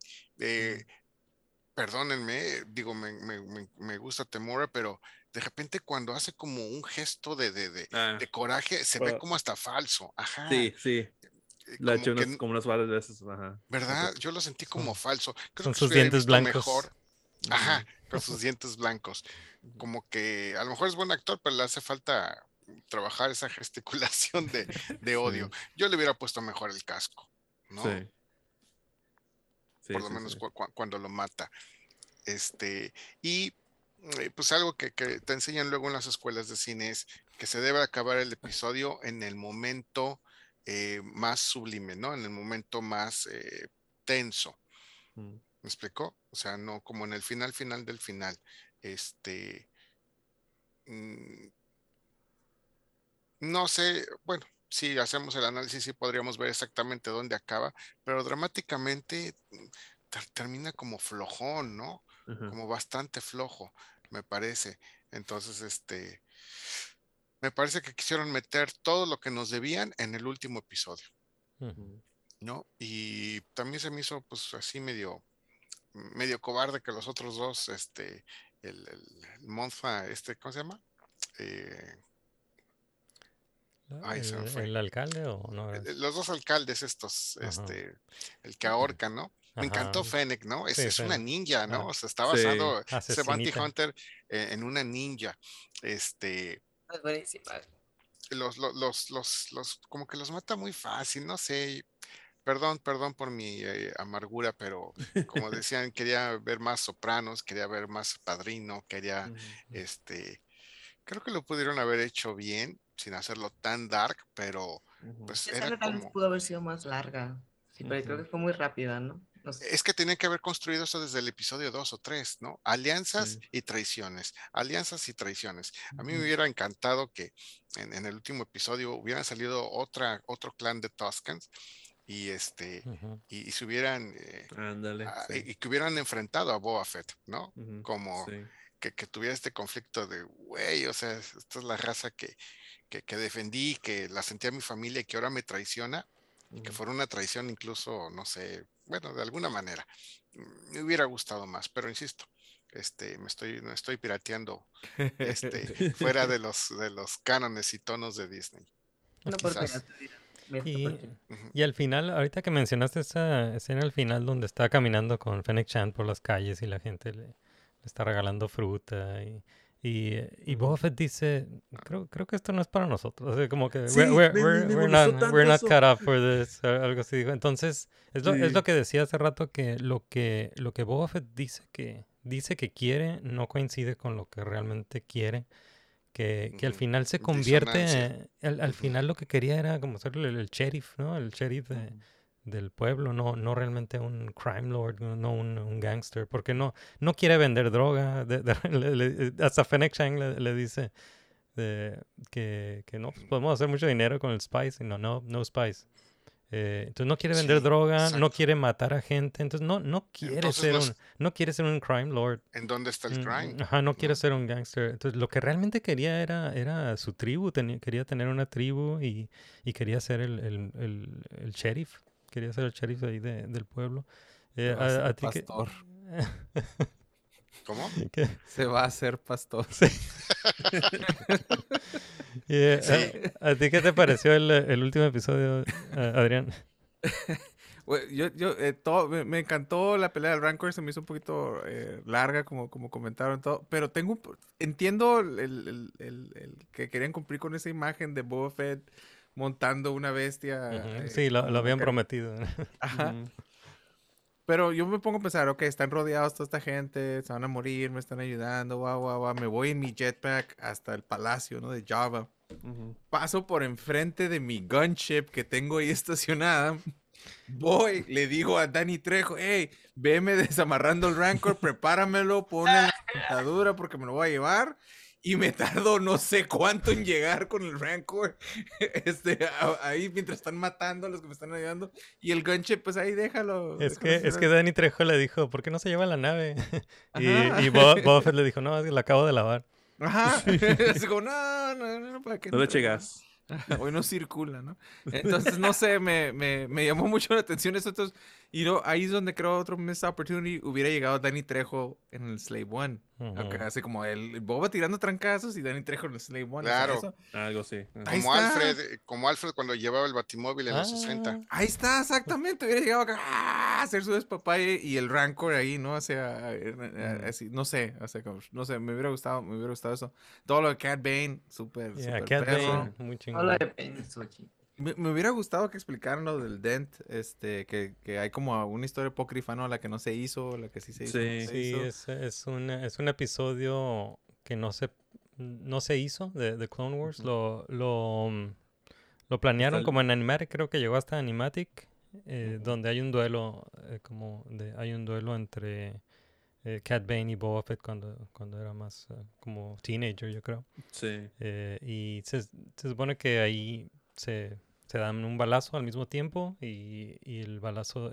perdónenme, digo, me gusta Temura, pero de repente cuando hace como un gesto de coraje, se ve como hasta falso. Ajá. Sí. La Como eché que, como unas varias veces. Ajá. ¿verdad? Yo lo sentí como Son, falso. Creo son que se sus hubiera dientes visto blancos. mejor. Ajá, con sus dientes blancos. Como que a lo mejor es buen actor, pero le hace falta trabajar esa gesticulación de odio. Sí. Yo le hubiera puesto mejor el casco, ¿no? Sí. Por lo menos cuando lo mata. Y pues algo que te enseñan luego en las escuelas de cine es que se debe acabar el episodio en el momento más sublime, ¿no? En el momento más tenso. ¿Me explicó? O sea, no como en el final del final. Mm, no sé, bueno, si hacemos el análisis sí podríamos ver exactamente dónde acaba, pero dramáticamente termina como flojón, ¿no? Ajá. Como bastante flojo, me parece. Entonces, me parece que quisieron meter todo lo que nos debían en el último episodio, Ujú. ¿no? Y también se me hizo, pues, así medio cobarde que los otros dos, el Monza, ¿cómo se llama? Eh, se me fue. ¿El alcalde o no es? Los dos alcaldes estos, Ajá. el que ahorca, ¿no? Me Ajá. encantó Fennec, ¿no? Sí, Es una Fennec. ninja, ¿no? Ah, O sea, está Sí. basado ese Bounty asesinita. Hunter en una ninja. Es buenísima. Como que los mata muy fácil, no sé. Perdón por mi amargura, pero como decían, quería ver más Sopranos, quería ver más Padrino, creo que lo pudieron haber hecho bien, sin hacerlo tan dark, pero pues Esa era tal vez como, pudo haber sido más larga. Sí, pero creo que fue muy rápida, ¿no? No sé. es que tenían que haber construido eso desde el episodio 2 o 3, ¿no? Alianzas y traiciones, alianzas y traiciones. A mí me hubiera encantado que en el último episodio hubiera salido otro clan de Tuskens y Ujú. y se hubieran Ándale. y que hubieran enfrentado a Boba Fett, ¿no? Ujú. Como Sí. que tuviera este conflicto de, güey, o sea, esta es la raza que defendí, que la sentía mi familia y que ahora me traiciona, y que fuera una traición incluso, no sé, bueno, de alguna manera. Me hubiera gustado más, pero insisto, me estoy pirateando fuera de los cánones y tonos de Disney. No por Quizás. Y, Ujú. y al final, ahorita que mencionaste esa escena al final donde está caminando con Fennec Shand por las calles y la gente le está regalando fruta y Boba Fett dice, creo que esto no es para nosotros. O sea, como que Sí, me molestó tanto we're not eso. cut out for this, o algo así dijo. Entonces, es Sí. lo que decía hace rato que lo que Boba Fett dice que quiere no coincide con lo que realmente quiere. Que al final se Disonancia. convierte, al final lo que quería era como ser el sheriff, ¿no? El sheriff del pueblo, no realmente un crime lord, no un gangster, porque no quiere vender droga. Hasta Fennec Shand le dice que no, pues podemos hacer mucho dinero con el spice, y no spice. Entonces no quiere vender Sí, droga, no exacto. quiere matar a gente, entonces no quiere Entonces, ser no quiere ser un crime lord. ¿en dónde está el crime? Ajá, no quiere ¿No? ser un gangster. Entonces, lo que realmente quería era su tribu. Quería tener una tribu y quería ser el sheriff. Quería ser el sheriff ahí del pueblo. Pero va a ser A el ti que... pastor. ¿Cómo? ¿Qué? Se va a hacer pastor. Sí. ¿A ti qué te pareció el último episodio, Adrián? Me encantó la pelea del Rancor, se me hizo un poquito larga, como comentaron todo, pero entiendo el que querían cumplir con esa imagen de Boba Fett montando una bestia. Sí, lo habían prometido. Ajá. Pero yo me pongo a pensar, ok, están rodeados toda esta gente, se van a morir, me están ayudando, guau. Me voy en mi jetpack hasta el palacio, ¿no? De Java. Paso por enfrente de mi gunship que tengo ahí estacionada. Voy, le digo a Danny Trejo, hey, veme desamarrando el Rancor, prepáramelo, ponle la montadura porque me lo voy a llevar. Y me tardo no sé cuánto en llegar con el Rancor. Ahí mientras están matando a los que me están ayudando. Y el gunship, pues ahí déjalo. Es que Danny Trejo le dijo, ¿por qué no se lleva la nave? y Boba Fett le dijo, no, es que la acabo de lavar. Ajá. Así como, no, ¿para qué? No le eche gas. Hoy no circula, ¿no? Entonces, no sé, me llamó mucho la atención eso. Entonces, ahí es donde creo otro missed opportunity. Hubiera llegado Danny Trejo en el Slave One. Okay, así como el Boba tirando trancazos y Danny Trejo en el Slave One. Claro. O sea, algo así. Como Alfred cuando llevaba el Batimóvil en los 60. Ahí está, exactamente. Hubiera llegado acá a hacer su despapalle y el Rancor ahí, ¿no? Así, no sé, no sé, me hubiera gustado eso. Todo lo de Cad Bane, súper Cad Bane, muy chingón. Me hubiera gustado que explicaran lo del Dent, que hay como una historia apócrifa, ¿no? La que no se hizo, la que sí se hizo. Sí, es un episodio que no se hizo de Clone Wars. Lo planearon como en Animatic, creo que llegó hasta Animatic, donde hay un duelo, hay un duelo entre Cad Bane y Boba Fett cuando era más como teenager, yo creo. Sí. Y se supone que ahí se dan un balazo al mismo tiempo y el balazo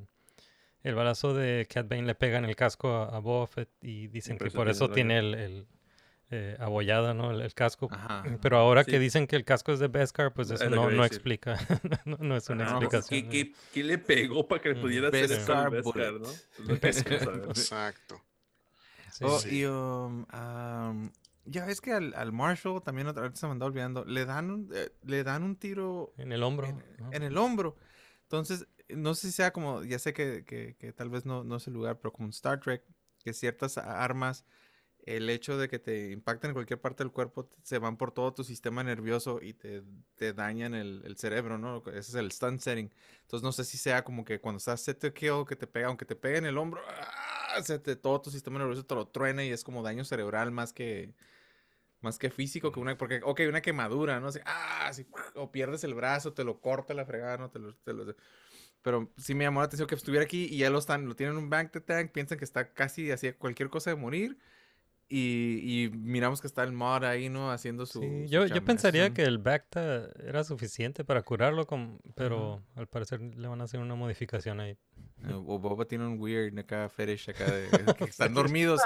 de Cad Bane le pega en el casco a Boba Fett y dicen que por eso tiene el abollado, ¿no? El casco. Ajá. Pero ahora que dicen que el casco es de Beskar, pues eso no explica. no es una explicación. ¿Qué le pegó para que pudiera hacer eso al Beskar, ¿no? Exacto. Sí. Ya ves que al Marshall también otra vez se me andaba olvidando. Le dan un tiro en el hombro. En el hombro. Entonces, no sé si sea como, ya sé que tal vez no es el lugar, pero como en Star Trek, que ciertas armas, el hecho de que te impacten en cualquier parte del cuerpo, se van por todo tu sistema nervioso y te dañan el cerebro, ¿no? Ese es el stun setting. Entonces, no sé si sea como que cuando estás set to kill, que te pega, aunque te pegue en el hombro, todo tu sistema nervioso te lo truena y es como daño cerebral más que físico, porque, una quemadura, ¿no? Así, o pierdes el brazo, te lo corta la fregada, ¿no? Pero sí me llamó la atención que estuviera aquí y ya lo tienen en un bank de tank, piensan que está casi así cualquier cosa de morir y miramos que está el mod ahí, ¿no? Haciendo su... Sí, su yo pensaría que el Bacta era suficiente para curarlo, pero al parecer le van a hacer una modificación ahí. O Boba tiene un weird acá fetish acá de que están dormidos.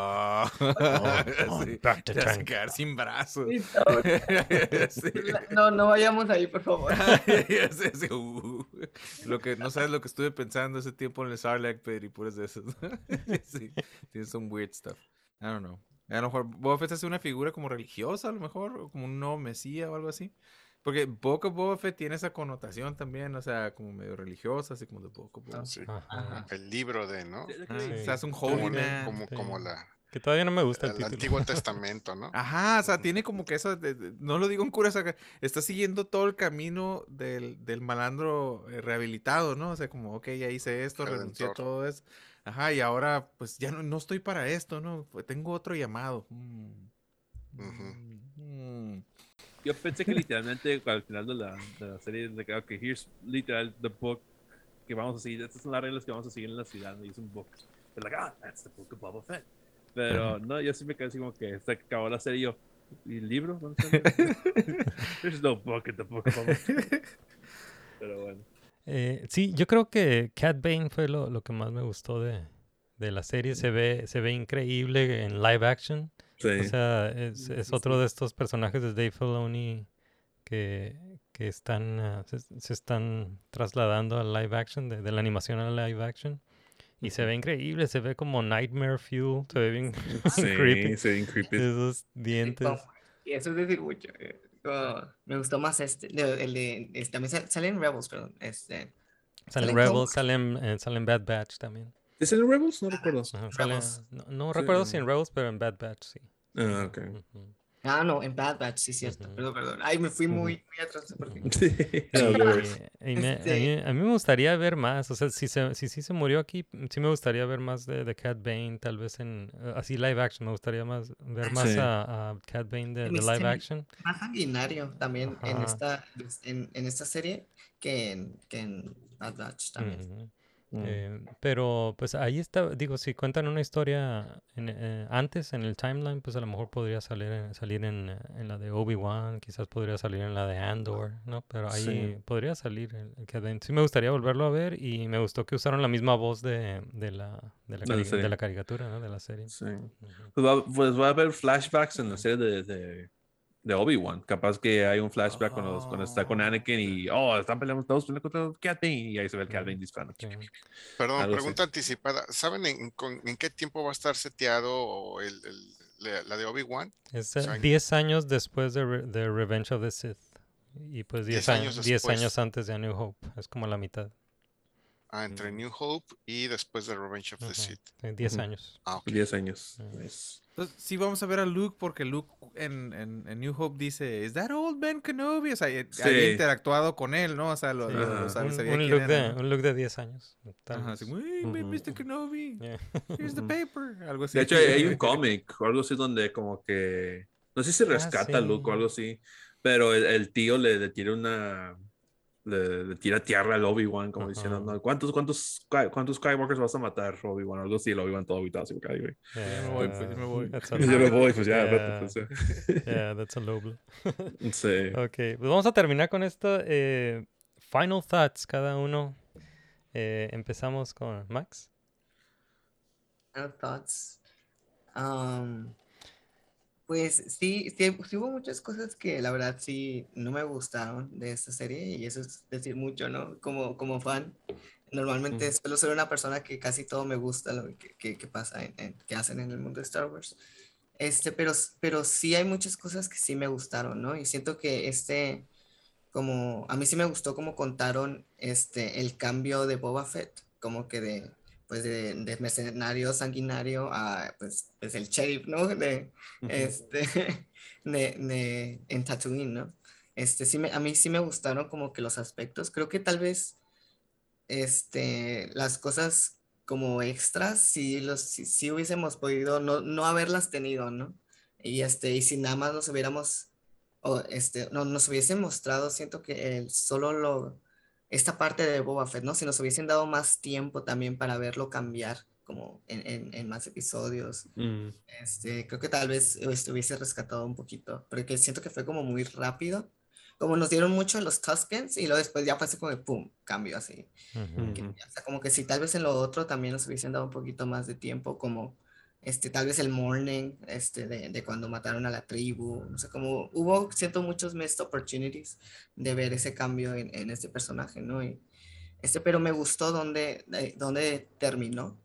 Bacta te hacen tank. quedar sin brazos. Sí. No vayamos ahí, por favor. Lo que no sabes lo que estuve pensando ese tiempo en el Sarlacc pit y puras de esas. Sí, tiene some weird stuff. I don't know. A lo mejor Boba Fett hace una figura como religiosa, a lo mejor, o como un nuevo mesías o algo así. Porque Boba Fett tiene esa connotación también, o sea, como medio religiosa, así como de Boba. Sí. El libro de, ¿no? O sea, es un holy man. Como la... Que todavía no me gusta el título. Antiguo Testamento, ¿no? Ajá, o sea, tiene como que eso, no lo digo en cura, o sea, está siguiendo todo el camino del malandro rehabilitado, ¿no? O sea, como, ok, ya hice esto, renuncié a todo eso. Ajá, y ahora, pues ya no estoy para esto, ¿no? Pues, tengo otro llamado. Yo pensé que literalmente al final de la serie, de que, ok, here's literal the book que vamos a seguir. Estas son las reglas que vamos a seguir en la ciudad. Y es un book. Pero, that's the book of Boba Fett. Pero no, yo sí me quedé así como que hasta que acabó la serie yo, ¿y el libro? ¿Dónde está? There's no book in the book of Boba Fett. Pero bueno. Sí, yo creo que Cad Bane fue lo que más me gustó de la serie. Se ve increíble en live action. Sí. O sea, es otro de estos personajes de Dave Filoni que están se están trasladando al live action, de la animación a live action. Y se ve increíble, se ve como Nightmare Fuel, se ve bien Sí, creepy. se ve bien creepy. Esos dientes. Y eso es decir mucho. Me gustó más también sale en Rebels, perdón. Salen Salen Rebels, Clone salen Bad Batch también. ¿Es en Rebels? No recuerdo. Ajá, Rebels. no Sí. recuerdo si en Rebels, pero en Bad Batch sí. Ah, ok. Ujú. No, en Bad Batch, sí, cierto. Perdón. Ay, me fui muy atrás. Porque... Sí. Y, No, no worries. a mí me gustaría ver más, o sea, si sí se murió aquí, sí me gustaría ver más de Cat Bane, tal vez en, así live action, me gustaría ver más Sí. a Cat Bane de Se me- live se me- action. Más sanguinario también en Ajá. esta serie que en Bad Batch también. Ujú. Mm. Pero pues ahí está, digo, si cuentan una historia antes en el timeline, pues a lo mejor podría salir en la de Obi-Wan, quizás podría salir en la de Andor, ¿no? Pero ahí Sí. podría salir el Cat Bane. Sí me gustaría volverlo a ver y me gustó que usaron la misma voz de la De la de serie. la caricatura, ¿no? De la serie. Sí. Ujú. Pues va a haber flashbacks en la serie de Obi-Wan. Capaz que hay un flashback cuando está con Anakin y están peleando todos contra Cat Bane y ahí se ve el Cat Bane disparando. Sí. Perdón, Algo así. pregunta anticipada. ¿Saben en qué tiempo va a estar seteado la de Obi-Wan? Es O sea, 10 años después de Revenge of the Sith. Y pues 10 años 10 después. años antes de A New Hope. Es como la mitad. Entre New Hope y después de Revenge of the Ujú. Sith. 10 Ujú. años. Ah, ok. 10 años. Mm. Nice. Entonces, sí vamos a ver a Luke porque Luke en New Hope dice, ¿Is that old Ben Kenobi? O sea, había interactuado con él, ¿no? O sea, Sí, sabía un quién look era, ¿no? un look de 10 años. Tal Ajá, vez. así, "Hey, Mr. Kenobi, Yeah. here's the paper", algo así. De hecho, hay un cómic o algo así donde como que... No sé si rescata a Luke o sí. algo así, pero el tío le tira le tira tierra al Obi-Wan como diciendo, Ajá. no, ¿cuántos Skywalkers vas a matar, Obi-Wan? Algo así, el Obi-Wan todo habitado así, güey. Ya me voy, pues, ya me voy. That's Yo me voy, pues ya, vete, yeah. pues, ya. Yeah, that's a low blow. Sí. Ok, pues vamos a terminar con esto. Final thoughts, cada uno. Empezamos con Max. Final thoughts. Pues sí hubo muchas cosas que la verdad sí no me gustaron de esta serie y eso es decir mucho, ¿no? Como fan. Normalmente suelo ser una persona que casi todo me gusta lo que pasa, que hacen en el mundo de Star Wars. Pero sí hay muchas cosas que sí me gustaron, ¿no? Y siento que como a mí sí me gustó cómo contaron el cambio de Boba Fett, como que de mercenario sanguinario a pues el sheriff, ¿no? En Tatooine, ¿no? A mí sí me gustaron como que los aspectos. Creo que tal vez las cosas como extras, si hubiésemos podido no haberlas tenido, ¿no? Y si nada más nos hubiéramos no, nos hubiesen mostrado, siento que esta parte de Boba Fett, ¿no? Si nos hubiesen dado más tiempo también para verlo cambiar, como en más episodios, creo que tal vez hubiese rescatado un poquito, porque siento que fue como muy rápido, como nos dieron mucho los Tuskens y luego después ya fue así como de pum, cambio así. O sea, como que si tal vez en lo otro también nos hubiesen dado un poquito más de tiempo, como tal vez el morning, de cuando mataron a la tribu, no sé, como siento muchos missed opportunities de ver ese cambio en este personaje, ¿no? Pero me gustó donde terminó,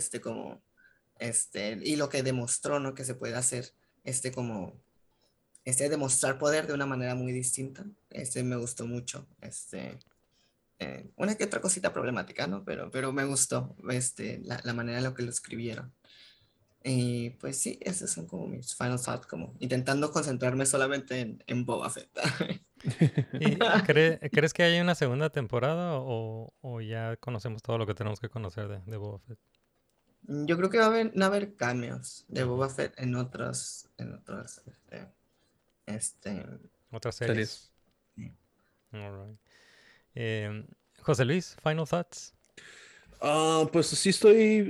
y lo que demostró, ¿no? Que se puede hacer, demostrar poder de una manera muy distinta, me gustó mucho, una que otra cosita problemática, ¿no? Pero me gustó, la manera en la que lo escribieron. Y pues sí, esos son como mis final thoughts, como intentando concentrarme solamente en Boba Fett. ¿Y crees que hay una segunda temporada o ya conocemos todo lo que tenemos que conocer de Boba Fett? Yo creo que va a haber cambios de Boba Fett en otras otras series. Sí. All right. José Luis, final thoughts. Pues sí estoy...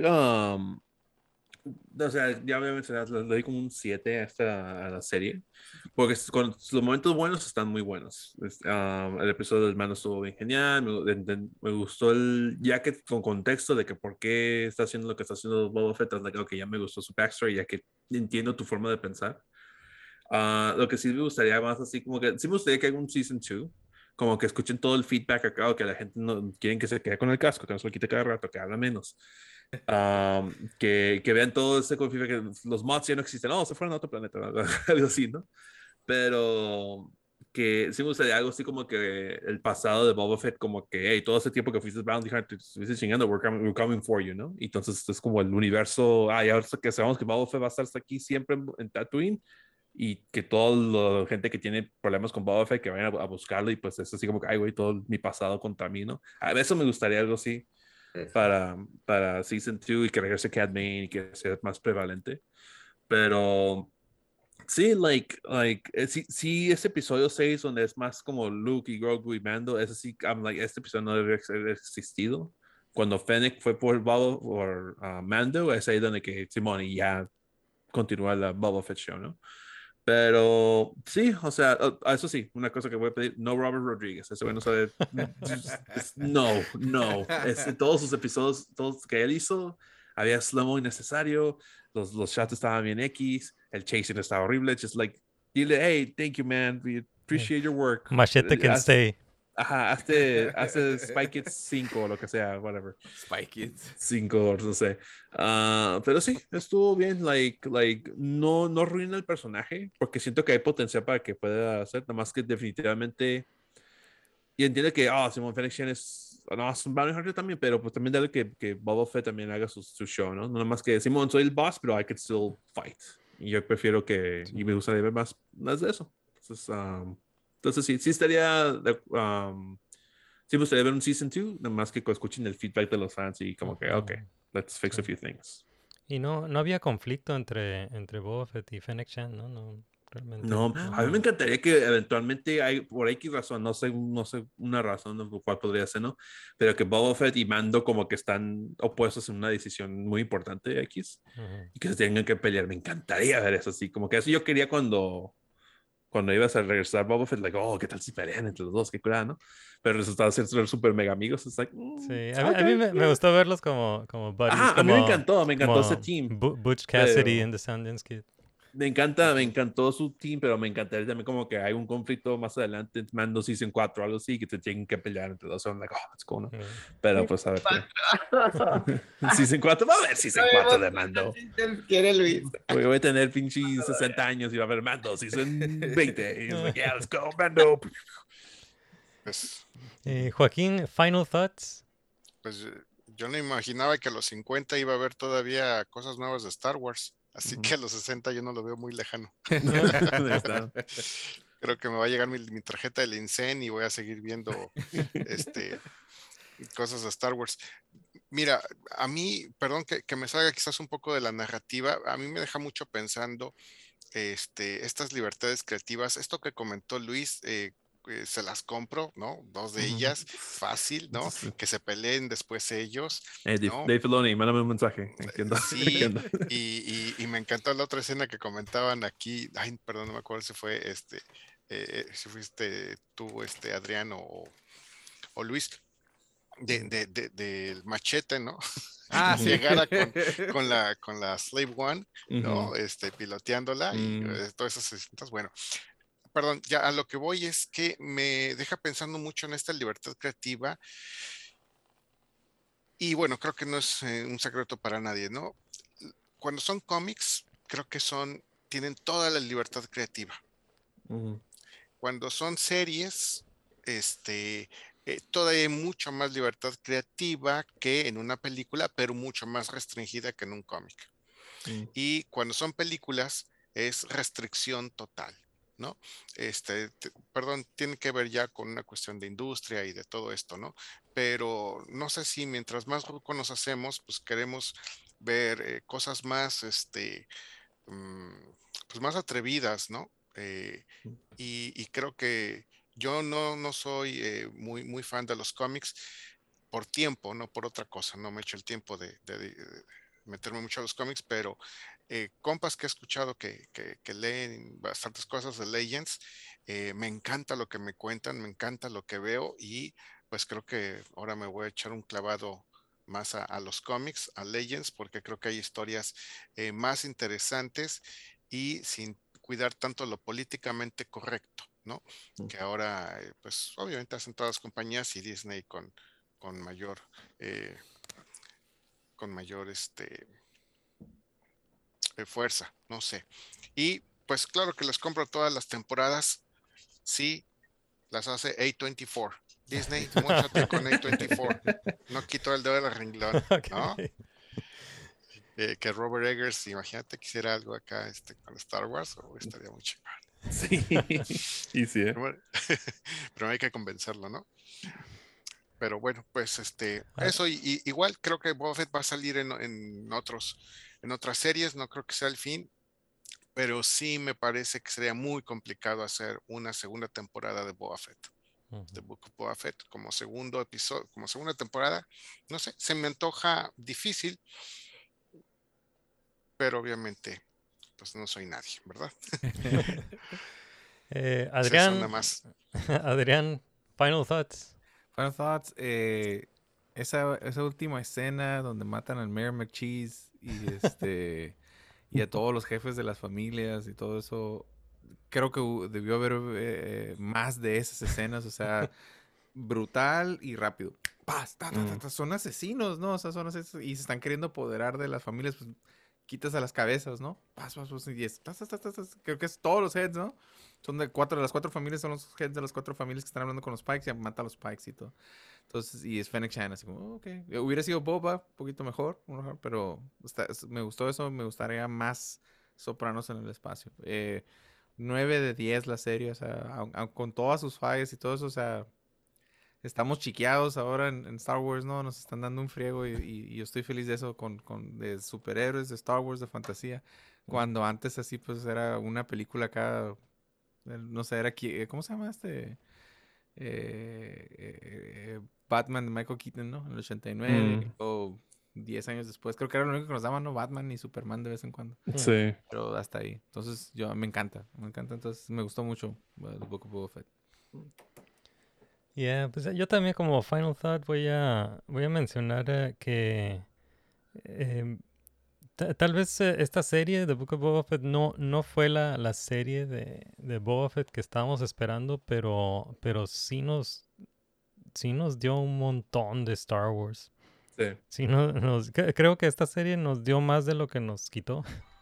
o sea, ya voy a mencionar, le doy como un 7 a la serie, porque con los momentos buenos están muy buenos. El episodio del mando estuvo bien genial, me gustó ya que con contexto de que por qué está haciendo lo que está haciendo Boba Fett, que ya me gustó su backstory, ya que entiendo tu forma de pensar. Lo que sí me gustaría más así, como que sí me gustaría que haya un Season 2, como que escuchen todo el feedback acá, o que la gente no quieren que se quede con el casco, que no se lo quite cada rato, que habla menos. Que vean todo ese conflicto, que los mods ya no existen, no, se fueron a otro planeta, ¿no? Algo así, ¿no? Pero que sí me gustaría algo así como que el pasado de Boba Fett, como que, hey, todo ese tiempo que fuiste Bounty Hunter, estuviste chingando, we're coming for you, ¿no? Y entonces es como el universo, y ahora que sabemos que Boba Fett va a estar hasta aquí siempre en Tatooine, y que toda la gente que tiene problemas con Boba Fett que vayan a buscarlo, y pues es así como que, ay, güey, todo mi pasado contra mí, ¿no? A eso me gustaría algo así para Season 2 y que regrese Cad Bane y que sea más prevalente. Pero sí, sí, ese episodio 6 donde es más como Luke y Grogu y Mando, ese sí, I'm like, este episodio no debe haber existido. Cuando Fennec fue por Boba por Mando, es ahí donde que Simón y ya continúa la Boba Fett show, ¿no? Pero sí, o sea, eso sí, una cosa que voy a pedir, no Robert Rodriguez, ese bueno sabe, no, todos sus episodios, todos que él hizo, había slow-mo innecesario, los shots estaban bien X, el chasing estaba horrible, just like, dile, hey, thank you man, we appreciate your work. Machete can stay. Ajá, hazte Spy Kids 5 o lo que sea, whatever. Spy Kids 5, no sé. Pero sí, estuvo bien. No arruina el personaje, porque siento que hay potencial para que pueda hacer, nada más que definitivamente. Y entiende que, Simon Phoenix es un Bounty Hunter también, pero pues también dale que Boba Fett también haga su show, ¿no? Nada más que, Simon, soy el boss, pero I could still fight. Y yo prefiero y me gustaría ver más de eso. Entonces sí estaría, sí me gustaría ver un Season 2, nada más que escuchen el feedback de los fans y como que, ok, let's fix a few things. Y no había conflicto entre Boba Fett y Fennec Shand, ¿no? No, realmente. No, a mí me encantaría que eventualmente por X razón, no sé una razón por cuál podría ser, ¿no? Pero que Boba Fett y Mando como que están opuestos en una decisión muy importante X y que se tengan que pelear. Me encantaría ver eso así, como que eso yo quería cuando ibas a regresar Boba Fett, ¿qué tal si pelean entre los dos? Qué curada, ¿no? Pero resultaba ser súper mega amigos. Es like, sí, a mí me gustó verlos como buddies. A mí me encantó ese team. Butch Cassidy and the Sundance Kid. Me encantó su team, pero me encantaría también como que hay un conflicto más adelante, Mando Season 4 o algo así, que te tienen que pelear entre dos. Son like, let's go, ¿no? Pero pues a ver qué. Season 4, va a haber Season 4 de Mando. Quiere Luis. Porque voy a tener pinche 60 años y va a haber Mando Season 20. Y es like, yeah, let's go, Mando. Pues, Joaquín, final thoughts. Pues yo no imaginaba que a los 50 iba a haber todavía cosas nuevas de Star Wars. Así que a los 60 yo no lo veo muy lejano. Creo que me va a llegar mi tarjeta del INSEN y voy a seguir viendo cosas de Star Wars. Mira, a mí, perdón que me salga quizás un poco de la narrativa, a mí me deja mucho pensando estas libertades creativas. Esto que comentó Luis, se las compro, ¿no? 2 de ellas, fácil, ¿no? Que se peleen después ellos. ¿no? Dave Filoni, mándame un mensaje. Entiendo. Sí, y me encantó la otra escena que comentaban aquí. Ay, perdón, no me acuerdo si fue si fuiste tú, Adrián o Luis, del machete, ¿no? Sí. Llegara con la Slave One, ¿no? Piloteándola y todas esas escenas, bueno. Perdón, ya a lo que voy es que me deja pensando mucho en esta libertad creativa y bueno, creo que no es un secreto para nadie, ¿no? Cuando son cómics, creo que tienen toda la libertad creativa. Cuando son series, todavía hay mucho más libertad creativa que en una película, pero mucho más restringida que en un cómic. Y cuando son películas, es restricción total. ¿no? Perdón, tiene que ver ya con una cuestión de industria y de todo esto, ¿no? Pero no sé si mientras más rucos nos hacemos, pues queremos ver cosas más, pues más atrevidas, ¿no? Y creo que yo no soy muy fan de los cómics por tiempo, no por otra cosa, no me echo el tiempo de meterme mucho a los cómics, pero compas que he escuchado que leen bastantes cosas de Legends, me encanta lo que me cuentan, me encanta lo que veo y pues creo que ahora me voy a echar un clavado más a los cómics, a Legends, porque creo que hay historias más interesantes y sin cuidar tanto lo políticamente correcto, ¿no? Que ahora, pues obviamente hacen todas las compañías y Disney con mayor mayor fuerza, no sé. Y pues claro que les compro todas las temporadas, sí, las hace A24. Disney, móchate con A24. No quito el dedo del renglón, ¿no? Ok. Que Robert Eggers, imagínate que hiciera algo acá con Star Wars, estaría muy chido. Sí, y sí, Pero hay que convencerlo, ¿no? Pero bueno, pues eso, y igual creo que Boba Fett va a salir en otras series, no creo que sea el fin, pero sí me parece que sería muy complicado hacer una segunda temporada de Boba Fett. The Book of Boba Fett como segundo episodio, como segunda temporada, no sé, se me antoja difícil, pero obviamente pues no soy nadie, ¿verdad? Pues eso, nada Adrián, más. Adrián, final thoughts. Final thoughts, esa última escena donde matan al Mayor McCheese y y a todos los jefes de las familias y todo eso, creo que debió haber más de esas escenas, o sea, brutal y rápido. ¡Paz! Son asesinos, ¿no? O sea, son asesinos y se están queriendo apoderar de las familias, pues quitas a las cabezas, ¿no? Paz, y es, creo que es todos los heads, ¿no? Son de las 4 familias, son los heads de las 4 familias que están hablando con los Pikes y mata a los Pikes y todo. Entonces, y es Fennec Shand, así como, ok. Hubiera sido Boba, un poquito mejor, pero me gustó eso, me gustaría más Sopranos en el espacio. 9 de 10 la serie, o sea, con todas sus fallas y todo eso, o sea, estamos chiqueados ahora en Star Wars, ¿no? Nos están dando un friego y yo estoy feliz de eso de superhéroes, de Star Wars, de fantasía. Cuando antes así, pues era una película acá, no sé, ¿cómo se llama Batman de Michael Keaton, ¿no? En el 89 o 10 años después. Creo que era lo único que nos daban, ¿no? Batman y Superman de vez en cuando. Sí. Pero hasta ahí. Entonces, me encanta. Entonces, me gustó mucho The Book of Boba Fett. Yeah, pues yo también como final thought voy a mencionar que tal vez esta serie de Book of Boba Fett no fue la serie de Boba Fett que estábamos esperando, pero sí nos dio un montón de Star Wars. Sí. Sí, creo que esta serie nos dio más de lo que nos quitó.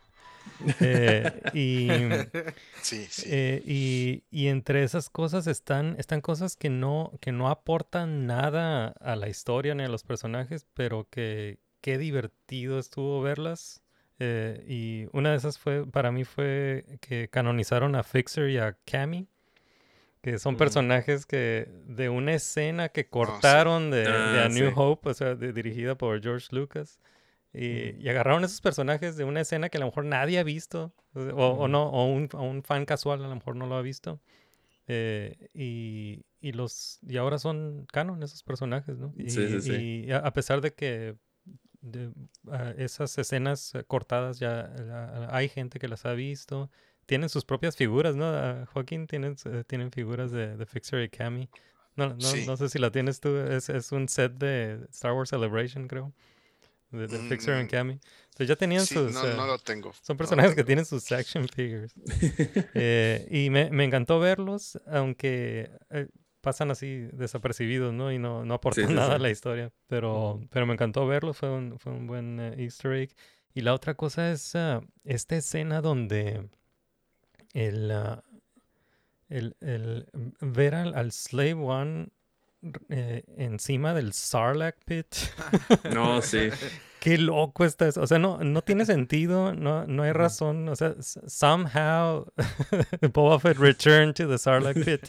Y entre esas cosas están cosas que no aportan nada a la historia ni a los personajes, pero que qué divertido estuvo verlas. Y una de esas para mí fue que canonizaron a Fixer y a Cammy, que son personajes que de una escena que cortaron de A New Hope, o sea, dirigida por George Lucas. Y agarraron esos personajes de una escena que a lo mejor nadie ha visto, o un fan casual a lo mejor no lo ha visto. Y ahora son canon esos personajes, ¿no? Y a pesar de que esas escenas cortadas ya hay gente que las ha visto, tienen sus propias figuras, ¿no? Joaquín tienen figuras de Fixer y Cammy. No sé si la tienes tú, es un set de Star Wars Celebration, creo. De Fixer and Cammy. Entonces ya tenían sus... no lo tengo. Son personajes que tienen sus action figures. Y me encantó verlos, aunque pasan así desapercibidos, ¿no? Y no aportan nada a la historia. Pero me encantó verlos, fue un buen Easter egg. Y la otra cosa es esta escena donde el ver al Slave One encima del Sarlacc pit. No, sí. Qué loco está eso. O sea, no tiene sentido, no hay razón. O sea, somehow Boba Fett returned to the Sarlacc pit.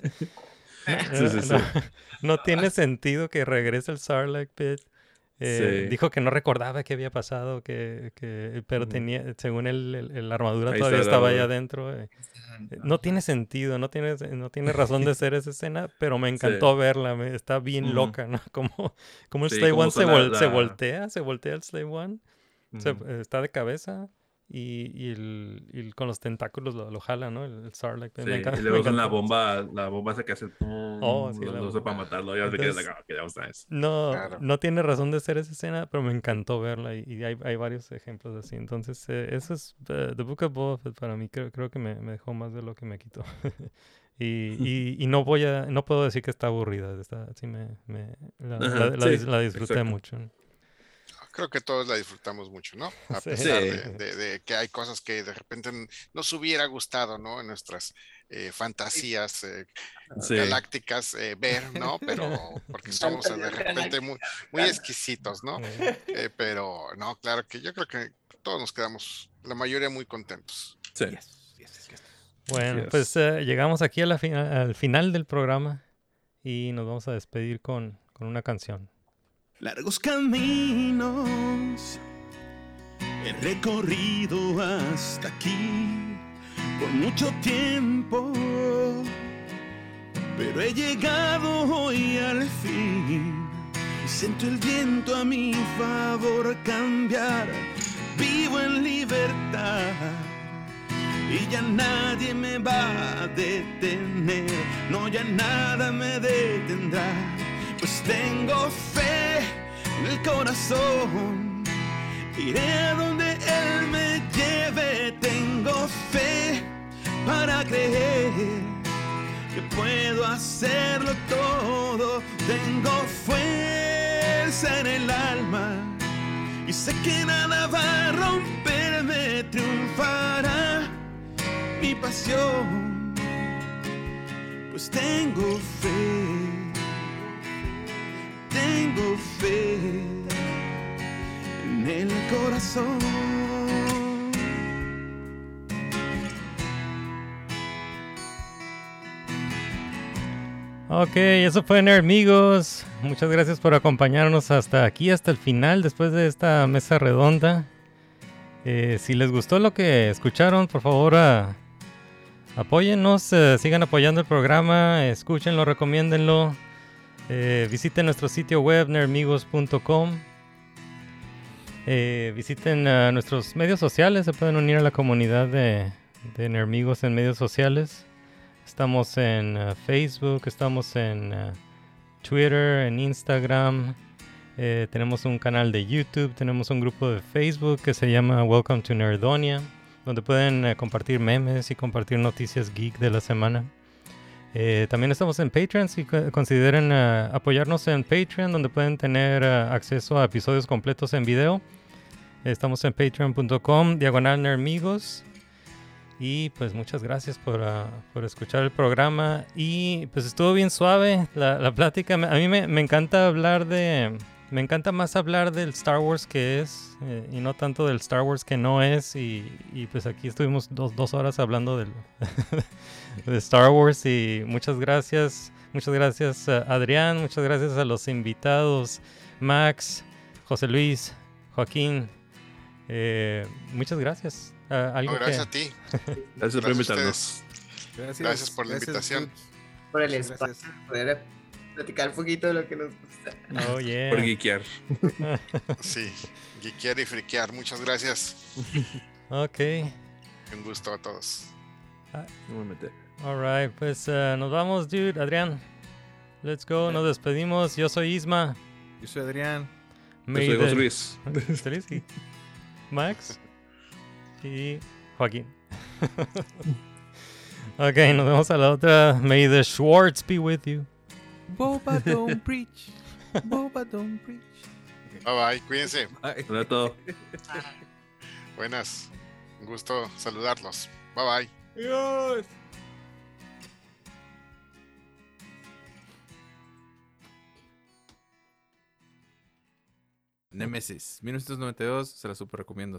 No tiene sentido que regrese al Sarlacc pit. Dijo que no recordaba qué había pasado, pero tenía, según él, la armadura ahí todavía estaba allá adentro. No tiene sentido, no tiene razón de ser esa escena, pero me encantó verla, está bien loca, ¿no? Como el Slave One se voltea el Slave One, está de cabeza y con los tentáculos lo jala, ¿no? El Sarlacc. Sí, y luego usan la bomba esa que hace lo usa para matarlo. Entonces, no tiene razón de ser esa escena, pero me encantó verla y hay varios ejemplos así. Entonces, eso es The Book of Boba Fett para mí. Creo que me dejó más de lo que me quitó. y no puedo decir que está aburrida. Sí la disfruté mucho. creo que todos la disfrutamos mucho, ¿no? A Sí. pesar Sí. de que hay cosas que de repente nos hubiera gustado, ¿no? En nuestras fantasías Sí. galácticas ver, ¿no? Pero porque somos de repente muy exquisitos, ¿no? Pero no, claro que yo creo que todos nos quedamos, la mayoría muy contentos. Sí. Bueno, Yes. pues llegamos aquí a al final del programa y nos vamos a despedir con una canción. Largos caminos he recorrido hasta aquí por mucho tiempo, pero he llegado hoy al fin y siento el viento a mi favor cambiar. Vivo en libertad y ya nadie me va a detener, no, ya nada me detendrá, pues tengo fe en el corazón, iré a donde Él me lleve, tengo fe para creer que puedo hacerlo todo, tengo fuerza en el alma y sé que nada va a romperme, triunfará mi pasión, pues tengo fe en el corazón. Ok, eso fue Nerdmigos. Muchas gracias por acompañarnos hasta aquí, hasta el final, después de esta mesa redonda. Si les gustó lo que escucharon, por favor, apóyennos, sigan apoyando el programa, escúchenlo, recomiéndenlo. Visiten nuestro sitio web, nerdmigos.com. Visiten nuestros medios sociales, se pueden unir a la comunidad de Nerdmigos en medios sociales. Estamos en Facebook, estamos en Twitter, en Instagram. Tenemos un canal de YouTube, tenemos un grupo de Facebook que se llama Welcome to Nerdonia, donde pueden compartir memes y compartir noticias geek de la semana. También estamos en Patreon, si consideren apoyarnos en Patreon, donde pueden tener acceso a episodios completos en video. Estamos en patreon.com/Nerdmigos. Y pues muchas gracias por escuchar el programa. Y pues estuvo bien suave la plática. A mí me encanta hablar me encanta más hablar del Star Wars que es y no tanto del Star Wars que no es. Y pues aquí estuvimos dos horas hablando de Star Wars. Y muchas gracias. Muchas gracias Adrián. Muchas gracias a los invitados. Max, José Luis, Joaquín. Muchas gracias. Gracias a ti. Gracias por invitarnos. Gracias por la invitación. Por el espacio, poder platicar un poquito de lo que nos gusta. Oh, yeah. Por geekear. Sí, geekear y friquear. Muchas gracias. Ok. Un gusto a todos. Alright, pues nos vamos, dude. Adrián, let's go. Nos despedimos. Yo soy Isma. Yo soy Adrián. Yo soy José Luis. Sí. Max. Y Joaquín. Ok, nos vemos a la otra. May the Schwartz be with you. Boba don't preach. Boba don't preach. Bye bye, cuídense. Hola a todos. Buenas. Un gusto saludarlos. Bye bye. Adiós. Nemesis, 1992, se la super recomiendo.